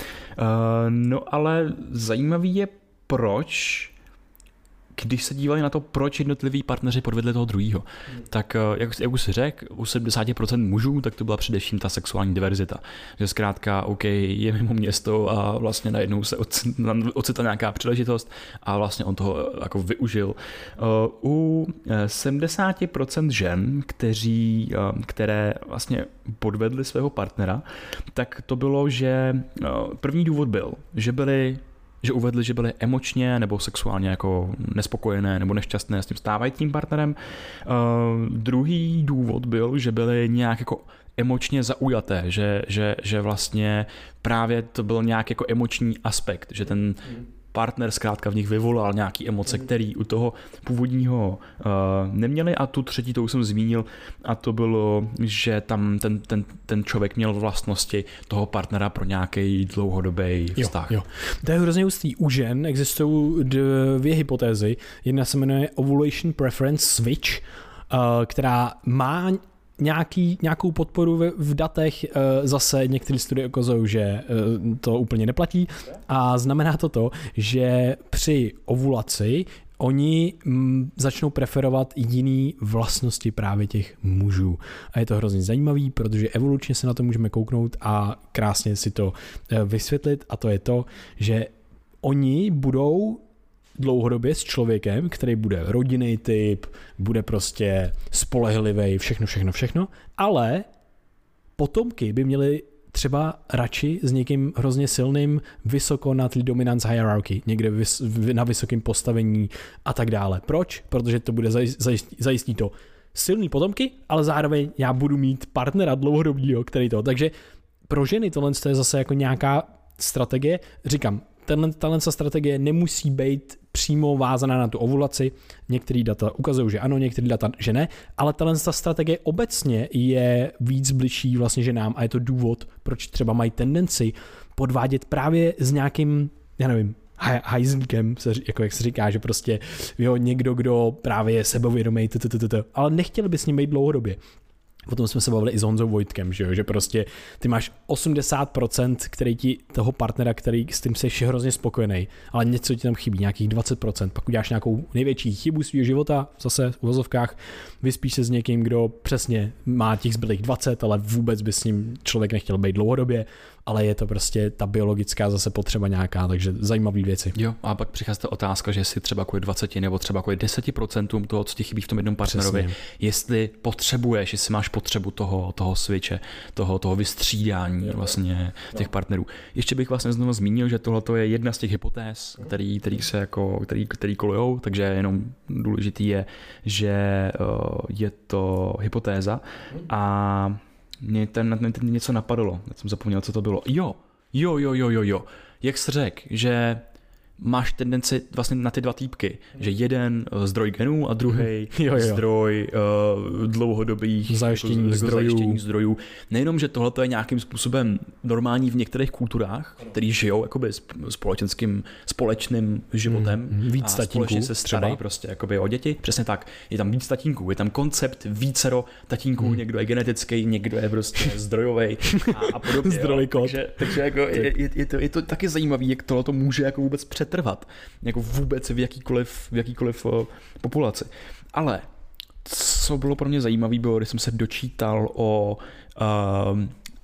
no ale zajímavý je, proč když se dívali na to, proč jednotliví partneři podvedli toho druhýho, hmm. tak jak, jak už si řekl, u sedmdesát procent mužů, tak to byla především ta sexuální diverzita. Že zkrátka, OK, je mimo město a vlastně najednou se ocitla nějaká příležitost a vlastně on toho jako využil. U sedmdesát procent žen, kteří, které vlastně podvedli svého partnera, tak to bylo, že první důvod byl, že byli že uvedli, že byli emočně nebo sexuálně jako nespokojené nebo nešťastné s tím stávajícím partnerem. Uh, druhý důvod byl, že byli nějak jako emočně zaujaté, že, že, že vlastně právě to byl nějak jako emoční aspekt, že ten partner zkrátka v nich vyvolal nějaký emoce, který u toho původního uh, neměli, a tu třetí, to už jsem zmínil, a to bylo, že tam ten, ten, ten člověk měl vlastnosti toho partnera pro nějaký dlouhodobý vztah. Jo, jo. To je hrozně ústý. U žen existují dvě hypotézy. Jedna se jmenuje Ovulation Preference Switch, uh, která má Nějaký, nějakou podporu v, v datech, zase některé studie ukazují, že to úplně neplatí, a znamená to to, že při ovulaci oni m, začnou preferovat jiný vlastnosti právě těch mužů. A je to hrozně zajímavý, protože evolučně se na to můžeme kouknout a krásně si to vysvětlit, a to je to, že oni budou dlouhodobě s člověkem, který bude rodinný typ, bude prostě spolehlivý, všechno, všechno, všechno, ale potomky by měli třeba radši s někým hrozně silným, vysoko na té dominance hierarchy, někde vys- na vysokém postavení a tak dále. Proč? Protože to bude zajistí, zajistí to silný potomky, ale zároveň já budu mít partnera dlouhodobýho, který to. Takže pro ženy tohle je zase jako nějaká strategie. Říkám, tenhle, tahle strategie nemusí být přímo vázaná na tu ovulaci. Některé data ukazují, že ano, některé data, že ne, ale tahle strategie obecně je víc bližší vlastně ženám, a je to důvod, proč třeba mají tendenci podvádět právě s nějakým, já nevím, hajzlíkem, jako jak se říká, že prostě jo, někdo, kdo právě je sebevědomý, ale nechtěli by s ním být dlouhodobě. Potom jsme se bavili i s Honzou Vojtkem, že, jo? Že prostě ty máš osmdesát procent, který ti toho partnera, který s tím jsi hrozně spokojený, ale něco ti tam chybí, nějakých dvacet procent. Pak uděláš nějakou největší chybu svého života, zase v uvozovkách, vyspíš se s někým, kdo přesně má těch zbylých dvacet, ale vůbec by s ním člověk nechtěl být dlouhodobě, ale je to prostě ta biologická zase potřeba nějaká, takže zajímavé věci. Jo, a pak přichází ta otázka, že si třeba kvůli dvacet nebo třeba kvůli deset procent toho, co ti chybí v tom jednom partnerovi, přesně. Jestli potřebuješ, jestli máš potřebu toho, toho switche, toho, toho vystřídání vlastně těch partnerů. Ještě bych vlastně znovu zmínil, že tohle je jedna z těch hypotéz, který, který se jako, který, který kolujou, takže jenom důležitý je, že je to hypotéza a mě ten, ten něco napadlo, já jsem zapomněl, co to bylo. Jo, jo, jo, jo, jo, jo. Jak jsi řekl, že máš tendenci vlastně na ty dva týpky, že jeden zdroj genů a druhý mm. zdroj uh, dlouhodobých zajištění, jako, zdrojů. zajištění zdrojů. Nejenom, že tohle je nějakým způsobem normální v některých kulturách, který žijou jakoby společenským, společným životem mm. víc a tatínků, společně se starají prostě jakoby o děti. Přesně tak. Je tam víc tatínků, je tam koncept vícero tatínků, mm. někdo je genetický, někdo je prostě zdrojový a, a podobně. Zdrojový kód. Takže, takže jako je, je, je, to, je to taky zajímavý, jak tohle to může jako vůbec před trvat, jako vůbec v jakýkoliv, v jakýkoliv uh, populaci. Ale co bylo pro mě zajímavé, bylo, když jsem se dočítal o uh,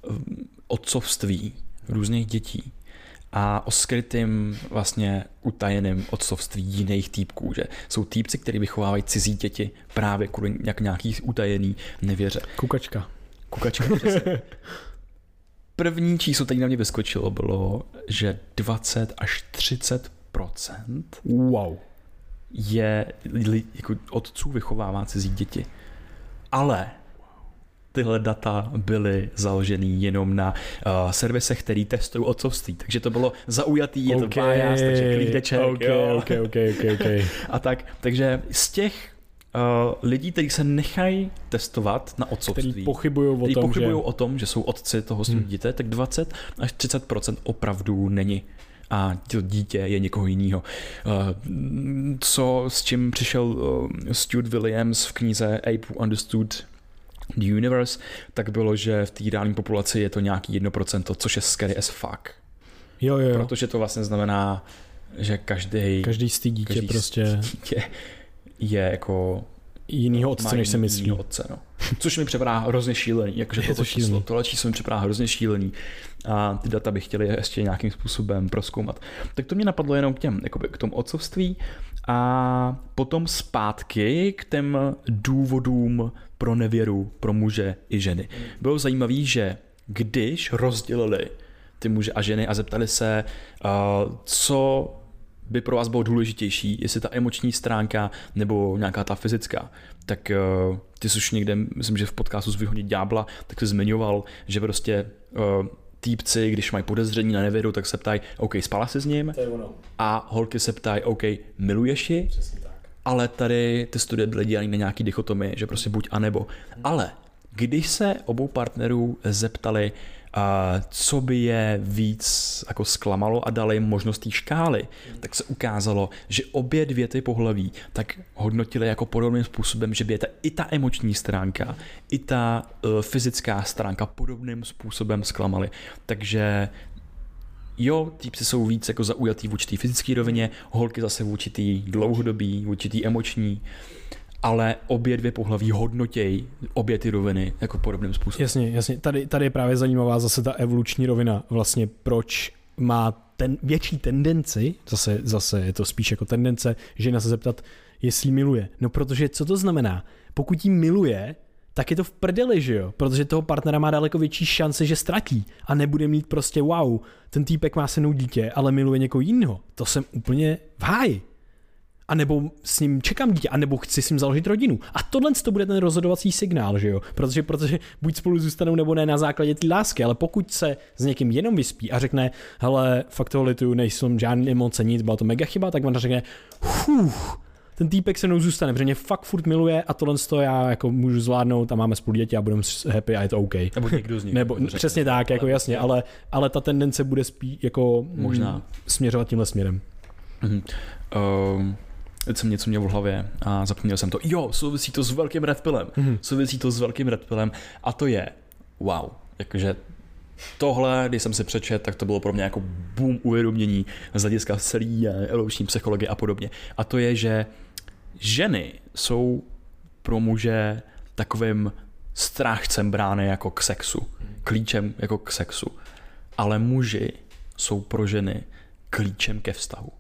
otcovství různých dětí a o skrytým vlastně utajeným otcovství jiných týpků, že jsou týpci, kteří vychovávají cizí děti právě kvůli jak nějaký utajený nevěře. Kukačka. Kukačka, přesně. První číslo, který na mě vyskočilo, bylo, že dvacet až třicet procent wow. je jako otců vychovává cizí děti. Ale tyhle data byly založený jenom na uh, servisech, který testují otcovství. Takže to bylo zaujatý, okay. je to bias, takže klídeček. Okay, okay, okay, okay, okay. A tak, takže z těch Uh, lidí, kteří se nechají testovat na otcovství, který pochybují o, tom, pochybují že... o tom, že jsou otci toho svého hmm. dítěte, tak dvacet až třicet procent opravdu není. A to dítě je někoho jiného. Uh, co s čím přišel uh, Stuart Williams v knize Ape Who Understood the Universe, tak bylo, že v té reální populaci je to nějaký jedno procento, což je scary as fuck. Jo, jo, jo. Protože to vlastně znamená, že každý každý z té dítě každý prostě dítě je jako jinýho otce, než se myslí. Otce, no. Což mi připadá hrozně šílený, jakože toto číslo, tohle číslo mi připadá hrozně šílený a ty data by chtěli ještě nějakým způsobem prozkoumat. Tak to mě napadlo jenom k těm, jakoby k tomu otcovství a potom zpátky k těm důvodům pro nevěru pro muže i ženy. Bylo zajímavé, že když rozdělili ty muže a ženy a zeptali se, uh, co by pro vás bylo důležitější, jestli ta emoční stránka nebo nějaká ta fyzická. Tak uh, ty jsi už někde, myslím, že v podcastu z Vyhonit ďábla, tak jsi zmiňoval, že prostě uh, týpci, když mají podezření na nevěru, tak se ptají, OK, spala jsi s ním? To je ono. A holky se ptají, OK, miluješ ji? Přesně tak. Ale tady ty studie byly dělané na nějaký dichotomii, že prostě buď a nebo. Hmm. Ale když se obou partnerů zeptali, uh, co by je víc jako zklamalo a dali jim možnost té škály, hmm. tak se ukázalo, že obě dvě ty pohlaví tak hodnotili jako podobným způsobem, že by je ta, i ta emoční stránka, i ta uh, fyzická stránka podobným způsobem zklamaly. Takže jo, týpci jsou víc jako zaujatý v určitý fyzické rovině, holky zase v určitý dlouhodobý, v určitý emoční, ale obě dvě pohlaví hodnotějí obě ty roviny jako podobným způsobem. Jasně, jasně. Tady, tady je právě zajímavá zase ta evoluční rovina, vlastně proč má ten větší tendenci, zase, zase je to spíš jako tendence, žena se zeptat, jestli miluje. No protože co to znamená? Pokud jí miluje, tak je to v prdeli, že jo? Protože toho partnera má daleko větší šance, že ztratí a nebude mít prostě wow, ten týpek má se mnou dítě, ale miluje někoho jiného. To jsem úplně v háji. A nebo s ním čekám dítě, a nebo chci s ním založit rodinu. A tohle to bude ten rozhodovací signál, že jo? Protože, protože buď spolu zůstanou nebo ne na základě té lásky, ale pokud se s někým jenom vyspí a řekne, hele, fakt toho lituju, nejsou žádný emoce, nic, byla to mega chyba, tak on řekne, fuh, ten týpek se mnou zůstane, protože mě fakt furt miluje a tohle to já jako můžu zvládnout a máme spolu děti a budeme happy a je to OK. Nebo někdo z nich. Nebo přesně tak, jako jasně, ale, ale ta tendence bude spíš jako možná mm, směřovat tímhle směrem. Mm-hmm. Um... Teď jsem něco měl v hlavě a zapomněl jsem to. Jo, souvisí to s velkým red pillem. Mm-hmm. Souvisí to s velkým red pillem a to je wow. Jakože tohle, když jsem si přečet, tak to bylo pro mě jako boom uvědomění z hlediska celý evoluční psychologie a podobně. A to je, že ženy jsou pro muže takovým strážcem brány jako k sexu. Klíčem jako k sexu. Ale muži jsou pro ženy klíčem ke vztahu.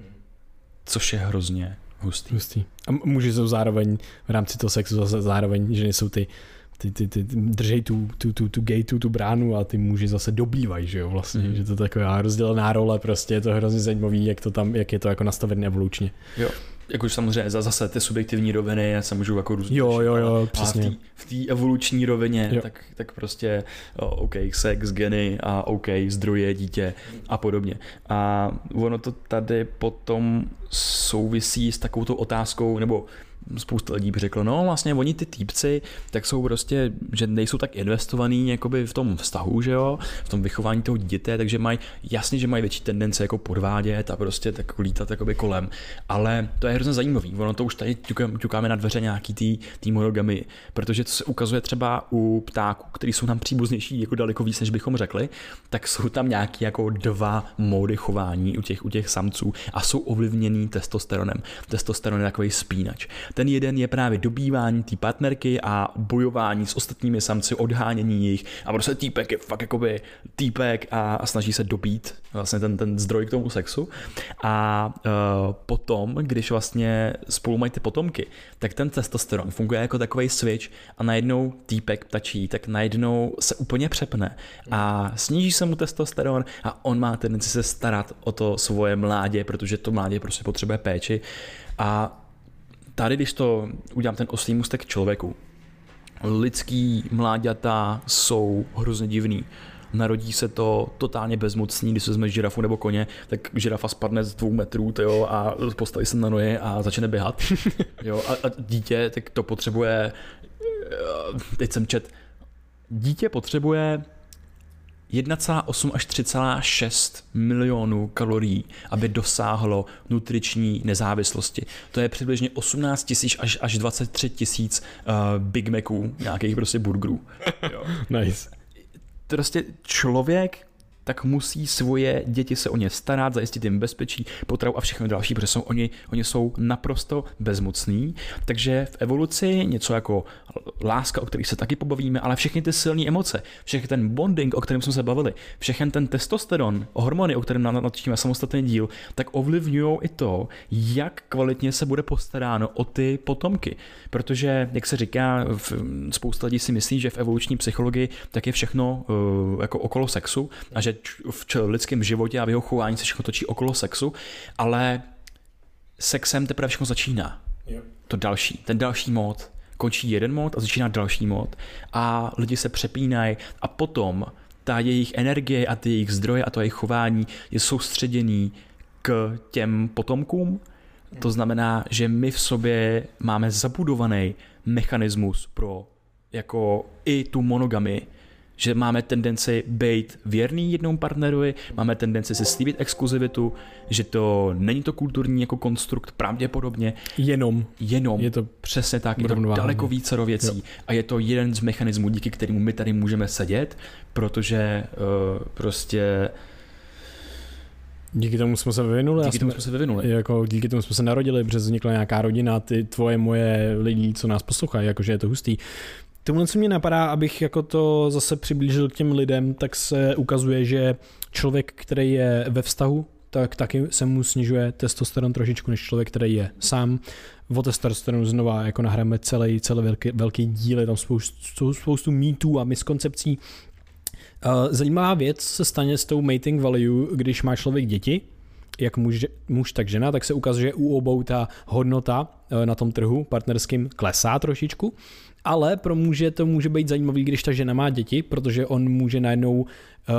Což je hrozně hustý. hustý. A muži jsou zároveň v rámci toho sexu zase zároveň, že nejsou ty, ty, ty, ty držej tu, tu, tu, tu gateu, tu bránu a ty muži zase dobývají, že jo, vlastně, mm. že to je taková rozdělená role, prostě je to hrozně zajímavý, jak to tam, jak je to jako nastavené evolučně. Jo. Jakož samozřejmě zase ty subjektivní roviny se můžou jako různě. Jo, jo, jo, přesně. V té evoluční rovině, tak, tak prostě OK, sex, geny a OK, zdroje, dítě a podobně. A ono to tady potom souvisí s takovou otázkou, nebo spousta lidí by řeklo, no vlastně oni ty týpci, tak jsou prostě, že nejsou tak investovaný jakoby v tom vztahu, že jo, v tom vychování toho dítěte, takže mají, jasně, že mají větší tendence jako podvádět a prostě tak lítat jakoby kolem, ale to je hrozně zajímavý, ono to už tady ťukáme na dveře nějaký tý, tý monogamy, protože to se ukazuje třeba u ptáků, který jsou nám příbuznější jako daleko víc, než bychom řekli, tak jsou tam nějaký jako dva módy chování u těch, u těch samců a jsou ovlivněný testosteronem. Testosteron je takový spínač. Ten jeden je právě dobývání té partnerky a bojování s ostatními samci, odhánění jich a prostě týpek je fakt jakoby týpek a, a snaží se dobít vlastně ten, ten zdroj k tomu sexu a uh, potom, když vlastně spolu mají ty potomky, tak ten testosteron funguje jako takový switch a najednou týpek ptačí, tak najednou se úplně přepne a sníží se mu testosteron a on má tendenci se starat o to svoje mládě, protože to mládě prostě potřebuje péči a tady, když to udělám ten oslý můstek k člověku, lidský mláďata jsou hrozně divný. Narodí se to totálně bezmocný, když se vezme žirafu nebo koně, tak žirafa spadne z dvou metrů tyjo, a postaví se na nohy a začne běhat. Jo, a, a dítě tak to potřebuje, teď jsem čet, dítě potřebuje jedna celá osm až tři celá šest milionů kalorií, aby dosáhlo nutriční nezávislosti. To je přibližně osmnáct tisíc až, až dvacet tři tisíc uh, Big Maců, nějakých prostě burgerů. Jo. Nice. Prostě člověk tak musí svoje děti se o ně starat, zajistit jim bezpečí, potravu a všechno další, protože jsou oni, oni jsou naprosto bezmocní. Takže v evoluci něco jako láska, o kterých se taky pobavíme, ale všechny ty silné emoce, všechny ten bonding, o kterém jsme se bavili, všechny ten testosteron, hormony, o kterém natočíme samostatný díl, tak ovlivňují i to, jak kvalitně se bude postaráno o ty potomky. Protože, jak se říká, spousta lidí si myslí, že v evoluční psychologii tak je všechno uh, jako okolo sexu a že v lidském životě a v jeho chování se všechno točí okolo sexu, ale sexem teprve všechno začíná. Jo. To další, ten další mód. Končí jeden mód a začíná další mód. A lidi se přepínají a potom ta jejich energie a ty jejich zdroje a to jejich chování je soustředěný k těm potomkům. To znamená, že my v sobě máme zabudovaný mechanismus pro jako i tu monogamii, že máme tendenci být věrný jednomu partnerovi, máme tendenci si slíbit exkluzivitu, že to není to kulturní jako konstrukt pravděpodobně. Jenom. Jenom. Je to přesně tak, je to daleko více věcí jo. A je to jeden z mechanismů, díky kterému my tady můžeme sedět, protože uh, prostě díky tomu jsme se vyvinuli. Díky tomu jsme se vyvinuli. Jako, díky tomu jsme se narodili, protože vznikla nějaká rodina, ty tvoje, moje lidi, co nás poslouchají, jakože je to hustý. Tohle, co mě napadá, abych jako to zase přiblížil k těm lidem, tak se ukazuje, že člověk, který je ve vztahu, tak taky se mu snižuje testosteron trošičku než člověk, který je sám. O testosteronu znova jako nahráme celý, celý velký, velký díl, je tam spoustu, spoustu mýtů a miskoncepcí. Zajímavá věc se stane s tou mating value, když má člověk děti, jak muž, muž tak žena, tak se ukazuje, že u obou ta hodnota na tom trhu partnerským klesá trošičku, ale pro muže to může být zajímavý, když ta žena má děti, protože on může najednou uh,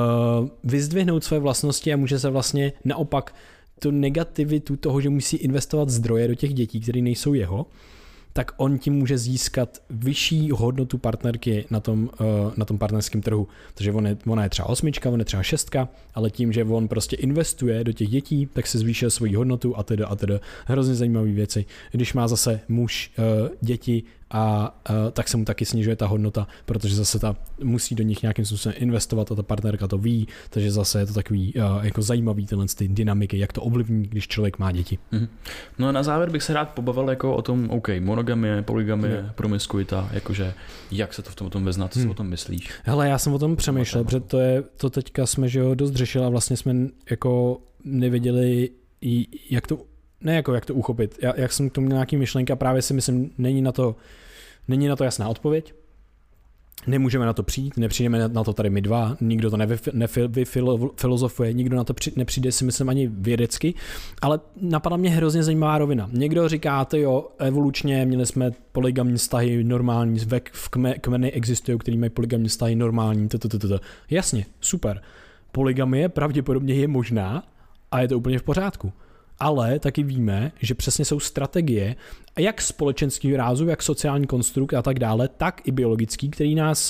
vyzdvihnout své vlastnosti a může se vlastně naopak tu negativitu toho, že musí investovat zdroje do těch dětí, které nejsou jeho, tak on tím může získat vyšší hodnotu partnerky na tom, uh, na tom partnerském trhu. Takže on je, ona je třeba osmička, on je třeba šestka, ale tím, že on prostě investuje do těch dětí, tak se zvýšil svoji hodnotu a teda a teda. Hrozně zajímavé věci. Když má zase muž uh, děti a uh, tak se mu taky snižuje ta hodnota, protože zase ta musí do nich nějakým způsobem investovat a ta partnerka to ví, takže zase je to takový uh, jako zajímavý tyhle ty dynamiky, jak to ovlivní, když člověk má děti. Mm-hmm. No a na závěr bych se rád pobavil jako o tom, OK, monogamie, polygamie, mm. promiskuita, jakože jak se to v tom o tom vyznat, co mm. si o tom myslíš? Hele, já jsem o tom přemýšlel, protože to je, to teďka jsme, že ho dost řešili a vlastně jsme jako nevěděli, jak to Ne jako jak to uchopit. Já, jak jsem k tomu nějaký myšlenka, právě si myslím, není na to, není na to jasná odpověď. Nemůžeme na to přijít, nepřijdeme na to tady my dva, nikdo to nevyfilozofuje, nikdo na to nepřijde, si myslím, ani vědecky, ale napadla mě hrozně zajímavá rovina. Někdo říká, to jo, evolučně měli jsme polygamní vztahy normální, v kmeny existují, který mají polygamní vztahy normální, ttt. Jasně, super. Polygamie pravděpodobně je možná a je to úplně v pořádku. Ale taky víme, že přesně jsou strategie, jak společenský rázu, jak sociální konstrukt a tak dále, tak i biologický, který nás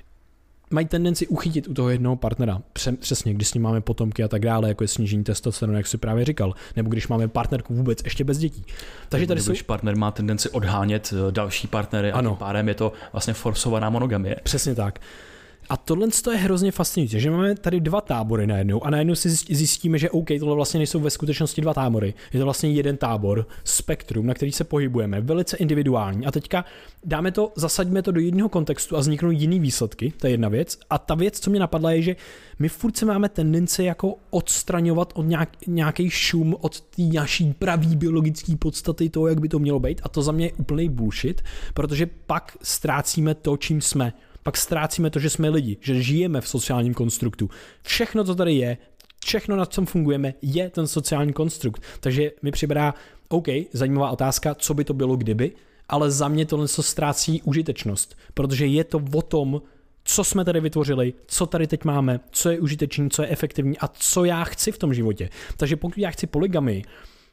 mají tendenci uchytit u toho jednoho partnera. Přesně, když s ním máme potomky a tak dále, jako je snížení testosteronu, jak jsi právě říkal, nebo když máme partnerku vůbec ještě bez dětí. Takže tady jsou... Když partner má tendenci odhánět další partnery a tím pádem je to vlastně forsovaná monogamie. Přesně tak. A tohle je hrozně fascinující, že máme tady dva tábory najednou a najednou si zjistíme, že OK, tohle vlastně nejsou ve skutečnosti dva tábory. Je to vlastně jeden tábor, spektrum, na který se pohybujeme, velice individuální. A teďka dáme to, zasaďme to do jednoho kontextu a vzniknou jiný výsledky, to je jedna věc. A ta věc, co mě napadla, je, že my furt se máme tendenci jako odstraňovat od nějak, nějaký šum, od té naší pravý biologické podstaty toho, jak by to mělo být. A to za mě je úplný bullshit, protože pak ztrácíme to, čím jsme. Pak ztrácíme to, že jsme lidi, že žijeme v sociálním konstruktu. Všechno, co tady je, všechno, na čem fungujeme, je ten sociální konstrukt. Takže mi připadá, OK, zajímavá otázka, co by to bylo kdyby, ale za mě tohle ztrácí užitečnost, protože je to o tom, co jsme tady vytvořili, co tady teď máme, co je užitečný, co je efektivní a co já chci v tom životě. Takže pokud já chci polygamii,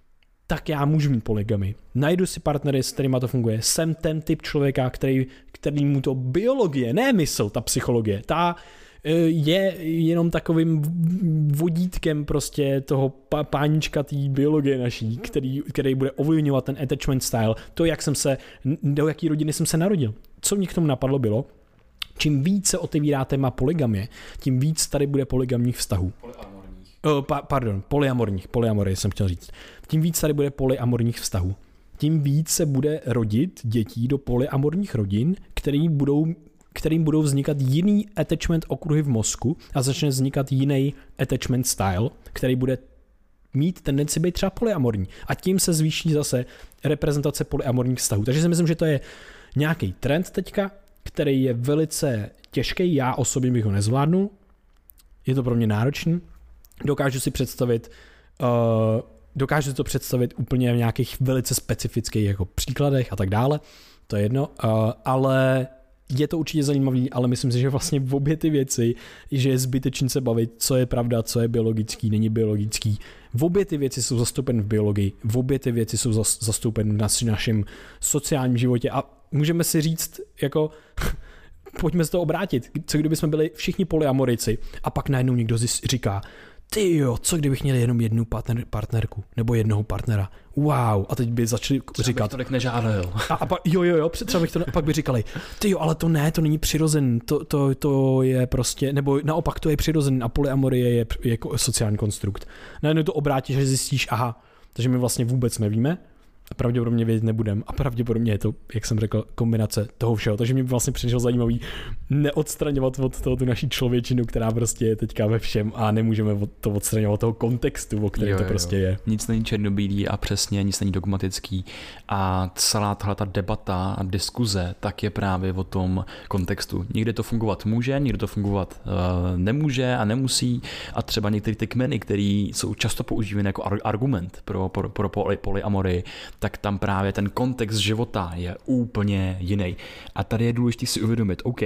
tak já můžu mít polygamii. Najdu si partnery, s kterýma to funguje. Jsem ten typ člověka, který, který mu to biologie, ne mysl, ta psychologie, ta je jenom takovým vodítkem prostě toho pánička té biologie naší, který, který bude ovlivňovat ten attachment style, to, jak jsem se, do jaký rodiny jsem se narodil. Co mě k tomu napadlo bylo, čím víc se otevírá téma polygamie, tím víc tady bude polygamních vztahů. Uh, pa, pardon, polyamorních, polyamory jsem chtěl říct. Tím víc tady bude polyamorních vztahů. Tím víc se bude rodit dětí do polyamorních rodin, který budou, kterým budou vznikat jiný attachment okruhy v mozku a začne vznikat jiný attachment style, který bude mít tendenci být třeba polyamorní. A tím se zvýší zase reprezentace polyamorních vztahů. Takže si myslím, že to je nějaký trend teďka, který je velice těžký, já osobně bych ho nezvládnul. je to pro mě náročný. Dokážu si představit, uh, dokážu si to představit úplně v nějakých velice specifických jako příkladech a tak dále, to je jedno, uh, ale je to určitě zajímavý, ale myslím si, že vlastně v obě ty věci, že je zbytečný se bavit, co je pravda, co je biologický, není biologický. V obě ty věci jsou zastoupeny v biologii, v obě ty věci jsou zastoupeny v našem sociálním životě a můžeme si říct, jako pojďme se to obrátit, co kdyby jsme byli všichni polyamorici a pak najednou někdo říká, ty jo, co kdybych měl jenom jednu partner, partnerku nebo jednoho partnera. Wow, a teď by začali třeba říkat. Bych to tak nežádal. A, a pak, jo, jo, jo, třeba bych to, a pak by říkali, ty jo, ale to ne, to není přirozený, to, to, to je prostě, nebo naopak to je přirozený a polyamorie je, je jako sociální konstrukt. Najednou to obrátíš, že zjistíš, aha, takže my vlastně vůbec nevíme, a pravděpodobně vědět nebudem. A pravděpodobně je to, jak jsem řekl, kombinace toho všeho. Takže mě vlastně přišlo zajímavý neodstraňovat od toho tu naší člověčinu, která prostě je teďka ve všem a nemůžeme to odstraňovat od toho kontextu, o kterém to prostě je. Nic není černobílý a přesně, nic není dogmatický. A celá tahle ta debata a diskuze tak je právě o tom kontextu. Někde to fungovat může, někde to fungovat uh, nemůže a nemusí. A třeba některé ty kmeny, které jsou často používány jako argument pro, pro, pro poly, polyamory, tak tam právě ten kontext života je úplně jiný. A tady je důležité si uvědomit, OK,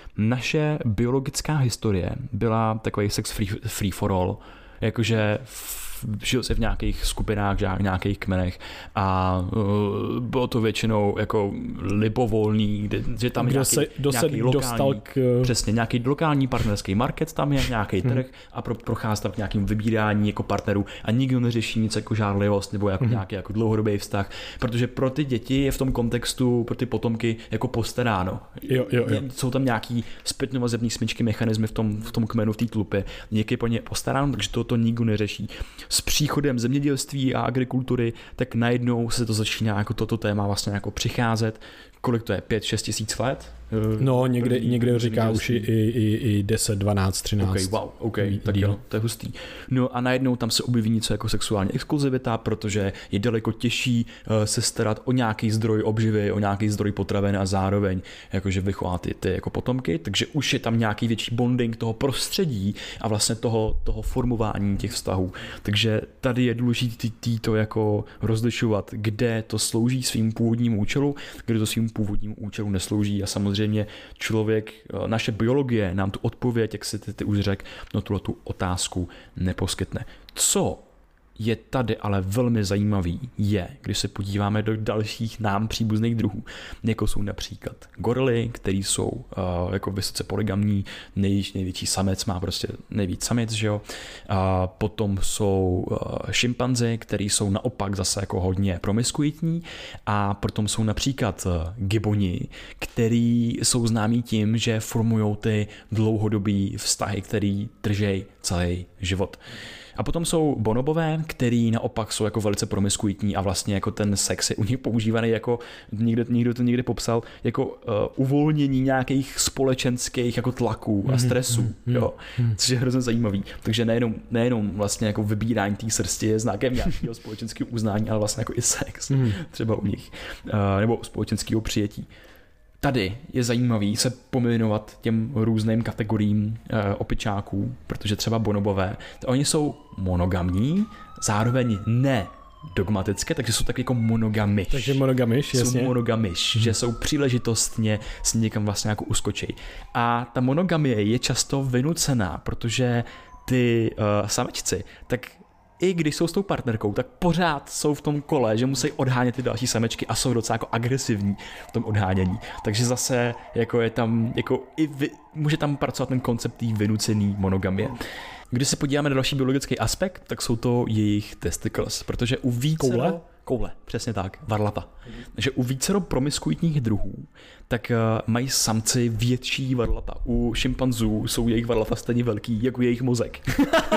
naše biologická historie byla takový sex free, free for all, jakože žil se v nějakých skupinách, v nějakých kmenech a uh, bylo to většinou jako libovolný, kde, že tam Kdo nějaký, se, nějaký lokální, k... přesně, nějaký lokální partnerský market tam je, nějaký hmm. trh a pro, prochází tam k nějakým vybírání jako partnerů a nikdo neřeší nic jako žárlivost nebo jako hmm. nějaký jako dlouhodobý vztah, protože pro ty děti je v tom kontextu, pro ty potomky jako postaráno. Jo, jo, jo. Jsou tam nějaký zpětnovazební smyčky, mechanismy v tom, v tom kmenu, v té tlupě, někdy po ně postaráno, takže to, to nikdo neřeší. S příchodem zemědělství a agrikultury, tak najednou se to začíná jako toto téma vlastně jako přicházet. Kolik to je? pět šest tisíc let? No, někde, někde říká už i, i, i deset, dvanáct, třináct. Ok, wow, ok, tak jo, to je hustý. No a najednou tam se objeví něco jako sexuální exkluzivita, protože je daleko těžší se starat o nějaký zdroj obživy, o nějaký zdroj potravin a zároveň jakože vychová ty, ty jako potomky, takže už je tam nějaký větší bonding toho prostředí a vlastně toho, toho formování těch vztahů. Takže tady je důležité to jako rozlišovat, kde to slouží svým původním účelu, kde to svým původním účelu neslouží a samozřejmě Samozřejmě člověk, naše biologie nám tu odpověď, jak si ty, ty už řekl, no tuhle tu otázku neposkytne. Co je tady ale velmi zajímavý je, když se podíváme do dalších nám příbuzných druhů, jako jsou například gorily, který jsou uh, jako vysoce polygamní, nej, největší samec má prostě nejvíc samic, že jo. Uh, potom jsou uh, šimpanzi, který jsou naopak zase jako hodně promiskuitní a potom jsou například uh, giboni, který jsou známí tím, že formují ty dlouhodobý vztahy, který držej celý život. A potom jsou bonobové, který naopak jsou jako velice promiskuitní a vlastně jako ten sex je u nich používaný jako, někdo, někdo to někde popsal, jako uh, uvolnění nějakých společenských jako tlaků a stresů, mm-hmm. jo, což je hrozně zajímavý. Takže nejenom, nejenom vlastně jako vybírání té srsti je znakem nějakého společenského uznání, ale vlastně jako i sex, mm. třeba u nich, uh, nebo společenského přijetí. Tady je zajímavý se pomenovat těm různým kategoriím e, opičáků, protože třeba bonobové, oni jsou monogamní, zároveň ne dogmatické, takže jsou tak jako monogamiš. Takže monogamiš, jasně. Jsou monogamiš, hmm. že jsou příležitostně s někam vlastně jako uskočej. A ta monogamie je často vynucená, protože ty uh, samečci, tak i když jsou s tou partnerkou, tak pořád jsou v tom kole, že musí odhánět ty další samečky a jsou docela jako agresivní v tom odhánění. Takže zase jako je tam, jako i vy, může tam pracovat ten koncept té vynucený monogamie. Když se podíváme na další biologický aspekt, tak jsou to jejich testicles, protože u vícero... Koule? Koule, přesně tak, varlata. Takže u vícero promiskuitních druhů, tak uh, mají samci větší varlata. U šimpanzů jsou jejich varlata stejně velký, jako jejich mozek.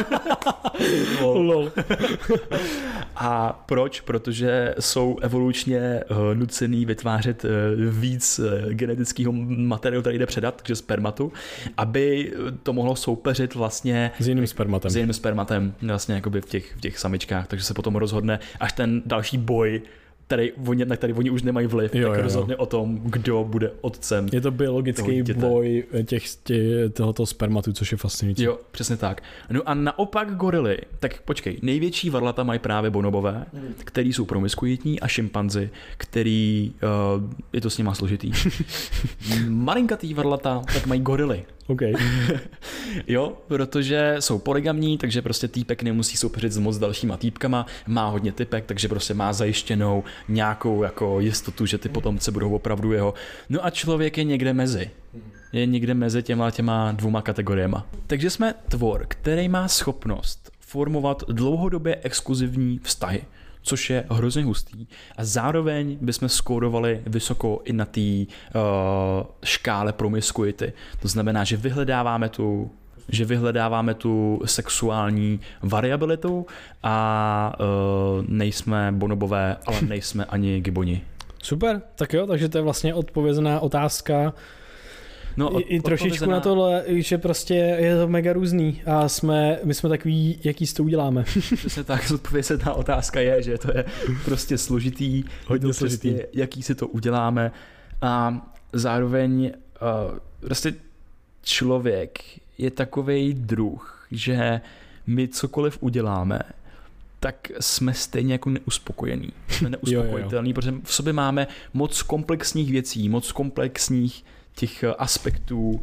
Lol. A proč? Protože jsou evolučně uh, nucený vytvářet uh, víc uh, genetického materiálu, který jde předat, takže spermatu, aby to mohlo soupeřit vlastně s jiným spermatem. S jiným spermatem vlastně jakoby v těch, v těch samičkách, takže se potom rozhodne, až ten další boj který oni, na který oni už nemají vliv, jo, tak jo, rozhodně jo. o tom, kdo bude otcem. Je to biologický boj těch, těch, tohoto spermatu, což je fascinující. Jo, přesně tak. No a naopak gorily, tak počkej, největší varlata mají právě bonobové, hmm. který jsou promiskuitní, a šimpanzi, který, uh, je to s nima složitý. Malinkatý varlata, tak mají gorily. Okay. Jo, protože jsou polygamní, takže prostě týpek nemusí soupeřit s moc dalšíma týpkama, má hodně typek, takže prostě má zajištěnou nějakou jako jistotu, že ty potomci budou opravdu jeho. No a člověk je někde mezi. Je někde mezi těma těma dvouma kategoriema. Takže jsme tvor, který má schopnost formovat dlouhodobě exkluzivní vztahy, což je hrozně hustý. A zároveň bychom skórovali vysoko i na té uh, škále promiskuity. To znamená, že vyhledáváme tu že vyhledáváme tu sexuální variabilitu a uh, nejsme bonobové, ale nejsme ani giboni. Super, tak jo, takže to je vlastně odpovězená otázka. No, od, I, i trošičku odpovězená... na tohle, že prostě je to mega různý a jsme, my jsme takový, jaký s to uděláme. Přesně tak, odpovězená otázka je, že to je prostě složitý, hodně složitý, prostě, jaký si to uděláme a zároveň uh, prostě člověk je takovej druh, že my cokoliv uděláme, tak jsme stejně jako neuspokojení. Jsme neuspokojitelní, protože v sobě máme moc komplexních věcí, moc komplexních těch aspektů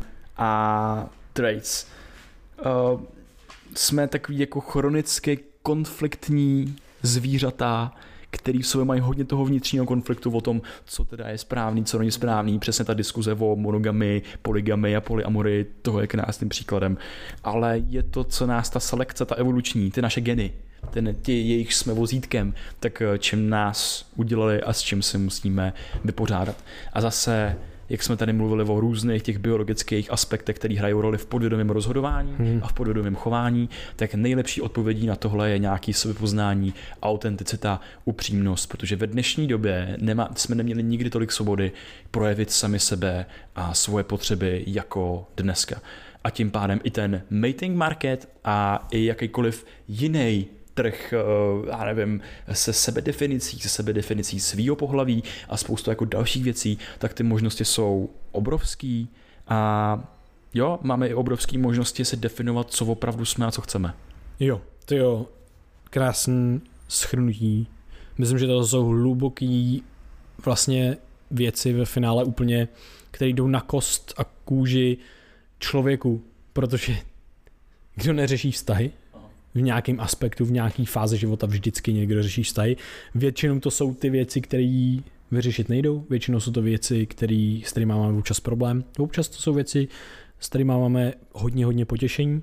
a traits. Uh, jsme takový jako chronicky konfliktní zvířata, který v sobě mají hodně toho vnitřního konfliktu o tom, co teda je správný, co není správný. Přesně ta diskuze o monogamy, polygamy a polyamory, toho je krásným příkladem. Ale je to, co nás ta selekce, ta evoluční, ty naše geny, ten, ty jejich jsme vozítkem, tak čím nás udělali a s čím se musíme vypořádat. A zase, jak jsme tady mluvili o různých těch biologických aspektech, které hrají roli v podvědomém rozhodování hmm. a v podvědomém chování, tak nejlepší odpovědí na tohle je nějaký sebepoznání, autenticita, upřímnost, protože ve dnešní době nemá, jsme neměli nikdy tolik svobody projevit sami sebe a svoje potřeby jako dneska. A tím pádem i ten mating market a i jakýkoliv jiný trh, já nevím, se sebedefinicí, se sebedefinicí svýho pohlaví a spoustu jako dalších věcí, tak ty možnosti jsou obrovský a jo, máme i obrovské možnosti se definovat, co opravdu jsme a co chceme. Jo, to jo, krásný shrnutí. Myslím, že to jsou hluboký vlastně věci ve finále úplně, které jdou na kost a kůži člověku, protože kdo neřeší vztahy, v nějakém aspektu, v nějaké fázi života vždycky někdo řeší vztahy. Většinou to jsou ty věci, které vyřešit nejdou, většinou jsou to věci, který, s kterými máme občas problém. Občas to jsou věci, s kterými máme hodně, hodně potěšení.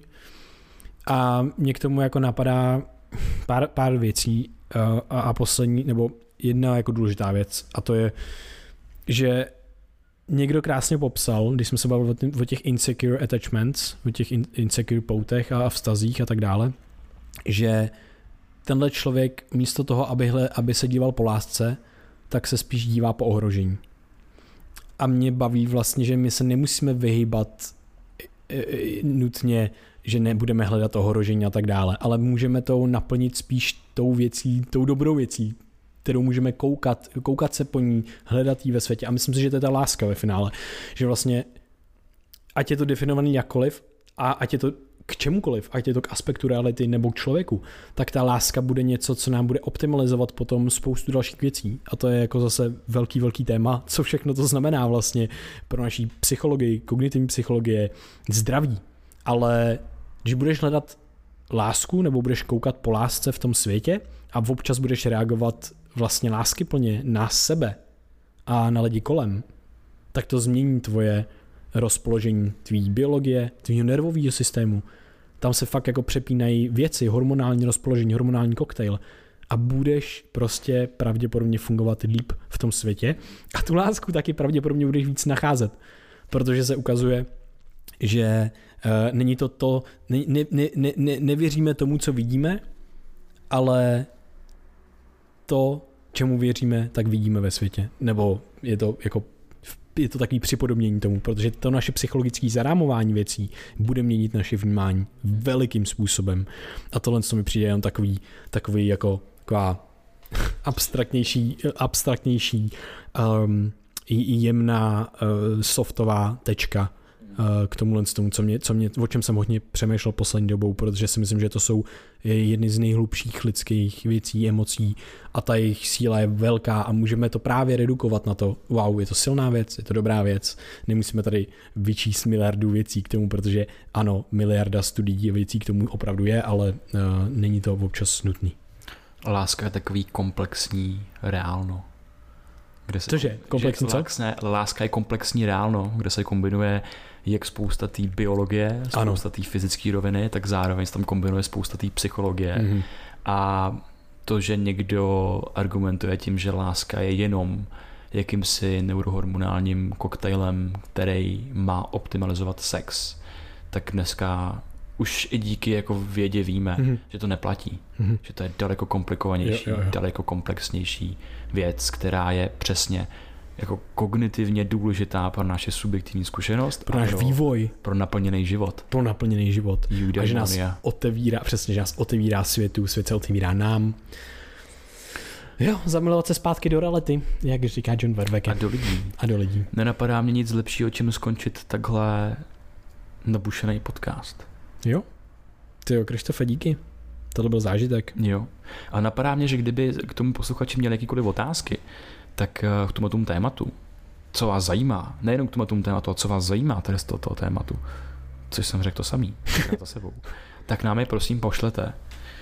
A mě k tomu jako napadá pár, pár věcí a, a poslední, nebo jedna jako důležitá věc, a to je, že někdo krásně popsal, když jsme se bavili o těch insecure attachments, o těch insecure poutech a vztazích a tak dále, že tenhle člověk místo toho, aby, hle, aby se díval po lásce, tak se spíš dívá po ohrožení. A mě baví vlastně, že my se nemusíme vyhýbat nutně, že nebudeme hledat ohrožení a tak dále, ale můžeme to naplnit spíš tou věcí, tou dobrou věcí, kterou můžeme koukat, koukat se po ní, hledat ji ve světě. A myslím si, že to je ta láska ve finále. Že vlastně, ať je to definovaný jakkoliv a ať je to k čemukoliv, ať je to k aspektu reality nebo k člověku, tak ta láska bude něco, co nám bude optimalizovat potom spoustu dalších věcí. A to je jako zase velký, velký téma, co všechno to znamená vlastně pro naší psychologii, kognitivní psychologie, zdraví. Ale když budeš hledat lásku nebo budeš koukat po lásce v tom světě a občas budeš reagovat vlastně láskyplně na sebe a na lidi kolem, tak to změní tvoje rozpoložení tvý biologie, tvýho nervového systému. Tam se fakt jako přepínají věci, hormonální rozpoložení, hormonální koktejl a budeš prostě pravděpodobně fungovat líp v tom světě a tu lásku taky pravděpodobně budeš víc nacházet, protože se ukazuje, že uh, není to to, ne, ne, ne, ne, nevěříme tomu, co vidíme, ale to, čemu věříme, tak vidíme ve světě. Nebo je to jako je to takový připodobnění tomu, protože to naše psychologické zarámování věcí bude měnit naše vnímání velikým způsobem. A tohle co mi přijde jenom takový, takový jako taková abstraktnější, abstraktnější um, jemná uh, softová tečka uh, k tomuhle tomu, co mě, co mě, o čem jsem hodně přemýšlel poslední dobou, protože si myslím, že to jsou jedny z nejhlubších lidských věcí, emocí a ta jejich síla je velká a můžeme to právě redukovat na to, wow, je to silná věc, je to dobrá věc, nemusíme tady vyčíst miliardu věcí k tomu, protože ano, miliarda studií věcí k tomu opravdu je, ale uh, není to občas nutný. Láska je takový komplexní reálno. Kde se, Cože? Komplexní co? Láska, láska je komplexní reálno, kde se kombinuje jak spousta té biologie, spousta té fyzické roviny, tak zároveň se tam kombinuje spousta té psychologie. Mm-hmm. A to, že někdo argumentuje tím, že láska je jenom jakýmsi neurohormonálním koktejlem, který má optimalizovat sex, tak dneska už i díky jako vědě víme, mm-hmm. že to neplatí. Mm-hmm. Že to je daleko komplikovanější, jo, jo, jo. daleko komplexnější věc, která je přesně jako kognitivně důležitá pro naše subjektivní zkušenost. Pro náš pro, vývoj. Pro naplněný život. Pro naplněný život. A že nás otevírá, přesně, že nás otevírá světu, svět se otevírá nám. Jo, zamilovat se zpátky do reality, jak říká John Verweke. A do lidí. A do lidí. Nenapadá mě nic lepšího, čím skončit takhle nabušený podcast. Jo? Tyjo, Krištofe, díky. Tohle byl zážitek. Jo. A napadá mě, že kdyby k tomu posluchači měli jakýkoliv otázky, tak k tomu tomu tématu, co vás zajímá, nejenom k tomu tomu tématu, ale co vás zajímá tady z toho, toho tématu, což jsem řekl to samý, za sebou, tak nám je prosím pošlete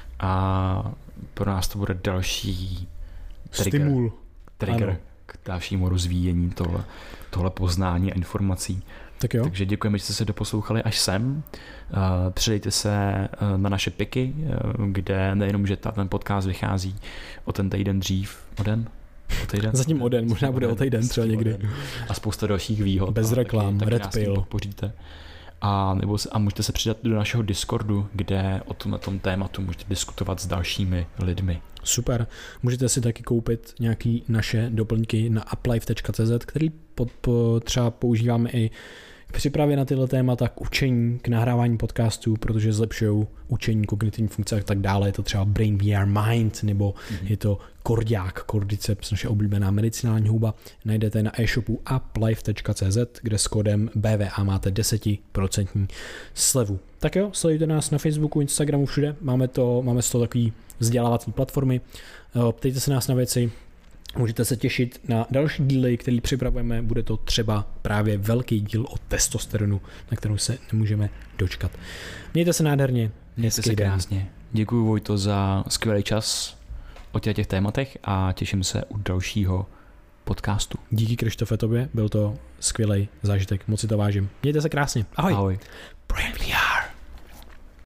a pro nás to bude další trigger, stimul. trigger k dalšímu rozvíjení tohle, tohle poznání a informací. Tak jo. Takže děkujeme, že jste se doposlouchali až sem. Uh, přidejte se uh, na naše piky, uh, kde nejenom, že ten podcast vychází o ten týden dřív, o den? O týden? Zatím o den, možná o bude den, o týden třeba někdy. A spousta dalších výhod. Bez reklám, taky, taky Red Pill. Podpoříte. A, nebo se, a můžete se přidat do našeho Discordu, kde o tom, tom tématu můžete diskutovat s dalšími lidmi. Super. Můžete si taky koupit nějaké naše doplňky na uplife tečka cé zet, který pod, po, třeba používáme i k přípravě na tyhle témata, k učení, k nahrávání podcastů, protože zlepšují učení, kognitivní funkce a tak dále. Je to třeba Brain V R Mind, nebo mm-hmm. je to Kordiák, Cordyceps, naše oblíbená medicinální houba. Najdete na e-shopu uplife tečka cé zet, kde s kódem B V A máte deset procent slevu. Tak jo, sledujte nás na Facebooku, Instagramu, všude. Máme to, máme z toho takový vzdělávací platformy. Ptejte se nás na věci. Můžete se těšit na další díly, který připravujeme. Bude to třeba právě velký díl o testosteronu, na kterou se nemůžeme dočkat. Mějte se nádherně. Mějte se krásně. Děkuji, Vojto, za skvělý čas o těch, těch tématech a těším se u dalšího podcastu. Díky, Krištofe, tobě. Byl to skvělý zážitek. Moc si to vážím. Mějte se krásně. Ahoj. Ahoj. Brain V R.